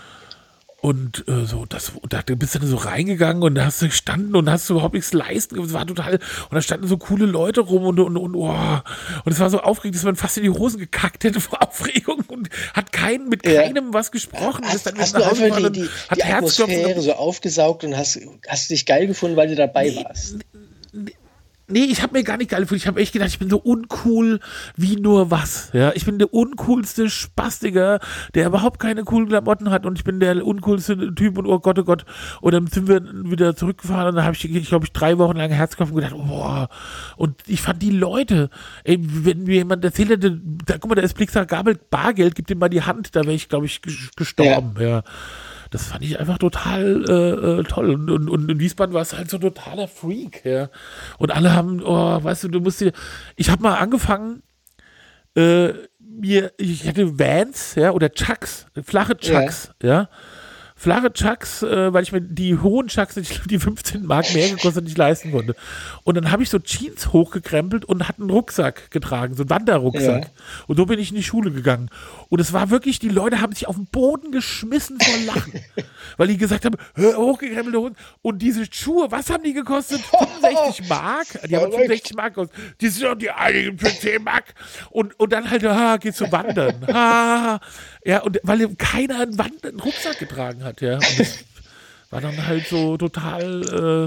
Speaker 1: Und äh, so, das, da bist du dann so reingegangen und da hast du gestanden und hast du überhaupt nichts leisten. Es war total, und da standen so coole Leute rum und, und, und, oh, und es war so aufregend, dass man fast in die Hosen gekackt hätte vor Aufregung und hat keinen, mit keinem ja. was gesprochen.
Speaker 3: Hast,
Speaker 1: dann
Speaker 3: hast du einfach die, die, hat die Atmosphäre so aufgesaugt und hast, hast dich geil gefunden, weil du dabei
Speaker 1: nee,
Speaker 3: warst?
Speaker 1: Nee, Nee, ich habe mir gar nicht geil gefühlt. Ich habe echt gedacht, ich bin so uncool wie nur was. Ja, ich bin der uncoolste Spastiker, der überhaupt keine coolen Klamotten hat und ich bin der uncoolste Typ und oh Gott, oh Gott. Und dann sind wir wieder zurückgefahren und dann habe ich, ich glaube ich, drei Wochen lang Herzklopfen gedacht, boah. Und ich fand die Leute, ey, wenn mir jemand erzählt hätte, da, guck mal, da ist Blixer Gabel, Bargeld, gib dem mal die Hand, da wäre ich, glaube ich, gestorben, ja. ja. Das fand ich einfach total äh, äh, toll. Und, und, und in Wiesbaden war es halt so ein totaler Freak. Ja. Und alle haben, oh, weißt du, du musst dir. Ich habe mal angefangen, äh, mir, ich hatte Vans, ja, oder Chucks, flache Chucks, ja. ja. Flache Chucks, äh, weil ich mir die hohen Chucks, die fünfzehn Mark mehr gekostet, nicht leisten konnte. Und dann habe ich so Jeans hochgekrempelt und hatte einen Rucksack getragen, so einen Wanderrucksack. Ja. Und so bin ich in die Schule gegangen. Und es war wirklich, die Leute haben sich auf den Boden geschmissen vor Lachen. Weil die gesagt haben, hochgekrempelte Hosen. Und diese Schuhe, was haben die gekostet? fünfundsechzig Mark? Die haben fünfundsechzig Mark gekostet. Die sind doch die einigen für zehn Mark. Und, und dann halt, ha, gehst du wandern. Ha. Ja, und weil keiner einen, Wand, einen Rucksack getragen hat, ja. Und das war dann halt so total.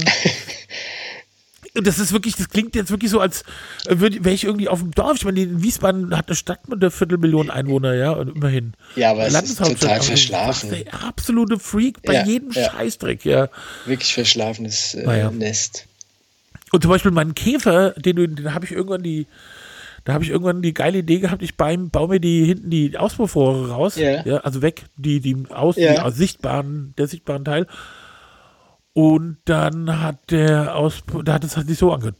Speaker 1: Äh, und das ist wirklich, das klingt jetzt wirklich so, als wäre ich irgendwie auf dem Dorf. Ich meine, in Wiesbaden hat eine Stadt mit einer Viertelmillion Einwohner, ja, und immerhin.
Speaker 3: Ja, aber es ist total verschlafen.
Speaker 1: Der absolute Freak bei ja, jedem ja. Scheißdreck, ja.
Speaker 3: Wirklich verschlafenes äh,
Speaker 1: naja.
Speaker 3: Nest.
Speaker 1: Und zum Beispiel meinen Käfer, den, den habe ich irgendwann die. Da habe ich irgendwann die geile Idee gehabt, ich baue, baue mir die hinten die Auspuffrohre raus, yeah. ja, also weg, die, die, aus, yeah. die aus sichtbaren, der sichtbaren Teil. Und dann hat der Auspuff, da hat es halt sich so angehört.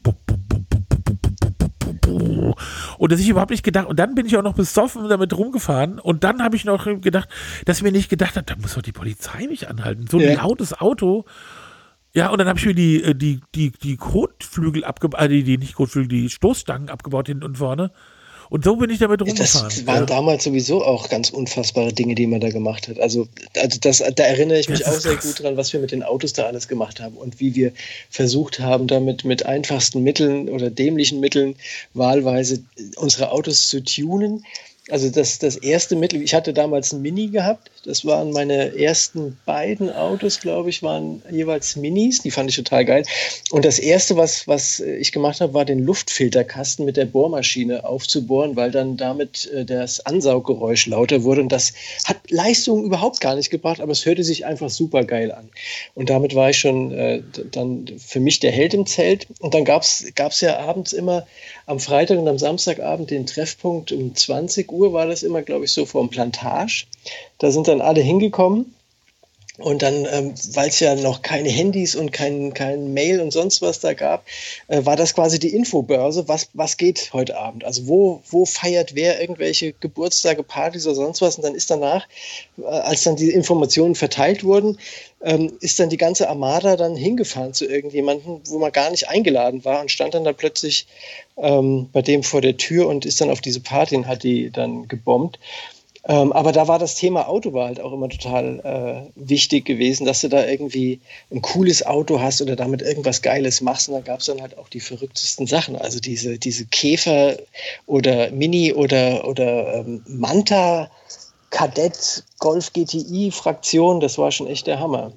Speaker 1: Und dass ich überhaupt nicht gedacht, und dann bin ich auch noch besoffen damit rumgefahren und dann habe ich noch gedacht, dass ich mir nicht gedacht habe, da muss doch die Polizei mich anhalten. So ein yeah. lautes Auto. Ja, und dann habe ich mir die, die, die, die Kotflügel abgebaut, äh, die, die nicht Kotflügel, die Stoßstangen abgebaut hinten und vorne. Und so bin ich damit rumgefahren.
Speaker 3: Das waren ja. damals sowieso auch ganz unfassbare Dinge, die man da gemacht hat. Also, also das, da erinnere ich mich auch sehr gut dran, was wir mit den Autos da alles gemacht haben und wie wir versucht haben, damit mit einfachsten Mitteln oder dämlichen Mitteln wahlweise unsere Autos zu tunen. Also das, das erste Mittel, ich hatte damals ein Mini gehabt, das waren meine ersten beiden Autos, glaube ich, waren jeweils Minis, die fand ich total geil. Und das erste, was, was ich gemacht habe, war den Luftfilterkasten mit der Bohrmaschine aufzubohren, weil dann damit äh, das Ansauggeräusch lauter wurde und das hat Leistung überhaupt gar nicht gebracht, aber es hörte sich einfach super geil an. Und damit war ich schon äh, dann für mich der Held im Zelt und dann gab es ja abends immer am Freitag und am Samstagabend den Treffpunkt um zwanzig Uhr war das immer, glaube ich, so vor dem Plantage. Da sind dann alle hingekommen und dann, ähm, weil es ja noch keine Handys und kein, kein Mail und sonst was da gab, äh, war das quasi die Infobörse, was, was geht heute Abend? Also wo, wo feiert wer irgendwelche Geburtstage, Partys oder sonst was? Und dann ist danach, äh, als dann die Informationen verteilt wurden, ähm, ist dann die ganze Armada dann hingefahren zu irgendjemandem, wo man gar nicht eingeladen war und stand dann da plötzlich ähm, bei dem vor der Tür und ist dann auf diese Party und hat die dann gebombt. Ähm, aber da war das Thema Auto war halt auch immer total äh, wichtig gewesen, dass du da irgendwie ein cooles Auto hast oder damit irgendwas Geiles machst. Und da gab es dann halt auch die verrücktesten Sachen. Also diese, diese Käfer oder Mini oder, oder ähm, Manta, Kadett, Golf G T I Fraktion, das war schon echt der Hammer.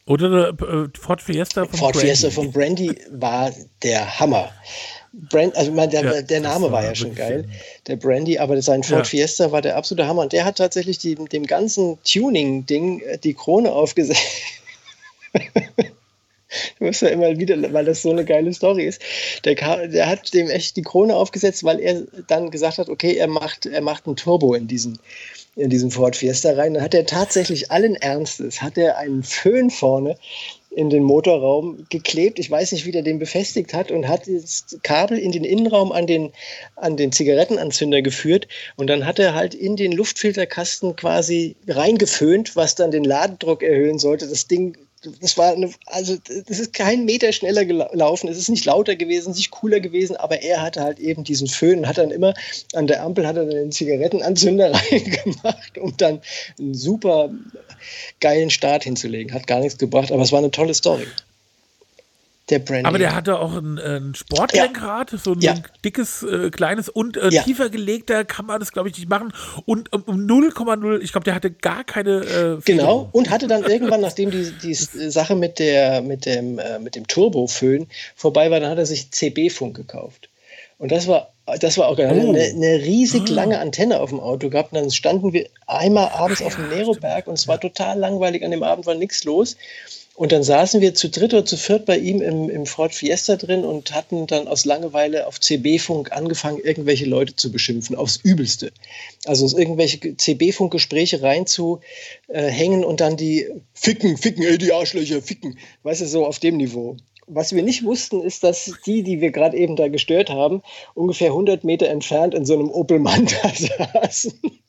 Speaker 1: Oder äh, Ford Fiesta von
Speaker 3: Ford
Speaker 1: Brandy.
Speaker 3: Fiesta von Brandy war der Hammer. Brand, also man, der,
Speaker 1: Ja,
Speaker 3: der Name
Speaker 1: das
Speaker 3: war
Speaker 1: war
Speaker 3: ja schon
Speaker 1: wirklich
Speaker 3: geil,
Speaker 1: schön.
Speaker 3: der Brandy, aber sein Ford
Speaker 1: Ja.
Speaker 3: Fiesta war der absolute Hammer. Und der hat tatsächlich die, dem ganzen Tuning-Ding äh, die Krone aufgesetzt. Du musst ja immer wieder, weil das so eine geile Story ist. Der, Ka- der hat dem echt die Krone aufgesetzt, weil er dann gesagt hat, okay, er macht, er macht einen Turbo in diesen, in diesen Ford Fiesta rein. Dann hat er tatsächlich allen Ernstes, hat er einen Föhn vorne in den Motorraum geklebt. Ich weiß nicht, wie der den befestigt hat und hat das Kabel in den Innenraum an den, an den Zigarettenanzünder geführt und dann hat er halt in den Luftfilterkasten quasi reingeföhnt, was dann den Ladedruck erhöhen sollte. Das Ding, das war eine, also das ist kein Meter schneller gelaufen, es ist nicht lauter gewesen, nicht cooler gewesen, aber er hatte halt eben diesen Föhn und hat dann immer an der Ampel hat er dann den Zigarettenanzünder reingemacht, um dann einen super geilen Start hinzulegen. Hat gar nichts gebracht, aber es war eine tolle Story. Der Brandy.
Speaker 1: Aber der hatte auch ein, ein Sportlenkrad, so ein
Speaker 3: Ja.
Speaker 1: dickes, äh, kleines und äh,
Speaker 3: Ja.
Speaker 1: tiefer gelegter kann man das, glaube ich, nicht machen. Und um, um null Komma null, ich glaube, der hatte gar keine äh,
Speaker 3: Genau,
Speaker 1: Federung.
Speaker 3: und hatte dann irgendwann, nachdem die, die Sache mit, der, mit dem, äh, mit dem Turboföhn vorbei war, dann hat er sich C B-Funk gekauft. Und das war, das war auch geil.
Speaker 1: Oh.
Speaker 3: Eine, eine riesig lange Antenne auf dem Auto gehabt. Und dann standen wir einmal abends auf dem Neroberg und es war total langweilig. An dem Abend war nichts los. Und dann saßen wir zu dritt oder zu viert bei ihm im, im Ford Fiesta drin und hatten dann aus Langeweile auf C B-Funk angefangen, irgendwelche Leute zu beschimpfen, aufs Übelste. Also uns irgendwelche C B-Funk-Gespräche reinzuhängen und dann die Ficken, Ficken, ey, die Arschlöcher, Ficken. Weißt du, so auf dem Niveau. Was wir nicht wussten, ist, dass die, die wir gerade eben da gestört haben, ungefähr hundert Meter entfernt in so einem Opel Manta saßen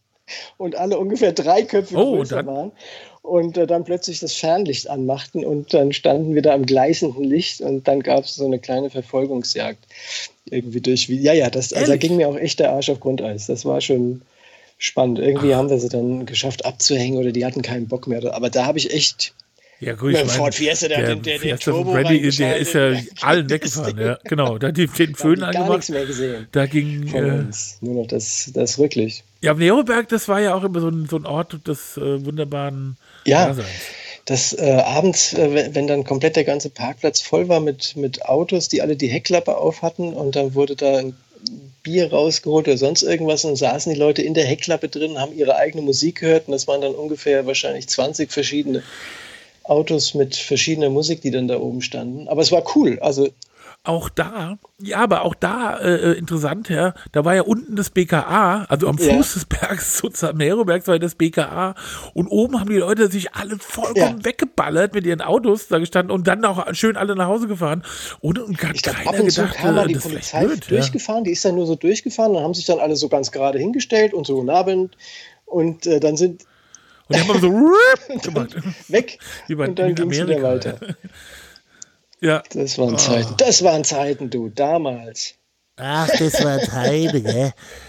Speaker 3: und alle ungefähr drei Köpfe
Speaker 1: Oh,
Speaker 3: größer
Speaker 1: dann-
Speaker 3: waren und äh, dann plötzlich das Fernlicht anmachten und dann standen wir da am gleißenden Licht und dann gab es so eine kleine Verfolgungsjagd irgendwie durch. Wie, ja, ja, das, also da
Speaker 1: Ehrlich?
Speaker 3: ging mir auch echt der Arsch auf Grundeis. Das war schon spannend. Irgendwie haben wir sie dann geschafft abzuhängen oder die hatten keinen Bock mehr. Aber da habe ich echt...
Speaker 1: Ja, gut,
Speaker 3: Beim
Speaker 1: ich mein,
Speaker 3: Ford Fiesta, der hat
Speaker 1: der
Speaker 3: den- der- den
Speaker 1: Fiesta von
Speaker 3: Turbo
Speaker 1: Brandy, der ist ja
Speaker 3: reingeschaltet.
Speaker 1: allen weggefahren. Ja, genau, da hat die den
Speaker 3: Da
Speaker 1: Föhn
Speaker 3: haben die gar
Speaker 1: angemacht.
Speaker 3: nichts mehr gesehen
Speaker 1: Da ging.
Speaker 3: von
Speaker 1: Äh,
Speaker 3: uns. Nur noch das, das Rücklicht.
Speaker 1: ja, Neroberg, das war ja auch immer so ein, so ein Ort des äh, wunderbaren
Speaker 3: Ja.
Speaker 1: Daseins.
Speaker 3: Das äh, abends, äh, wenn, wenn dann komplett der ganze Parkplatz voll war mit, mit Autos, die alle die Heckklappe auf hatten und dann wurde da ein Bier rausgeholt oder sonst irgendwas und saßen die Leute in der Heckklappe drin, haben ihre eigene Musik gehört und das waren dann ungefähr wahrscheinlich zwanzig verschiedene Autos mit verschiedener Musik, die dann da oben standen. Aber es war cool. Also
Speaker 1: Auch da, ja, aber auch da äh, interessant, ja, da war ja unten das B K A, also am Fuß
Speaker 3: Ja.
Speaker 1: des Bergs, sozusagen Nerobergs war ja das B K A und oben haben die Leute sich alle vollkommen
Speaker 3: Ja.
Speaker 1: weggeballert mit ihren Autos da gestanden und dann auch schön alle nach Hause gefahren und, und hat
Speaker 3: ich glaube,
Speaker 1: keiner
Speaker 3: ab und zu
Speaker 1: gedacht,
Speaker 3: kam mal
Speaker 1: äh,
Speaker 3: die
Speaker 1: das ist vielleicht
Speaker 3: Polizei
Speaker 1: blöd, ja.
Speaker 3: durchgefahren, die ist dann nur so durchgefahren und haben sich dann alle so ganz gerade hingestellt und so guten Abend und äh, dann sind
Speaker 1: Und die haben aber so rup gemacht.
Speaker 3: weg
Speaker 1: Wie bei-
Speaker 3: und dann
Speaker 1: wie in
Speaker 3: ging es wieder
Speaker 1: Amerika,
Speaker 3: weiter.
Speaker 1: Ja,
Speaker 3: Das waren Zeiten. Das waren Zeiten, du, damals.
Speaker 4: Ach, das war Teile, gell?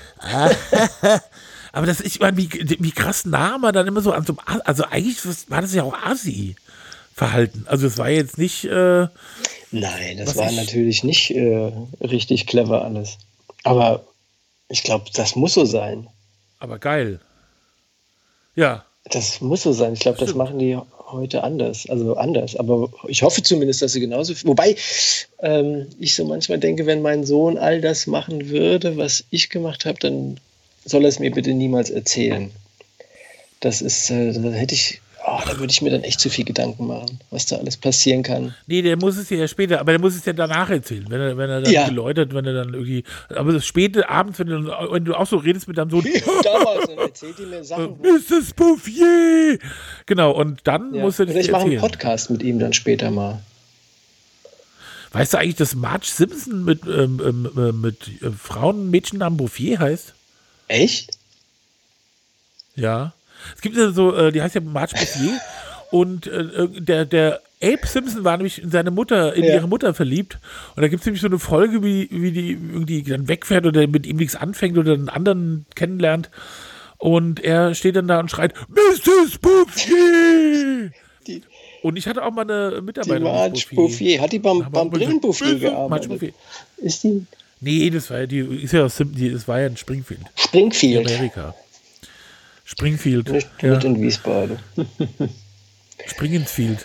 Speaker 1: aber das ist, ich meine, wie, wie krass nah man dann immer so an so einem, A- also eigentlich war das ja auch Asi-Verhalten. Also es war jetzt nicht, äh,
Speaker 3: Nein, das
Speaker 1: Was
Speaker 3: war
Speaker 1: ich-
Speaker 3: natürlich nicht äh, richtig clever alles. Aber ich glaube, das muss so sein.
Speaker 1: aber geil. Ja.
Speaker 3: Das muss so sein. Ich glaube, das
Speaker 1: Stimmt.
Speaker 3: machen die heute anders. Also anders. Aber ich hoffe zumindest, dass sie genauso. Wobei ähm, ich so manchmal denke, wenn mein Sohn all das machen würde, was ich gemacht habe, dann soll er es mir bitte niemals erzählen. Das ist, äh, da hätte ich, oh, da würde ich mir dann echt zu viel Gedanken machen, was da alles passieren kann.
Speaker 1: Nee, der muss es ja später, aber der muss es ja danach erzählen, wenn er, wenn er dann
Speaker 3: Ja.
Speaker 1: geläutert, wenn er dann irgendwie, aber das späte abends, wenn du, wenn du auch so redest mit deinem Sohn,
Speaker 3: Damals dann erzählt die mir Sachen.
Speaker 1: Misses Bouffier! Genau, und dann
Speaker 3: Ja.
Speaker 1: muss er
Speaker 3: Oder
Speaker 1: dich
Speaker 3: ich mache einen
Speaker 1: erzählen.
Speaker 3: Podcast mit ihm dann später mal.
Speaker 1: Weißt du eigentlich, dass Marge Simpson mit, ähm, ähm, äh, mit äh, Frauen, Mädchennamen Bouffier heißt?
Speaker 3: Echt?
Speaker 1: Ja. Es gibt ja so, äh, die heißt ja Marge Bouffier und äh, der, der Abe Simpson war nämlich in seine Mutter, in
Speaker 3: Ja.
Speaker 1: ihre Mutter verliebt. Und da gibt es nämlich so eine Folge, wie, wie die irgendwie dann wegfährt oder mit ihm nichts anfängt oder einen anderen kennenlernt. Und er steht dann da und schreit, Misses Bouffier!
Speaker 3: Die,
Speaker 1: Und ich hatte auch mal eine
Speaker 3: die
Speaker 1: Mitarbeiterin.
Speaker 3: Marge Bouffier. Hat die beim,
Speaker 1: Aber
Speaker 3: beim
Speaker 1: auch so,
Speaker 3: Brillenbouffier
Speaker 1: Marge
Speaker 3: gearbeitet?
Speaker 1: Bouffier.
Speaker 3: Ist die
Speaker 1: Nee, das war ja die, ist ja aus Sim- die, das war ja in Springfield,
Speaker 3: Springfield?
Speaker 1: Amerika. Springfield.
Speaker 3: Nicht,
Speaker 1: ja.
Speaker 3: nicht in Wiesbaden.
Speaker 1: Springenfield.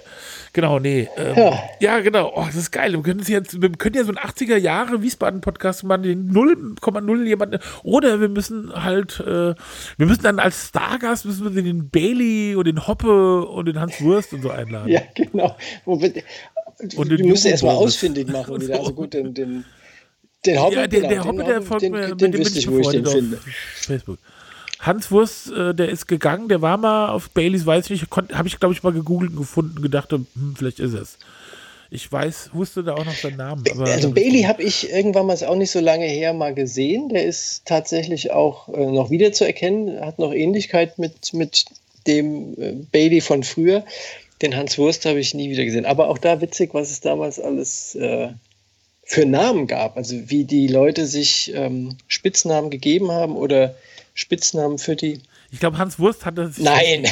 Speaker 1: Genau, nee. Ähm,
Speaker 3: Ja.
Speaker 1: ja. genau. Oh, das ist geil. Wir können, jetzt, wir können ja so einen achtziger Jahre Wiesbaden-Podcast machen, den null Komma null jemanden. Oder wir müssen halt, äh, wir müssen dann als Stargast müssen wir den Bailey und den Hoppe und den Hans Wurst und so einladen.
Speaker 3: Ja, genau. Wo wir,
Speaker 1: Und
Speaker 3: du
Speaker 1: den
Speaker 3: musst erstmal
Speaker 1: Jugendboris.
Speaker 3: ausfindig machen wieder.
Speaker 1: So.
Speaker 3: Also gut, den, den, den Hoppe,
Speaker 1: Ja, der,
Speaker 3: genau,
Speaker 1: der
Speaker 3: den
Speaker 1: Hoppe, der
Speaker 3: Hoppe,
Speaker 1: folgt
Speaker 3: den,
Speaker 1: mir,
Speaker 3: den,
Speaker 1: mit dem bin
Speaker 3: wüsste
Speaker 1: ich
Speaker 3: ich, wo ich den
Speaker 1: befreundet
Speaker 3: finde.
Speaker 1: auf Facebook. Hans Wurst, äh, der ist gegangen, der war mal auf Baileys, weiß ich nicht, habe ich glaube ich mal gegoogelt und gefunden und gedacht, hm, vielleicht ist es. Ich weiß, wusste da auch noch seinen Namen. Aber
Speaker 3: Also Bailey habe ich irgendwann mal, ist auch nicht so lange her, mal gesehen. Der ist tatsächlich auch äh, noch wieder zu erkennen, hat noch Ähnlichkeit mit, mit dem äh, Bailey von früher. Den Hans Wurst habe ich nie wieder gesehen. Aber auch da witzig, was es damals alles äh, für Namen gab. Also wie die Leute sich ähm, Spitznamen gegeben haben oder Spitznamen für die.
Speaker 1: Ich glaube, Hans Wurst hat das.
Speaker 3: Nein.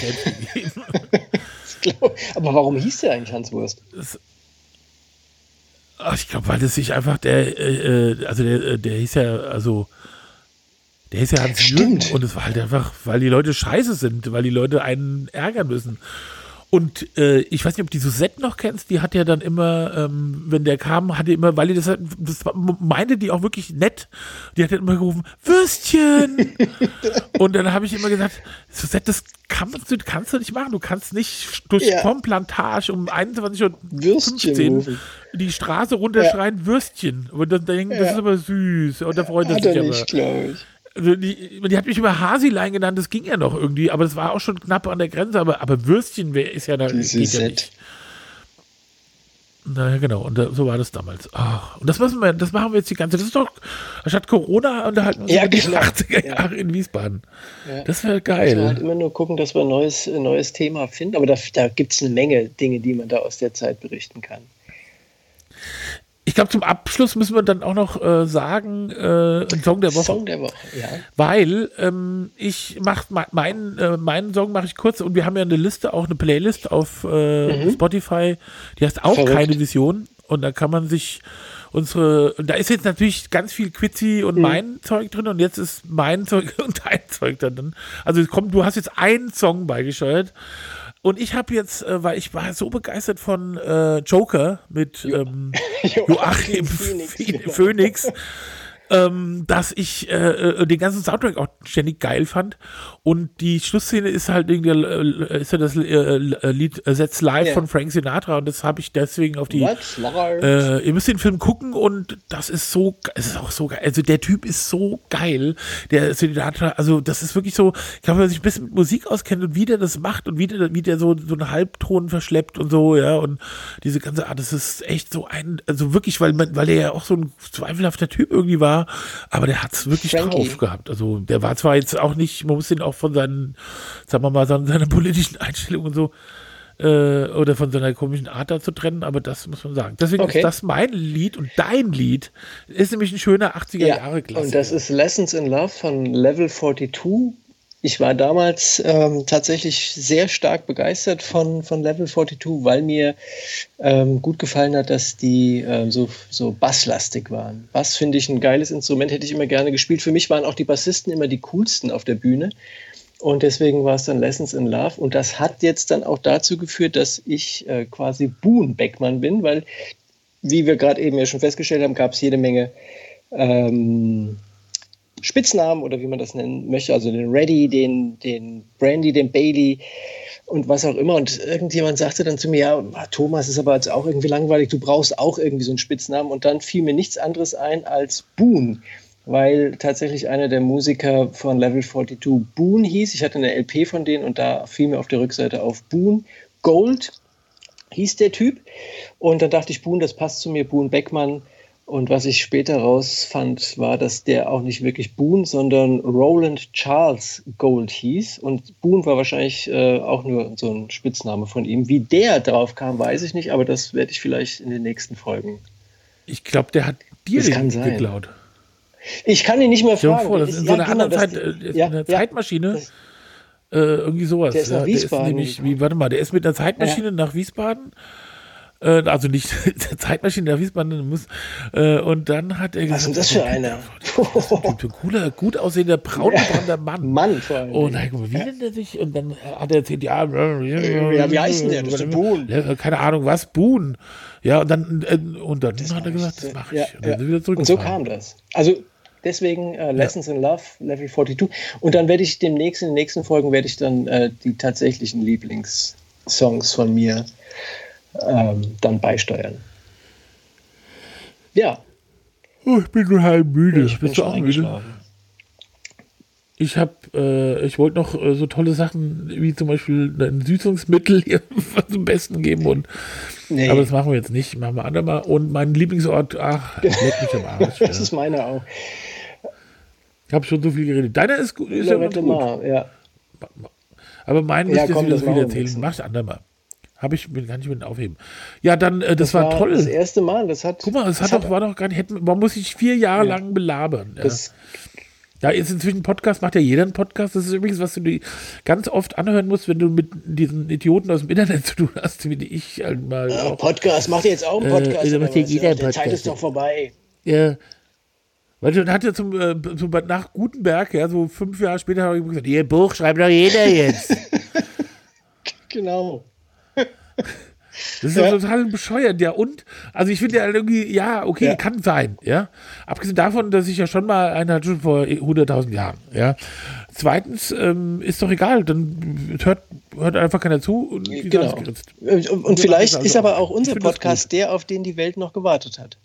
Speaker 3: Aber warum hieß der eigentlich Hans Wurst?
Speaker 1: Das, ach, ich glaube, weil das sich einfach der, äh, also der, der hieß ja, also der hieß ja Hans Jürgen und es war halt einfach, weil die Leute scheiße sind, weil die Leute einen ärgern müssen. Und äh, ich weiß nicht, ob du die Suzette noch kennst, die hat ja dann immer, ähm, wenn der kam, hat die immer, weil die das, das meinte die auch wirklich nett, die hat dann immer gerufen, Würstchen! Und dann habe ich immer gesagt, Suzette, das kannst du, kannst du nicht machen, du kannst nicht durch
Speaker 3: Ja.
Speaker 1: Komplantage um einundzwanzig Uhr
Speaker 3: Würstchen
Speaker 1: fünfzehn
Speaker 3: rufen.
Speaker 1: die Straße runterschreien, Würstchen. Und dann denken, das
Speaker 3: Ja.
Speaker 1: ist aber süß. Und da freut er
Speaker 3: Hat
Speaker 1: sich
Speaker 3: er
Speaker 1: aber.
Speaker 3: nicht, glaube ich.
Speaker 1: Also die, die hat mich immer Hasilein genannt, das ging ja noch irgendwie, aber das war auch schon knapp an der Grenze, aber, aber Würstchen wär, ist ja da,
Speaker 3: Die
Speaker 1: geht ja
Speaker 3: Suzette.
Speaker 1: nicht. Naja, genau, und da, so war das damals. Ach, und das müssen wir, das machen wir jetzt die ganze, das ist doch, statt Corona unterhalten wir uns
Speaker 3: Ja,
Speaker 1: über die
Speaker 3: genau.
Speaker 1: achtziger
Speaker 3: Ja.
Speaker 1: Jahre in Wiesbaden.
Speaker 3: Ja.
Speaker 1: Das wäre
Speaker 3: Wir müssen halt
Speaker 1: geil.
Speaker 3: immer nur gucken, dass wir ein neues, ein neues Thema finden, aber da, da gibt es eine Menge Dinge, die man da aus der Zeit berichten kann.
Speaker 1: Ich glaube, zum Abschluss müssen wir dann auch noch äh, sagen, äh, ein Song der Woche.
Speaker 3: Song der Woche, ja.
Speaker 1: Weil ähm, ich mache meinen, äh, meinen Song mache ich kurz und wir haben ja eine Liste, auch eine Playlist auf äh,
Speaker 3: Mhm.
Speaker 1: Spotify, die heißt auch
Speaker 3: Verrückt.
Speaker 1: keine Vision und da kann man sich unsere, und da ist jetzt natürlich ganz viel Quizzy und
Speaker 3: Mhm.
Speaker 1: mein Zeug drin und jetzt ist mein Zeug und dein Zeug da drin. Also komm, du hast jetzt einen Song beigesteuert und ich habe jetzt, äh, weil ich war so begeistert von äh, Joker mit ähm, Joachim
Speaker 3: Phoenix, genau.
Speaker 1: Phoenix, ähm, dass ich äh, den ganzen Soundtrack auch ständig geil fand. Und die Schlussszene ist halt irgendwie, äh, ist ja das äh, Lied äh, That's Live
Speaker 3: Ja.
Speaker 1: von Frank Sinatra und das habe ich deswegen auf die.
Speaker 3: What's live?
Speaker 1: Äh, ihr müsst den Film gucken und das ist so, es ist auch so geil. Also der Typ ist so geil. Der Sinatra, also das ist wirklich so, ich glaube, wenn man sich ein bisschen mit Musik auskennt und wie der das macht und wie der, wie der so, so einen Halbton verschleppt und so, ja, und diese ganze Art, das ist echt so ein, also wirklich, weil man, weil der ja auch so ein zweifelhafter Typ irgendwie war, aber der hat es wirklich
Speaker 3: Frankie.
Speaker 1: drauf gehabt. Also der war zwar jetzt auch nicht, man muss den auch von seinen, sagen wir mal, seinen, seiner politischen Einstellungen und so, äh, oder von seiner komischen Art da zu trennen, aber das muss man sagen. Deswegen
Speaker 3: Okay.
Speaker 1: ist das mein Lied und dein Lied ist nämlich ein schöner achtziger Jahre Klassiker.
Speaker 3: und das ist Lessons in Love von Level zweiundvierzig. Ich war damals ähm, tatsächlich sehr stark begeistert von, von Level zweiundvierzig, weil mir ähm, gut gefallen hat, dass die ähm, so, so basslastig waren. Bass finde ich ein geiles Instrument, hätte ich immer gerne gespielt. Für mich waren auch die Bassisten immer die coolsten auf der Bühne. Und deswegen war es dann Lessons in Love. Und das hat jetzt dann auch dazu geführt, dass ich äh, quasi Boone Beckmann bin, weil, wie wir gerade eben ja schon festgestellt haben, gab es jede Menge ähm, Spitznamen oder wie man das nennen möchte, also den Reddy, den, den Brandy, den Bailey und was auch immer. Und irgendjemand sagte dann zu mir, ja, Thomas ist aber jetzt auch irgendwie langweilig, du brauchst auch irgendwie so einen Spitznamen. Und dann fiel mir nichts anderes ein als Boone, weil tatsächlich einer der Musiker von Level zweiundvierzig Boone hieß. Ich hatte eine L P von denen und da fiel mir auf der Rückseite auf Boone. Gold hieß der Typ. Und dann dachte ich, Boone, das passt zu mir, Boone Beckmann. Und was ich später rausfand, war, dass der auch nicht wirklich Boone, sondern Roland Charles Gold hieß. Und Boone war wahrscheinlich äh, auch nur so ein Spitzname von ihm. Wie der drauf kam, weiß ich nicht, aber das werde ich vielleicht in den nächsten Folgen.
Speaker 1: Ich glaube, der hat dir
Speaker 3: Das kann
Speaker 1: den
Speaker 3: sein.
Speaker 1: geklaut.
Speaker 3: Ich kann ihn nicht mehr
Speaker 1: Stell dir
Speaker 3: fragen.
Speaker 1: vor, das ist in so einer
Speaker 3: genau,
Speaker 1: anderen
Speaker 3: das-
Speaker 1: Zeit, äh, ist
Speaker 3: ja,
Speaker 1: eine
Speaker 3: ja.
Speaker 1: Zeitmaschine.
Speaker 3: Das-
Speaker 1: Äh, irgendwie sowas.
Speaker 3: Der ist nach
Speaker 1: ja.
Speaker 3: Wiesbaden
Speaker 1: Der ist nämlich, wie, warte mal, der ist mit einer Zeitmaschine nach Wiesbaden Äh, also nicht Zeitmaschine, da Wiesbaden muss. Äh, und dann hat er
Speaker 3: gesagt, was ist das für einer?
Speaker 1: Ein cooler, gut aussehender, braungebrannter Mann.
Speaker 3: Mann vor allem.
Speaker 1: Und dann, wie nennt er sich? Und dann hat er erzählt, ja,
Speaker 3: ja, wie heißt denn der? Das ist der Boon.
Speaker 1: Keine Ahnung, was, Boon. Ja, und dann, äh, und dann hat er gesagt, das mache ich.
Speaker 3: Ja,
Speaker 1: und, dann
Speaker 3: ja.
Speaker 1: sind wir wieder
Speaker 3: und so kam das. Also deswegen äh, Lessons ja. in Love, Level zweiundvierzig. Und dann werde ich demnächst, in den nächsten Folgen, werde ich dann äh, die tatsächlichen Lieblingssongs von mir ähm, dann beisteuern. Ja.
Speaker 1: Oh, ich bin nur halb müde.
Speaker 3: Ich
Speaker 1: Bist du auch müde? Ich habe, äh, ich wollte noch äh, so tolle Sachen wie zum Beispiel ein Süßungsmittel hier zum Besten geben und nee. Aber das machen wir jetzt nicht, machen wir andermal. Und mein Lieblingsort, ach, leck mich am Arsch.
Speaker 3: Das
Speaker 1: ja.
Speaker 3: ist meiner auch.
Speaker 1: Ich habe schon so viel geredet. Deiner ist gut, ist ja ganz gut.
Speaker 3: Mal, ja.
Speaker 1: Aber meinen
Speaker 3: ja,
Speaker 1: müsst ihr
Speaker 3: komm,
Speaker 1: jetzt wieder erzählen. Mach's andermal. Habe ich, kann ich mit aufheben. Ja, dann, äh, das, das war, war toll.
Speaker 3: Das erste Mal, das hat.
Speaker 1: Guck mal, das, das hat doch, war doch gar nicht, hätten, man muss sich vier Jahre ja. lang belabern. Ja.
Speaker 3: Das,
Speaker 1: Ja, jetzt inzwischen Podcast, macht ja jeder einen Podcast. Das ist übrigens, was du dir ganz oft anhören musst, wenn du mit diesen Idioten aus dem Internet zu tun hast, wie ich halt mal.
Speaker 3: Ja,
Speaker 1: auch,
Speaker 3: Podcast, macht ihr jetzt auch einen Podcast?
Speaker 4: Äh, macht ja jeder
Speaker 3: Die Zeit ist doch vorbei.
Speaker 1: Ja. Weil dann hat er zum, äh, zum, nach Gutenberg, ja, so fünf Jahre später, habe ich gesagt, ihr Buch schreibt doch jeder jetzt.
Speaker 3: Genau.
Speaker 1: Das ist ja total bescheuert, ja. Und, also ich finde ja irgendwie, ja, okay, ja. kann sein, ja. Abgesehen davon, dass ich ja schon mal einen hatte schon vor hunderttausend Jahren, ja. Zweitens, ähm, ist doch egal, dann hört, hört einfach keiner zu und die
Speaker 3: genau. Und, und, und vielleicht ist also aber auch unser Podcast der, auf den die Welt noch gewartet hat.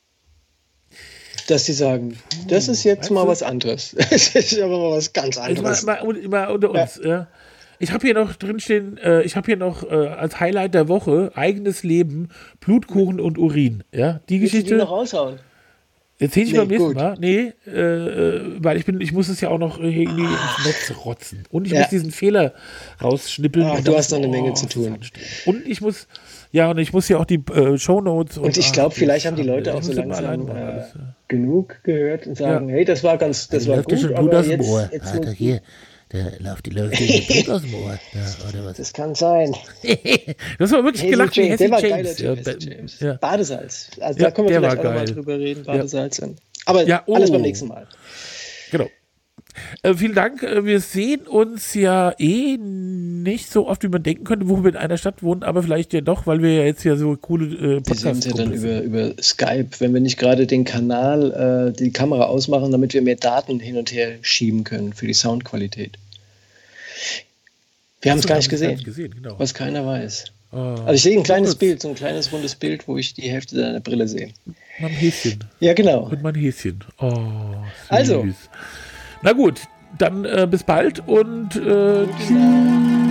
Speaker 3: Dass sie sagen, das ist jetzt weißt mal du? was anderes. Das ist aber mal was ganz anderes.
Speaker 1: Mal, mal, mal unter uns, ja. ja. Ich habe hier noch drinstehen, äh, ich habe hier noch äh, als Highlight der Woche eigenes Leben, Blutkuchen und Urin. Ja, die
Speaker 3: Willst
Speaker 1: Geschichte.
Speaker 3: Du die noch raushauen?
Speaker 1: Erzähl ich
Speaker 3: nee,
Speaker 1: beim nächsten
Speaker 3: gut.
Speaker 1: Mal. Nee, äh, weil ich bin, ich muss es ja auch noch irgendwie ins Netz rotzen. Und ich ja. muss diesen Fehler rausschnippeln.
Speaker 3: Ach, du hast noch eine oh, Menge zu tun.
Speaker 1: Und ich muss, ja, und ich muss ja auch die äh, Shownotes.
Speaker 3: Und, und ich glaube, vielleicht haben die Leute auch so langsam äh, alles, ja. genug gehört und sagen, ja. hey, das war ganz, das
Speaker 4: also
Speaker 3: war gut,
Speaker 4: schon
Speaker 3: aber
Speaker 4: aus
Speaker 3: jetzt,
Speaker 4: dem Ohr.
Speaker 3: jetzt
Speaker 4: Vater, hier, da läuft die Leute Blut aus dem Ohr. Ja, oder was?
Speaker 3: Das kann sein.
Speaker 1: Das war wirklich
Speaker 3: Hazy
Speaker 1: gelacht wie
Speaker 3: James,
Speaker 1: Hazy
Speaker 3: der war
Speaker 1: James.
Speaker 3: geiler
Speaker 1: Ja,
Speaker 3: Typ, James.
Speaker 1: Ja.
Speaker 3: Badesalz. Also
Speaker 1: ja,
Speaker 3: da können wir vielleicht auch
Speaker 1: geil.
Speaker 3: nochmal drüber reden, Badesalz. Ja. Aber
Speaker 1: ja, oh.
Speaker 3: alles beim nächsten Mal.
Speaker 1: Genau. Äh, vielen Dank. Wir sehen uns ja eh nicht so oft, wie man denken könnte, wo wir in einer Stadt wohnen, aber vielleicht ja doch, weil wir ja jetzt ja so coole äh, Podcasts
Speaker 3: haben. Wir sehen uns ja dann über, über Skype, wenn wir nicht gerade den Kanal, äh, die Kamera ausmachen, damit wir mehr Daten hin und her schieben können für die Soundqualität. Wir haben es gar nicht gesehen,
Speaker 1: nicht gesehen genau.
Speaker 3: was keiner weiß.
Speaker 1: Oh,
Speaker 3: also ich sehe ein kleines Bild, so ein kleines rundes Bild, wo ich die Hälfte deiner Brille sehe.
Speaker 1: Mein Häschen.
Speaker 3: Ja, genau.
Speaker 1: Und mein Häschen. Oh, süß.
Speaker 3: Also.
Speaker 1: Na gut, dann äh, bis bald und äh, tschüss.